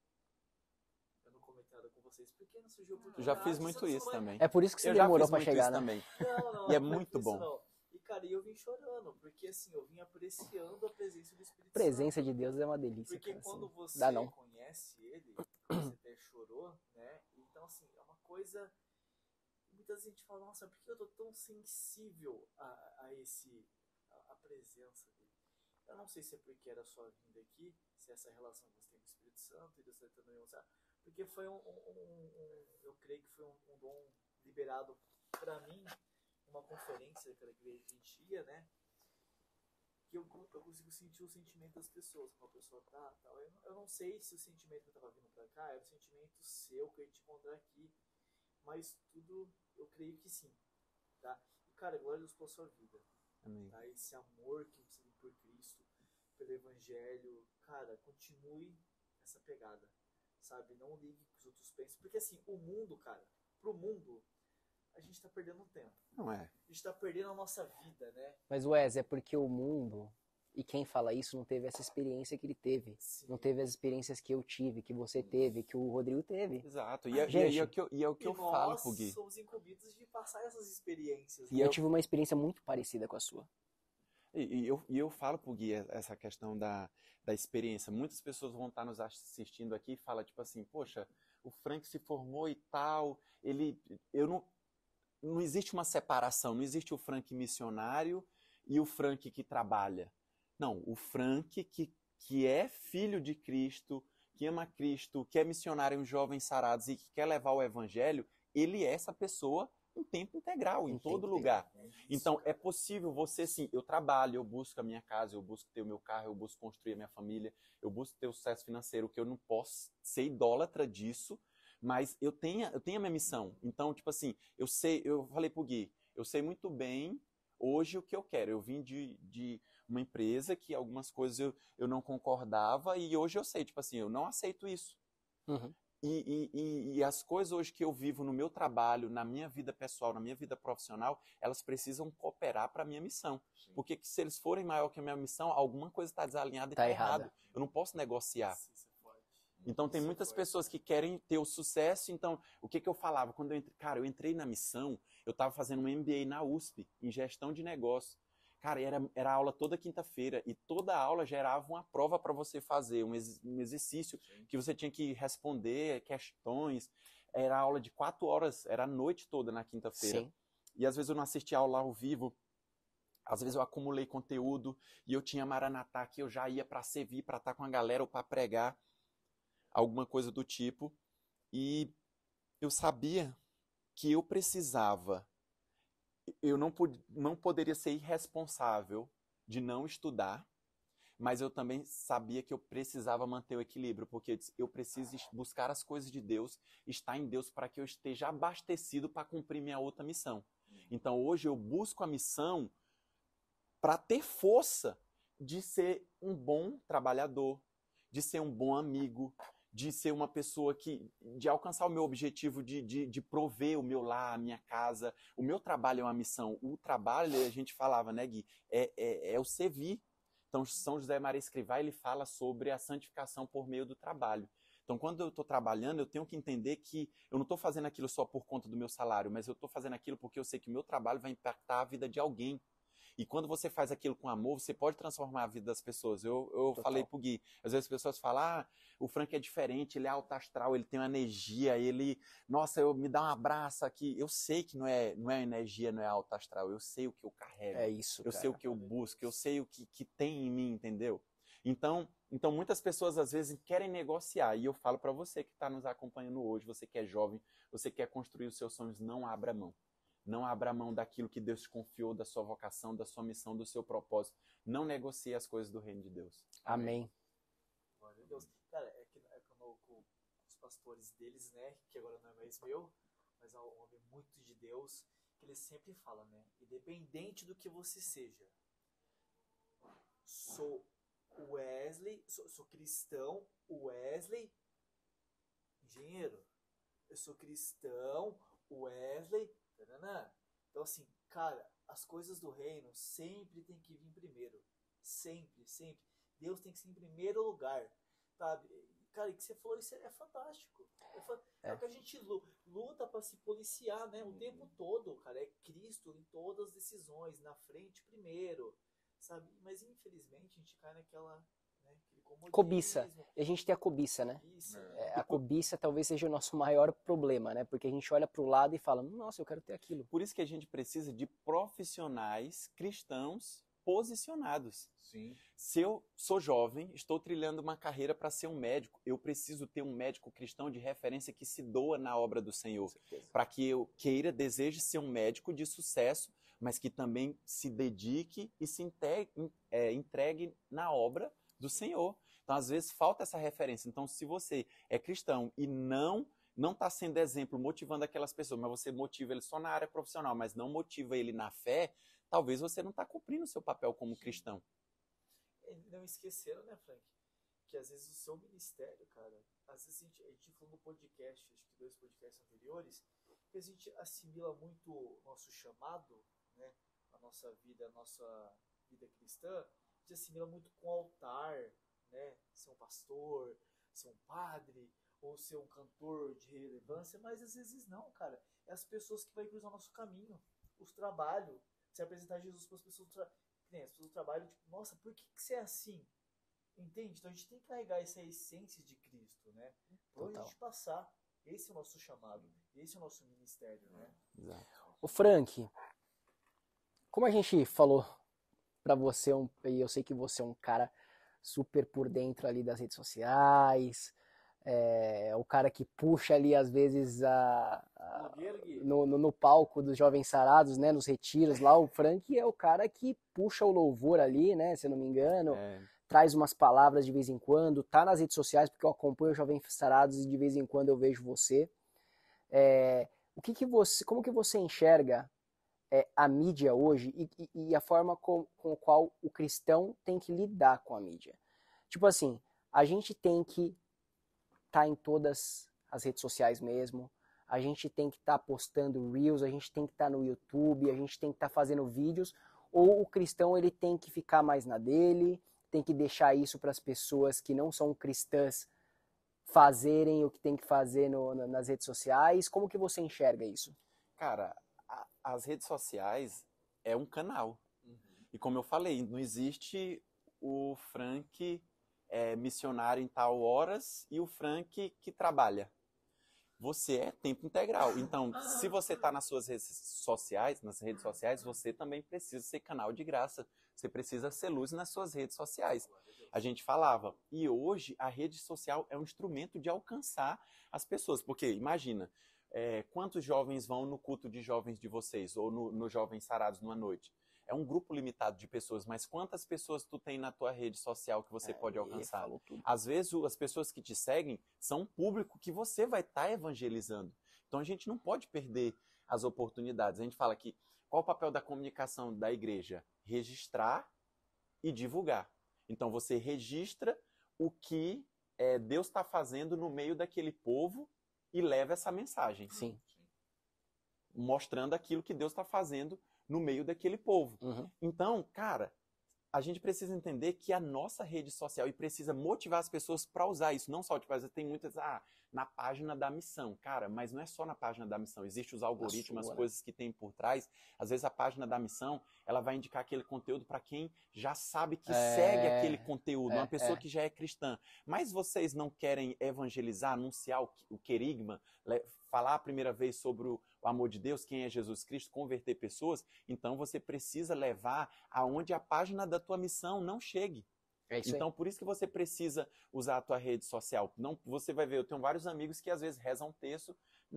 [SPEAKER 4] Eu não comentei nada com vocês, porque não surgiu oportunidade.
[SPEAKER 3] Já fiz muito isso também.
[SPEAKER 2] É por isso que você
[SPEAKER 3] Eu já
[SPEAKER 2] demorou
[SPEAKER 3] fiz
[SPEAKER 2] pra
[SPEAKER 3] muito
[SPEAKER 2] chegar,
[SPEAKER 3] isso
[SPEAKER 2] né?
[SPEAKER 3] também.
[SPEAKER 4] Não,
[SPEAKER 3] E é
[SPEAKER 4] não foi
[SPEAKER 3] muito
[SPEAKER 4] por isso,
[SPEAKER 3] bom.
[SPEAKER 4] não. E, cara, eu vim chorando, porque assim, eu vim apreciando a presença do Espírito
[SPEAKER 2] A presença
[SPEAKER 4] Santo.
[SPEAKER 2] de Deus é uma delícia,
[SPEAKER 4] Porque
[SPEAKER 2] cara.
[SPEAKER 4] quando
[SPEAKER 2] assim.
[SPEAKER 4] você
[SPEAKER 2] Dá não.
[SPEAKER 4] conhece ele, você até chorou, né? Então, assim, é uma coisa... Muitas vezes a gente fala, nossa, por que eu tô tão sensível a presença dele? Eu não sei se é porque era a sua vinda aqui, se é essa relação que você tem com o Espírito Santo, e Deus está tentando me mostrar, porque foi eu creio que foi um dom liberado para mim, uma conferência que a igreja a gente ia, né? que eu consigo sentir o sentimento das pessoas, como a pessoa tá, tal. Eu não sei se o sentimento que eu tava vindo pra cá era o sentimento seu que eu ia te encontrar aqui, mas tudo eu creio que sim, tá? E cara, glória a Deus pela sua vida,
[SPEAKER 3] Amém.
[SPEAKER 4] tá? Esse amor que você tem por Cristo, pelo Evangelho, cara, continue essa pegada, sabe? Não ligue que os outros pensam, porque assim, o mundo, cara, pro mundo, a gente tá perdendo tempo.
[SPEAKER 3] Não é.
[SPEAKER 4] A gente tá perdendo a nossa vida, né?
[SPEAKER 2] Mas, Wes, é porque o mundo, e quem fala isso, não teve essa experiência que ele teve.
[SPEAKER 4] Sim.
[SPEAKER 2] Não teve as experiências que eu tive, que você teve, que o Rodrigo teve.
[SPEAKER 3] Exato.
[SPEAKER 2] Gente,
[SPEAKER 3] E é o que eu falo pro Gui.
[SPEAKER 4] Nós somos incumbidos de passar essas experiências.
[SPEAKER 2] E eu tive uma experiência muito parecida com a sua.
[SPEAKER 3] E eu falo pro Gui essa questão da experiência. Muitas pessoas vão estar nos assistindo aqui e falam, tipo assim, poxa, o Frank se formou e tal, não existe uma separação, não existe o Frank missionário e o Frank que trabalha. Não, o Frank que é filho de Cristo, que ama Cristo, que é missionário em jovens sarados e que quer levar o evangelho, ele é essa pessoa em tempo integral, em todo lugar. Então, é possível você, sim, eu trabalho, eu busco a minha casa, eu busco ter o meu carro, eu busco construir a minha família, eu busco ter o sucesso financeiro, que eu não posso ser idólatra disso, mas eu tenho a minha missão. Então, tipo assim, eu falei pro Gui, eu sei muito bem hoje o que eu quero. Eu vim de uma empresa que algumas coisas eu não concordava e hoje eu sei, tipo assim, eu não aceito isso.
[SPEAKER 2] Uhum.
[SPEAKER 3] E as coisas hoje que eu vivo no meu trabalho, na minha vida pessoal, na minha vida profissional, elas precisam cooperar para a minha missão.
[SPEAKER 1] Sim.
[SPEAKER 3] Porque se eles forem maior que a minha missão, alguma coisa está desalinhada e
[SPEAKER 2] Tá
[SPEAKER 3] está
[SPEAKER 2] errada.
[SPEAKER 3] errado. Eu não posso negociar.
[SPEAKER 4] Isso é forte.
[SPEAKER 3] Então tem
[SPEAKER 4] Isso é
[SPEAKER 3] muitas
[SPEAKER 4] forte.
[SPEAKER 3] pessoas que querem ter o sucesso. Então, o que eu falava? Quando eu entrei na missão, eu estava fazendo um MBA na USP, em gestão de negócio. Cara, era aula toda quinta-feira e toda aula gerava uma prova para você fazer, um exercício que você tinha que responder questões. Era aula de 4 horas, era a noite toda na quinta-feira.
[SPEAKER 2] Sim.
[SPEAKER 3] E às vezes eu não assistia aula ao vivo, às vezes eu acumulei conteúdo e eu tinha Maranatá que eu já ia para servir, para estar com a galera ou para pregar, alguma coisa do tipo. E eu sabia que eu precisava, eu não poderia ser irresponsável de não estudar, mas eu também sabia que eu precisava manter o equilíbrio, porque eu preciso buscar as coisas de Deus, estar em Deus para que eu esteja abastecido para cumprir minha outra missão. Então hoje eu busco a missão para ter força de ser um bom trabalhador, de ser um bom amigo, de ser uma pessoa de alcançar o meu objetivo de prover o meu lar, a minha casa. O meu trabalho é uma missão. O trabalho, a gente falava, né, Gui, é o servir. Então, São José Maria Escrivá, ele fala sobre a santificação por meio do trabalho. Então, quando eu estou trabalhando, eu tenho que entender que eu não estou fazendo aquilo só por conta do meu salário, mas eu estou fazendo aquilo porque eu sei que o meu trabalho vai impactar a vida de alguém. E quando você faz aquilo com amor, você pode transformar a vida das pessoas. Eu falei pro Gui, às vezes as pessoas falam, o Frank é diferente, ele é alto astral, ele tem uma energia, nossa, me dá um abraço aqui. Eu sei que não é energia, não é alto astral, eu sei o que eu carrego.
[SPEAKER 2] É isso,
[SPEAKER 3] Eu
[SPEAKER 2] cara.
[SPEAKER 3] sei o que eu busco, eu sei o que tem em mim, entendeu? Então muitas pessoas às vezes querem negociar, e eu falo para você que está nos acompanhando hoje, você que é jovem, você quer construir os seus sonhos, não abra mão. Não abra mão daquilo que Deus te confiou, da sua vocação, da sua missão, do seu propósito. Não negocie as coisas do reino de Deus.
[SPEAKER 2] Amém.
[SPEAKER 4] Glória a Deus. Cara, com os pastores deles, né, que agora não é mais meu, mas é um homem muito de Deus, que ele sempre fala, né, independente do que você seja, sou Wesley, sou cristão, Wesley, engenheiro, eu sou cristão, Wesley, taranã. Então assim, cara, as coisas do reino sempre tem que vir primeiro, sempre, sempre. Deus tem que ser em primeiro lugar, sabe? Cara, o que você falou, isso é fantástico. É o que a gente luta para se policiar, né? O tempo todo, cara. É Cristo em todas as decisões, na frente primeiro, sabe? Mas infelizmente a gente cai naquela, né, aquele comodismo.
[SPEAKER 2] Cobiça. E a gente tem a cobiça, né?
[SPEAKER 4] Isso,
[SPEAKER 2] A cobiça talvez seja o nosso maior problema, né? Porque a gente olha pro lado e fala, nossa, eu quero ter aquilo.
[SPEAKER 3] Por isso que a gente precisa de profissionais cristãos posicionados.
[SPEAKER 1] Sim.
[SPEAKER 3] Se eu sou jovem, estou trilhando uma carreira para ser um médico, eu preciso ter um médico cristão de referência que se doa na obra do Senhor, para que eu deseje ser um médico de sucesso, mas que também se dedique e se entregue na obra do Senhor. Então, às vezes, falta essa referência. Então, se você é cristão e não está sendo exemplo, motivando aquelas pessoas, mas você motiva ele só na área profissional, mas não motiva ele na fé, talvez você não está cumprindo o seu papel como cristão.
[SPEAKER 4] Não esqueceram, né, Frank? Que às vezes o seu ministério, cara, às vezes a gente falou no podcast, acho que 2 podcasts anteriores, que a gente assimila muito o nosso chamado, né, a nossa vida cristã, a gente assimila muito com o altar, né, ser um pastor, ser um padre, ou ser um cantor de relevância, mas às vezes não, cara. É as pessoas que vão cruzar o nosso caminho, os trabalhos, você apresentar Jesus para as pessoas, as pessoas do trabalho, tipo, nossa, por que você é assim? Entende? Então a gente tem que carregar essa essência de Cristo, né? Pra onde a gente passar. Esse é o nosso chamado, esse é o nosso ministério, né?
[SPEAKER 3] Exato.
[SPEAKER 2] O Frank, como a gente falou pra você, e eu sei que você é um cara super por dentro ali das redes sociais, o cara que puxa ali às vezes no palco dos Jovens Sarados, né, nos retiros lá, o Frank é o cara que puxa o louvor ali, né, se eu não me engano, traz umas palavras de vez em quando, tá nas redes sociais, porque eu acompanho o Jovens Sarados e de vez em quando eu vejo você. Como que você enxerga a mídia hoje e a forma com a qual o cristão tem que lidar com a mídia? Tipo assim, a gente tem que estar em todas as redes sociais mesmo, a gente tem que estar postando Reels, a gente tem que estar no YouTube, a gente tem que estar fazendo vídeos, ou o cristão ele tem que ficar mais na dele, tem que deixar isso para as pessoas que não são cristãs fazerem o que tem que fazer nas redes sociais? Como que você enxerga isso?
[SPEAKER 3] Cara, as redes sociais é um canal. E como eu falei, não existe o Frank missionário em tal horas e o Frank que trabalha. Você é tempo integral. Então, se você está nas redes sociais, você também precisa ser canal de graça. Você precisa ser luz nas suas redes sociais. A gente falava. E hoje, a rede social é um instrumento de alcançar as pessoas. Porque, imagina, quantos jovens vão no culto de jovens de vocês, ou no Jovens Sarados numa noite? É um grupo limitado de pessoas, mas quantas pessoas tu tem na tua rede social que você pode alcançar? Às vezes, as pessoas que te seguem são um público que você vai estar evangelizando. Então, a gente não pode perder as oportunidades. A gente fala que qual o papel da comunicação da igreja? Registrar e divulgar. Então, você registra o que Deus está fazendo no meio daquele povo e leva essa mensagem.
[SPEAKER 2] Sim.
[SPEAKER 3] Mostrando aquilo que Deus está fazendo no meio daquele povo. Então, cara, a gente precisa entender que a nossa rede social, e precisa motivar as pessoas para usar isso, não só, tipo, às vezes tem muitas, na página da missão, cara, mas não é só na página da missão, existem os algoritmos, as coisas que tem por trás, às vezes a página da missão, ela vai indicar aquele conteúdo para quem já sabe que segue aquele conteúdo, uma pessoa que já é cristã, mas vocês não querem evangelizar, anunciar o querigma, falar a primeira vez sobre o amor de Deus, quem é Jesus Cristo, converter pessoas, então você precisa levar aonde a página da tua missão não chegue. Então, por isso que você precisa usar a tua rede social. Não, você vai ver, eu tenho vários amigos que às vezes rezam texto,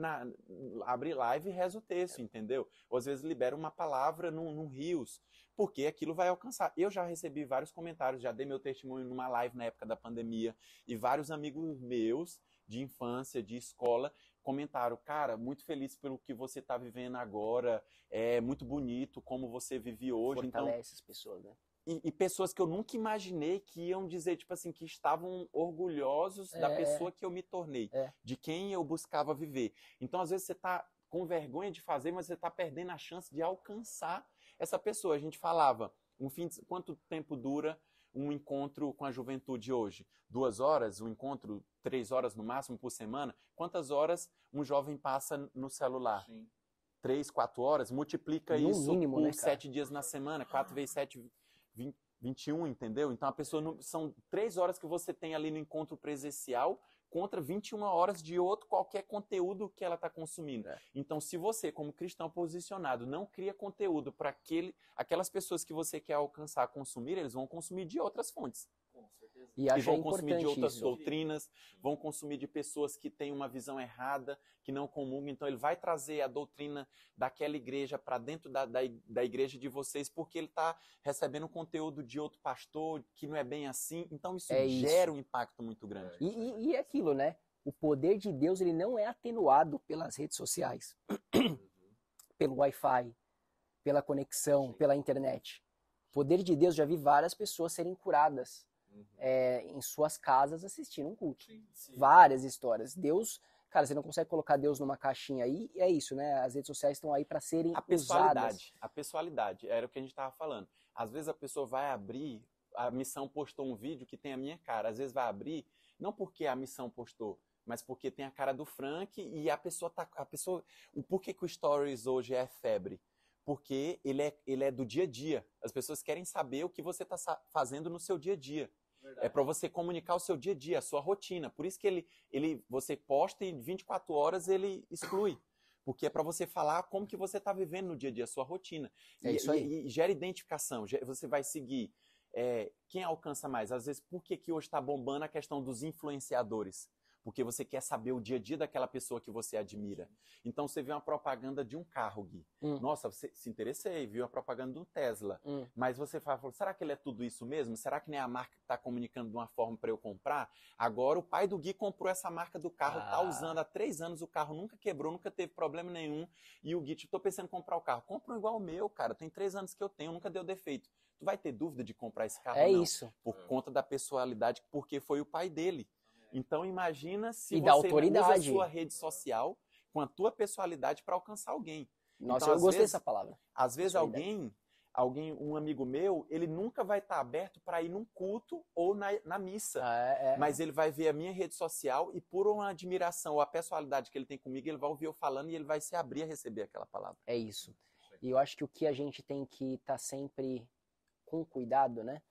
[SPEAKER 3] abre live e reza o texto, entendeu? Ou às vezes libera uma palavra num Reels, porque aquilo vai alcançar. Eu já recebi vários comentários, já dei meu testemunho numa live na época da pandemia, e vários amigos meus, de infância, de escola, comentaram, cara, muito feliz pelo que você está vivendo agora, é muito bonito como você vive hoje.
[SPEAKER 2] Fortalece as pessoas, né?
[SPEAKER 3] E pessoas que eu nunca imaginei que iam dizer, tipo assim, que estavam orgulhosos da pessoa que eu me tornei, de quem eu buscava viver. Então, às vezes, você está com vergonha de fazer, mas você está perdendo a chance de alcançar essa pessoa. A gente falava, quanto tempo dura um encontro com a juventude hoje? 2 horas? Um encontro 3 horas no máximo por semana? Quantas horas um jovem passa no celular?
[SPEAKER 1] Sim.
[SPEAKER 3] 3, 4 horas? Multiplica
[SPEAKER 2] No
[SPEAKER 3] isso
[SPEAKER 2] mínimo,
[SPEAKER 3] por
[SPEAKER 2] né,
[SPEAKER 3] 7 dias na semana. 4 vezes 7, 21, entendeu? Então, a pessoa são 3 horas que você tem ali no encontro presencial contra 21 horas de outro qualquer conteúdo que ela está consumindo. Então, se você, como cristão posicionado, não cria conteúdo para aquelas pessoas que você quer alcançar, consumir, eles vão consumir de outras fontes.
[SPEAKER 4] Com certeza.
[SPEAKER 2] E
[SPEAKER 3] E
[SPEAKER 2] acho
[SPEAKER 3] vão consumir de
[SPEAKER 2] importante
[SPEAKER 3] outras
[SPEAKER 2] isso.
[SPEAKER 3] doutrinas, vão consumir de pessoas que têm uma visão errada, que não comungam. Então ele vai trazer a doutrina daquela igreja para dentro da igreja de vocês, porque ele está recebendo conteúdo de outro pastor que não é bem assim. Então isso
[SPEAKER 2] É isso.
[SPEAKER 3] gera um impacto muito grande.
[SPEAKER 2] E é aquilo, né? O poder de Deus ele não é atenuado pelas redes sociais, pelo Wi-Fi, pela conexão, pela internet. O poder de Deus, já vi várias pessoas serem curadas em suas casas assistindo um culto.
[SPEAKER 4] Sim.
[SPEAKER 2] Várias histórias. Deus, cara, você não consegue colocar Deus numa caixinha aí, e é isso, né? As redes sociais estão aí para serem usadas.
[SPEAKER 3] A pessoalidade, era o que a gente estava falando. Às vezes a pessoa vai abrir, a missão postou um vídeo que tem a minha cara. Às vezes vai abrir, não porque a missão postou, mas porque tem a cara do Frank e a pessoa tá. Por que o Stories hoje é febre? Porque ele é do dia a dia. As pessoas querem saber o que você está fazendo no seu dia a dia.
[SPEAKER 4] Verdade.
[SPEAKER 3] É para você comunicar o seu dia a dia, a sua rotina. Por isso que você posta e em 24 horas ele exclui. Porque é para você falar como que você está vivendo no dia a dia, a sua rotina.
[SPEAKER 2] É isso aí.
[SPEAKER 3] E gera identificação. Você vai seguir quem alcança mais. Às vezes, por que hoje está bombando a questão dos influenciadores? Porque você quer saber o dia a dia daquela pessoa que você admira. Então você vê uma propaganda de um carro, Gui. Nossa, você se interessei, viu a propaganda do Tesla. Mas você fala, será que ele é tudo isso mesmo? Será que nem a marca está comunicando de uma forma para eu comprar? Agora o pai do Gui comprou essa marca do carro, tá usando há 3 anos, o carro nunca quebrou, nunca teve problema nenhum. E o Gui, tô pensando em comprar o carro. Compra um igual o meu, cara. Tem 3 anos que eu tenho, nunca deu defeito. Tu vai ter dúvida de comprar esse carro ou não?
[SPEAKER 2] Isso.
[SPEAKER 3] Por conta da pessoalidade, porque foi o pai dele. Então imagina se
[SPEAKER 2] E da
[SPEAKER 3] você usa a
[SPEAKER 2] autoridade.
[SPEAKER 3] sua rede social com a tua pessoalidade para alcançar alguém.
[SPEAKER 2] Nossa,
[SPEAKER 3] Então,
[SPEAKER 2] eu
[SPEAKER 3] às
[SPEAKER 2] gostei
[SPEAKER 3] vezes-
[SPEAKER 2] dessa palavra.
[SPEAKER 3] Às vezes
[SPEAKER 2] Pessoalidade.
[SPEAKER 3] um amigo meu, ele nunca vai estar aberto para ir num culto ou na missa.
[SPEAKER 2] É.
[SPEAKER 3] Mas ele vai ver a minha rede social e por uma admiração ou a pessoalidade que ele tem comigo, ele vai ouvir eu falando e ele vai se abrir a receber aquela palavra.
[SPEAKER 2] É isso. E eu acho que o que a gente tem que estar sempre com cuidado, né?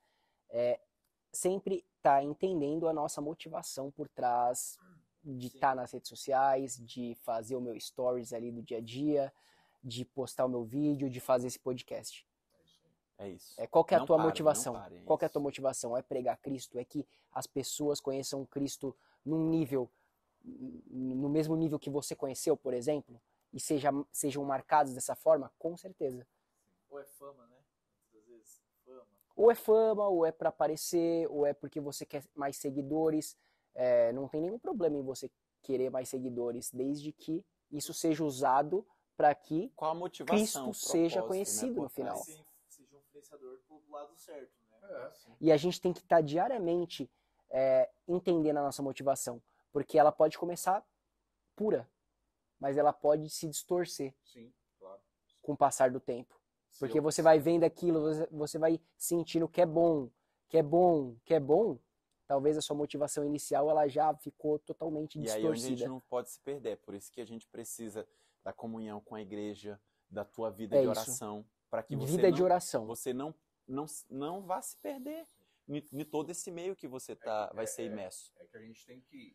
[SPEAKER 2] É sempre estar entendendo a nossa motivação por trás de estar nas redes sociais, de fazer o meu stories ali do dia a dia, de postar o meu vídeo, de fazer esse podcast.
[SPEAKER 3] É isso.
[SPEAKER 2] Qual que é a
[SPEAKER 3] Não
[SPEAKER 2] tua
[SPEAKER 3] parem,
[SPEAKER 2] motivação?
[SPEAKER 3] não parem, é
[SPEAKER 2] Qual que é a
[SPEAKER 3] isso.
[SPEAKER 2] tua motivação? É pregar Cristo? É que as pessoas conheçam Cristo no mesmo nível que você conheceu, por exemplo? E sejam marcados dessa forma? Com certeza.
[SPEAKER 4] Ou é fama, né? Muitas vezes, fama.
[SPEAKER 2] Ou é fama, ou é pra aparecer, ou é porque você quer mais seguidores. Não tem nenhum problema em você querer mais seguidores, desde que isso seja usado para que
[SPEAKER 3] Qual a motivação?
[SPEAKER 2] Cristo
[SPEAKER 3] o
[SPEAKER 2] seja
[SPEAKER 3] propósito,
[SPEAKER 2] conhecido
[SPEAKER 3] por
[SPEAKER 2] no final.
[SPEAKER 3] trás?
[SPEAKER 4] Seja um influenciador pro lado certo, né?
[SPEAKER 1] Sim.
[SPEAKER 2] E a gente tem que estar diariamente entendendo a nossa motivação, porque ela pode começar pura, mas ela pode se distorcer
[SPEAKER 1] Sim, claro.
[SPEAKER 2] com o passar do tempo.
[SPEAKER 1] Se
[SPEAKER 2] Porque
[SPEAKER 1] eu-
[SPEAKER 2] você vai vendo aquilo, você vai sentindo que é bom, que é bom, que é bom. Talvez a sua motivação inicial ela já ficou totalmente
[SPEAKER 3] E aí onde a gente
[SPEAKER 2] distorcida.
[SPEAKER 3] não pode se perder. Por isso que a gente precisa da comunhão com a igreja, da tua vida
[SPEAKER 2] É
[SPEAKER 3] de
[SPEAKER 2] isso.
[SPEAKER 3] oração, para que você
[SPEAKER 2] Vida
[SPEAKER 3] não,
[SPEAKER 2] de oração.
[SPEAKER 3] você não vá se perder em todo esse meio que você vai ser imerso.
[SPEAKER 1] É que a gente tem que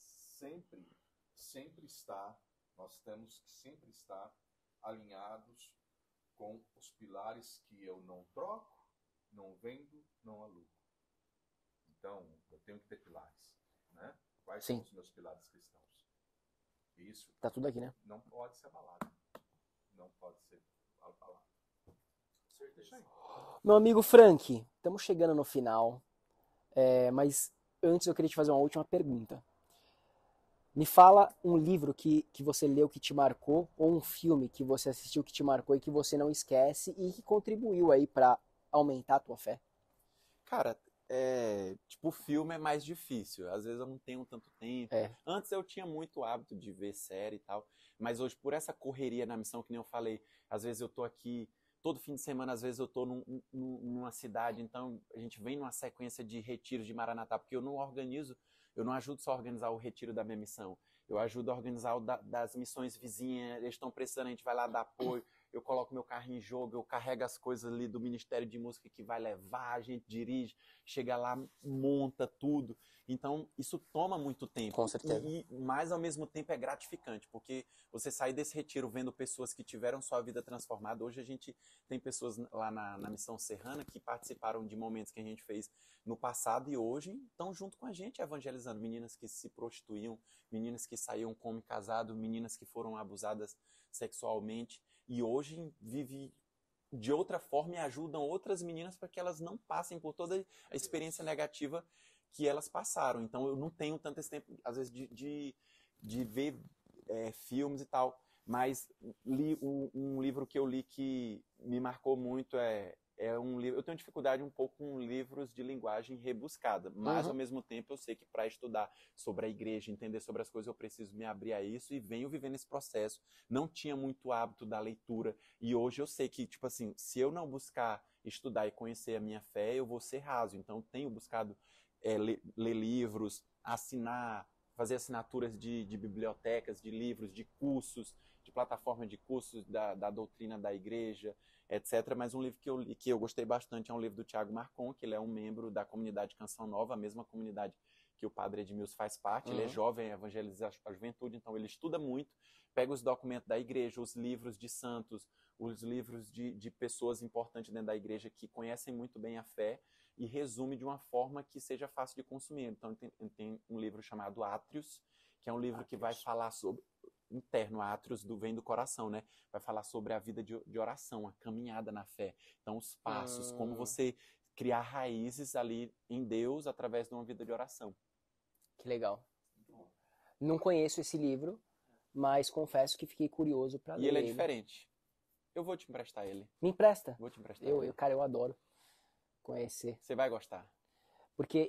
[SPEAKER 1] sempre estar, nós temos que sempre estar alinhados com os pilares que eu não troco, não vendo, não alugo. Então, eu tenho que ter pilares, né? Quais
[SPEAKER 2] Sim.
[SPEAKER 1] são os meus pilares cristãos? Isso
[SPEAKER 2] Tá tudo aqui, né?
[SPEAKER 1] não pode ser abalado. Não pode ser abalado. Isso aí.
[SPEAKER 2] Meu amigo Frank, estamos chegando no final, mas antes eu queria te fazer uma última pergunta. Me fala um livro que você leu que te marcou, ou um filme que você assistiu que te marcou e que você não esquece e que contribuiu aí para aumentar a tua fé.
[SPEAKER 3] Cara, tipo, filme é mais difícil. Às vezes eu não tenho tanto tempo. Antes eu tinha muito hábito de ver série e tal, mas hoje, por essa correria na missão, que nem eu falei, às vezes eu tô aqui, todo fim de semana, às vezes eu tô numa cidade, então a gente vem numa sequência de retiros de Maranatá, porque eu não ajudo só a organizar o retiro da minha missão, eu ajudo a organizar das missões vizinhas, eles estão precisando, a gente vai lá dar apoio, eu coloco meu carro em jogo, eu carrego as coisas ali do Ministério de Música que vai levar, a gente dirige, chega lá, monta tudo. Então, isso toma muito tempo.
[SPEAKER 2] Com certeza.
[SPEAKER 3] Mas, ao mesmo tempo, é gratificante, porque você sai desse retiro vendo pessoas que tiveram sua vida transformada. Hoje a gente tem pessoas lá na Missão Serrana que participaram de momentos que a gente fez no passado e hoje estão junto com a gente evangelizando. Meninas que se prostituíam, meninas que saíam como casado, meninas que foram abusadas sexualmente e hoje vivem de outra forma e ajudam outras meninas para que elas não passem por toda a experiência negativa que elas passaram. Então eu não tenho tanto esse tempo, às vezes, de ver filmes e tal, mas um livro que eu li que me marcou muito é um livro. Eu tenho dificuldade um pouco com livros de linguagem rebuscada, mas ao mesmo tempo eu sei que para estudar sobre a igreja, entender sobre as coisas, eu preciso me abrir a isso e venho vivendo esse processo. Não tinha muito hábito da leitura e hoje eu sei que, tipo assim, se eu não buscar estudar e conhecer a minha fé, eu vou ser raso. Então tenho buscado ler livros, fazer assinaturas de bibliotecas, de livros, de cursos, de plataforma de cursos da doutrina da igreja, etc. Mas um livro que eu li, que eu gostei bastante, é um livro do Thiago Marcon, que ele é um membro da comunidade Canção Nova, a mesma comunidade que o padre Edmilson faz parte. Ele é jovem, evangeliza a juventude, então ele estuda muito, pega os documentos da igreja, os livros de santos, os livros de pessoas importantes dentro da igreja que conhecem muito bem a fé e resume de uma forma que seja fácil de consumir. Então tem um livro chamado Átrios, que é um livro que vai falar sobre interno, Átrios vem do coração, né? Vai falar sobre a vida de oração, a caminhada na fé. Então os passos, como você criar raízes ali em Deus através de uma vida de oração.
[SPEAKER 2] Que legal. Não conheço esse livro, mas confesso que fiquei curioso para ler.
[SPEAKER 3] E ele é diferente. Eu vou te emprestar ele.
[SPEAKER 2] Me empresta.
[SPEAKER 3] Vou te emprestar ele.
[SPEAKER 2] Cara, eu adoro conhecer.
[SPEAKER 3] Você vai gostar.
[SPEAKER 2] Porque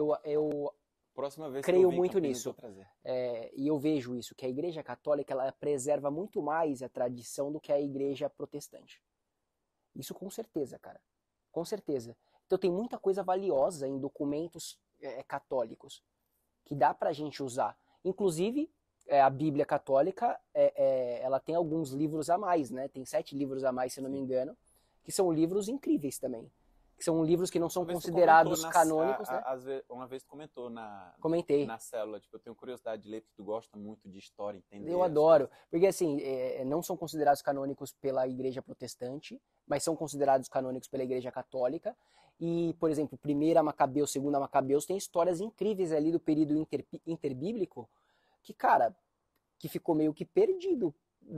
[SPEAKER 2] eu
[SPEAKER 3] Próxima vez
[SPEAKER 2] creio
[SPEAKER 3] que eu vir,
[SPEAKER 2] muito
[SPEAKER 3] Campinas,
[SPEAKER 2] nisso.
[SPEAKER 3] vou trazer.
[SPEAKER 2] E eu vejo isso, que a Igreja Católica ela preserva muito mais a tradição do que a Igreja Protestante. Isso com certeza, cara. Com certeza. Então tem muita coisa valiosa em documentos católicos que dá pra gente usar. Inclusive, a Bíblia Católica, ela tem alguns livros a mais, né? Tem 7 livros a mais, se eu não me engano, que são livros incríveis também. Que são livros que não são considerados canônicos, né?
[SPEAKER 3] Uma vez tu comentou
[SPEAKER 2] Comentei.
[SPEAKER 3] na célula, tipo, eu tenho curiosidade de ler, porque tu gosta muito de história, entender.
[SPEAKER 2] Eu adoro, porque assim, não são considerados canônicos pela Igreja Protestante, mas são considerados canônicos pela Igreja Católica. E, por exemplo, 1 Macabeus, 2 Macabeus, tem histórias incríveis ali do período interbíblico que, cara, que ficou meio que perdido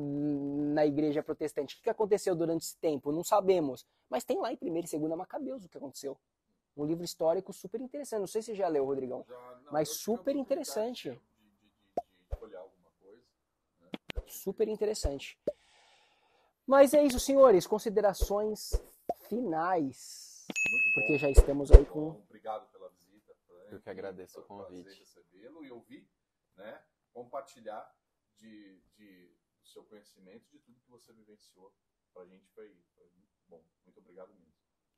[SPEAKER 2] na Igreja Protestante. O que aconteceu durante esse tempo? Não sabemos. Mas tem lá em 1 e 2 Macabeus o que aconteceu. Um livro histórico super interessante. Não sei se você já leu, Rodrigão. Mas super interessante.
[SPEAKER 1] De olhar alguma coisa, né?
[SPEAKER 2] Super interessante. Mas é isso, senhores. Considerações finais.
[SPEAKER 1] Muito bom.
[SPEAKER 2] Porque já estamos aí com...
[SPEAKER 1] Obrigado pela visita, Frank.
[SPEAKER 3] Eu que agradeço o
[SPEAKER 1] Foi um prazer
[SPEAKER 3] convite.
[SPEAKER 1] recebê-lo e ouvir, né? Compartilhar do seu conhecimento, de tudo que você vivenciou. Pra gente foi muito bom. Muito obrigado mesmo.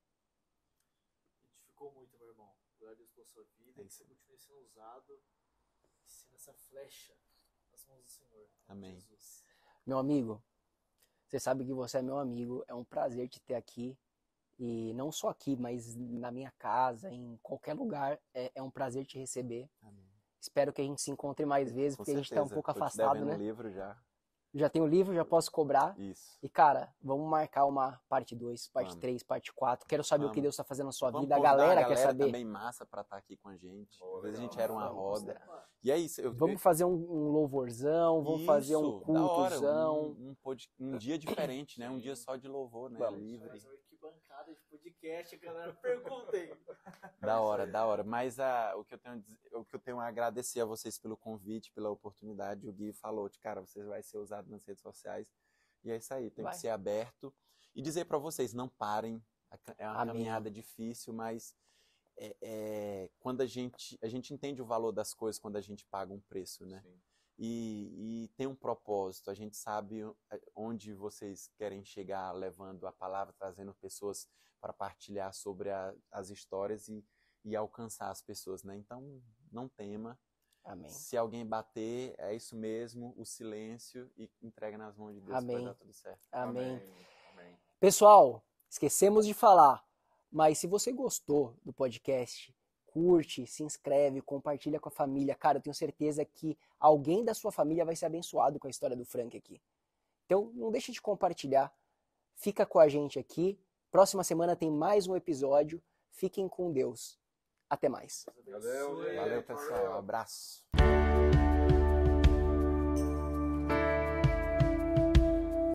[SPEAKER 4] Edificou muito, meu irmão. Glória a Deus pela sua vida. Que você continue sendo usado, sendo essa flecha nas mãos do Senhor.
[SPEAKER 3] Amém.
[SPEAKER 4] Jesus.
[SPEAKER 2] Meu amigo, você sabe que você é meu amigo. É um prazer te ter aqui. E não só aqui, mas na minha casa, em qualquer lugar. É um prazer te receber.
[SPEAKER 3] Amém.
[SPEAKER 2] Espero que a gente se encontre mais vezes,
[SPEAKER 3] Com
[SPEAKER 2] porque a gente tá um
[SPEAKER 3] certeza.
[SPEAKER 2] pouco
[SPEAKER 3] Tô te
[SPEAKER 2] afastado,
[SPEAKER 3] devendo
[SPEAKER 2] né?
[SPEAKER 3] um livro já.
[SPEAKER 2] Já tem o livro, já posso cobrar.
[SPEAKER 3] Isso.
[SPEAKER 2] E, cara, vamos marcar uma parte 2, parte
[SPEAKER 3] Vamos.
[SPEAKER 2] 3, parte 4. Quero saber o que
[SPEAKER 3] Vamos.
[SPEAKER 2] Deus tá fazendo na sua
[SPEAKER 3] Vamos
[SPEAKER 2] vida. A
[SPEAKER 3] convidar
[SPEAKER 2] galera quer saber.
[SPEAKER 3] também massa pra estar aqui com a gente.
[SPEAKER 1] Oh,
[SPEAKER 3] Às vezes a
[SPEAKER 1] legal.
[SPEAKER 3] gente era uma
[SPEAKER 2] Vamos
[SPEAKER 3] roda.
[SPEAKER 2] considerar.
[SPEAKER 3] E é isso.
[SPEAKER 2] Vamos fazer um louvorzão, vamos fazer um
[SPEAKER 3] Isso, da hora,
[SPEAKER 2] cultozão.
[SPEAKER 3] um dia diferente, né? Um dia só de louvor, né?
[SPEAKER 2] Vamos.
[SPEAKER 3] Livre.
[SPEAKER 4] Faz uma arquibancada de podcast, a galera pergunta aí.
[SPEAKER 3] Da hora, da hora. Mas o que eu tenho a agradecer a vocês pelo convite, pela oportunidade. O Gui falou de, cara, você vai ser usado nas redes sociais. E é isso aí, tem
[SPEAKER 2] Vai.
[SPEAKER 3] que ser aberto. E dizer pra vocês, não parem. É uma
[SPEAKER 2] Amém.
[SPEAKER 3] caminhada difícil, mas quando a gente entende o valor das coisas quando a gente paga um preço, né?
[SPEAKER 1] Sim.
[SPEAKER 3] E tem um propósito, a gente sabe onde vocês querem chegar levando a palavra, trazendo pessoas para partilhar sobre as histórias e alcançar as pessoas, né? Então, não tema,
[SPEAKER 2] Amém.
[SPEAKER 3] Se alguém bater, é isso mesmo, o silêncio e entrega nas mãos de Deus,
[SPEAKER 2] Amém.
[SPEAKER 3] vai dar tudo certo.
[SPEAKER 2] Amém.
[SPEAKER 1] Amém.
[SPEAKER 2] Pessoal, esquecemos de falar, mas se você gostou do podcast, curte, se inscreve, compartilha com a família. Cara, eu tenho certeza que alguém da sua família vai ser abençoado com a história do Frank aqui. Então, não deixe de compartilhar. Fica com a gente aqui. Próxima semana tem mais um episódio. Fiquem com Deus. Até mais.
[SPEAKER 1] Valeu,
[SPEAKER 3] Valeu, pessoal.
[SPEAKER 1] Valeu.
[SPEAKER 3] Abraço.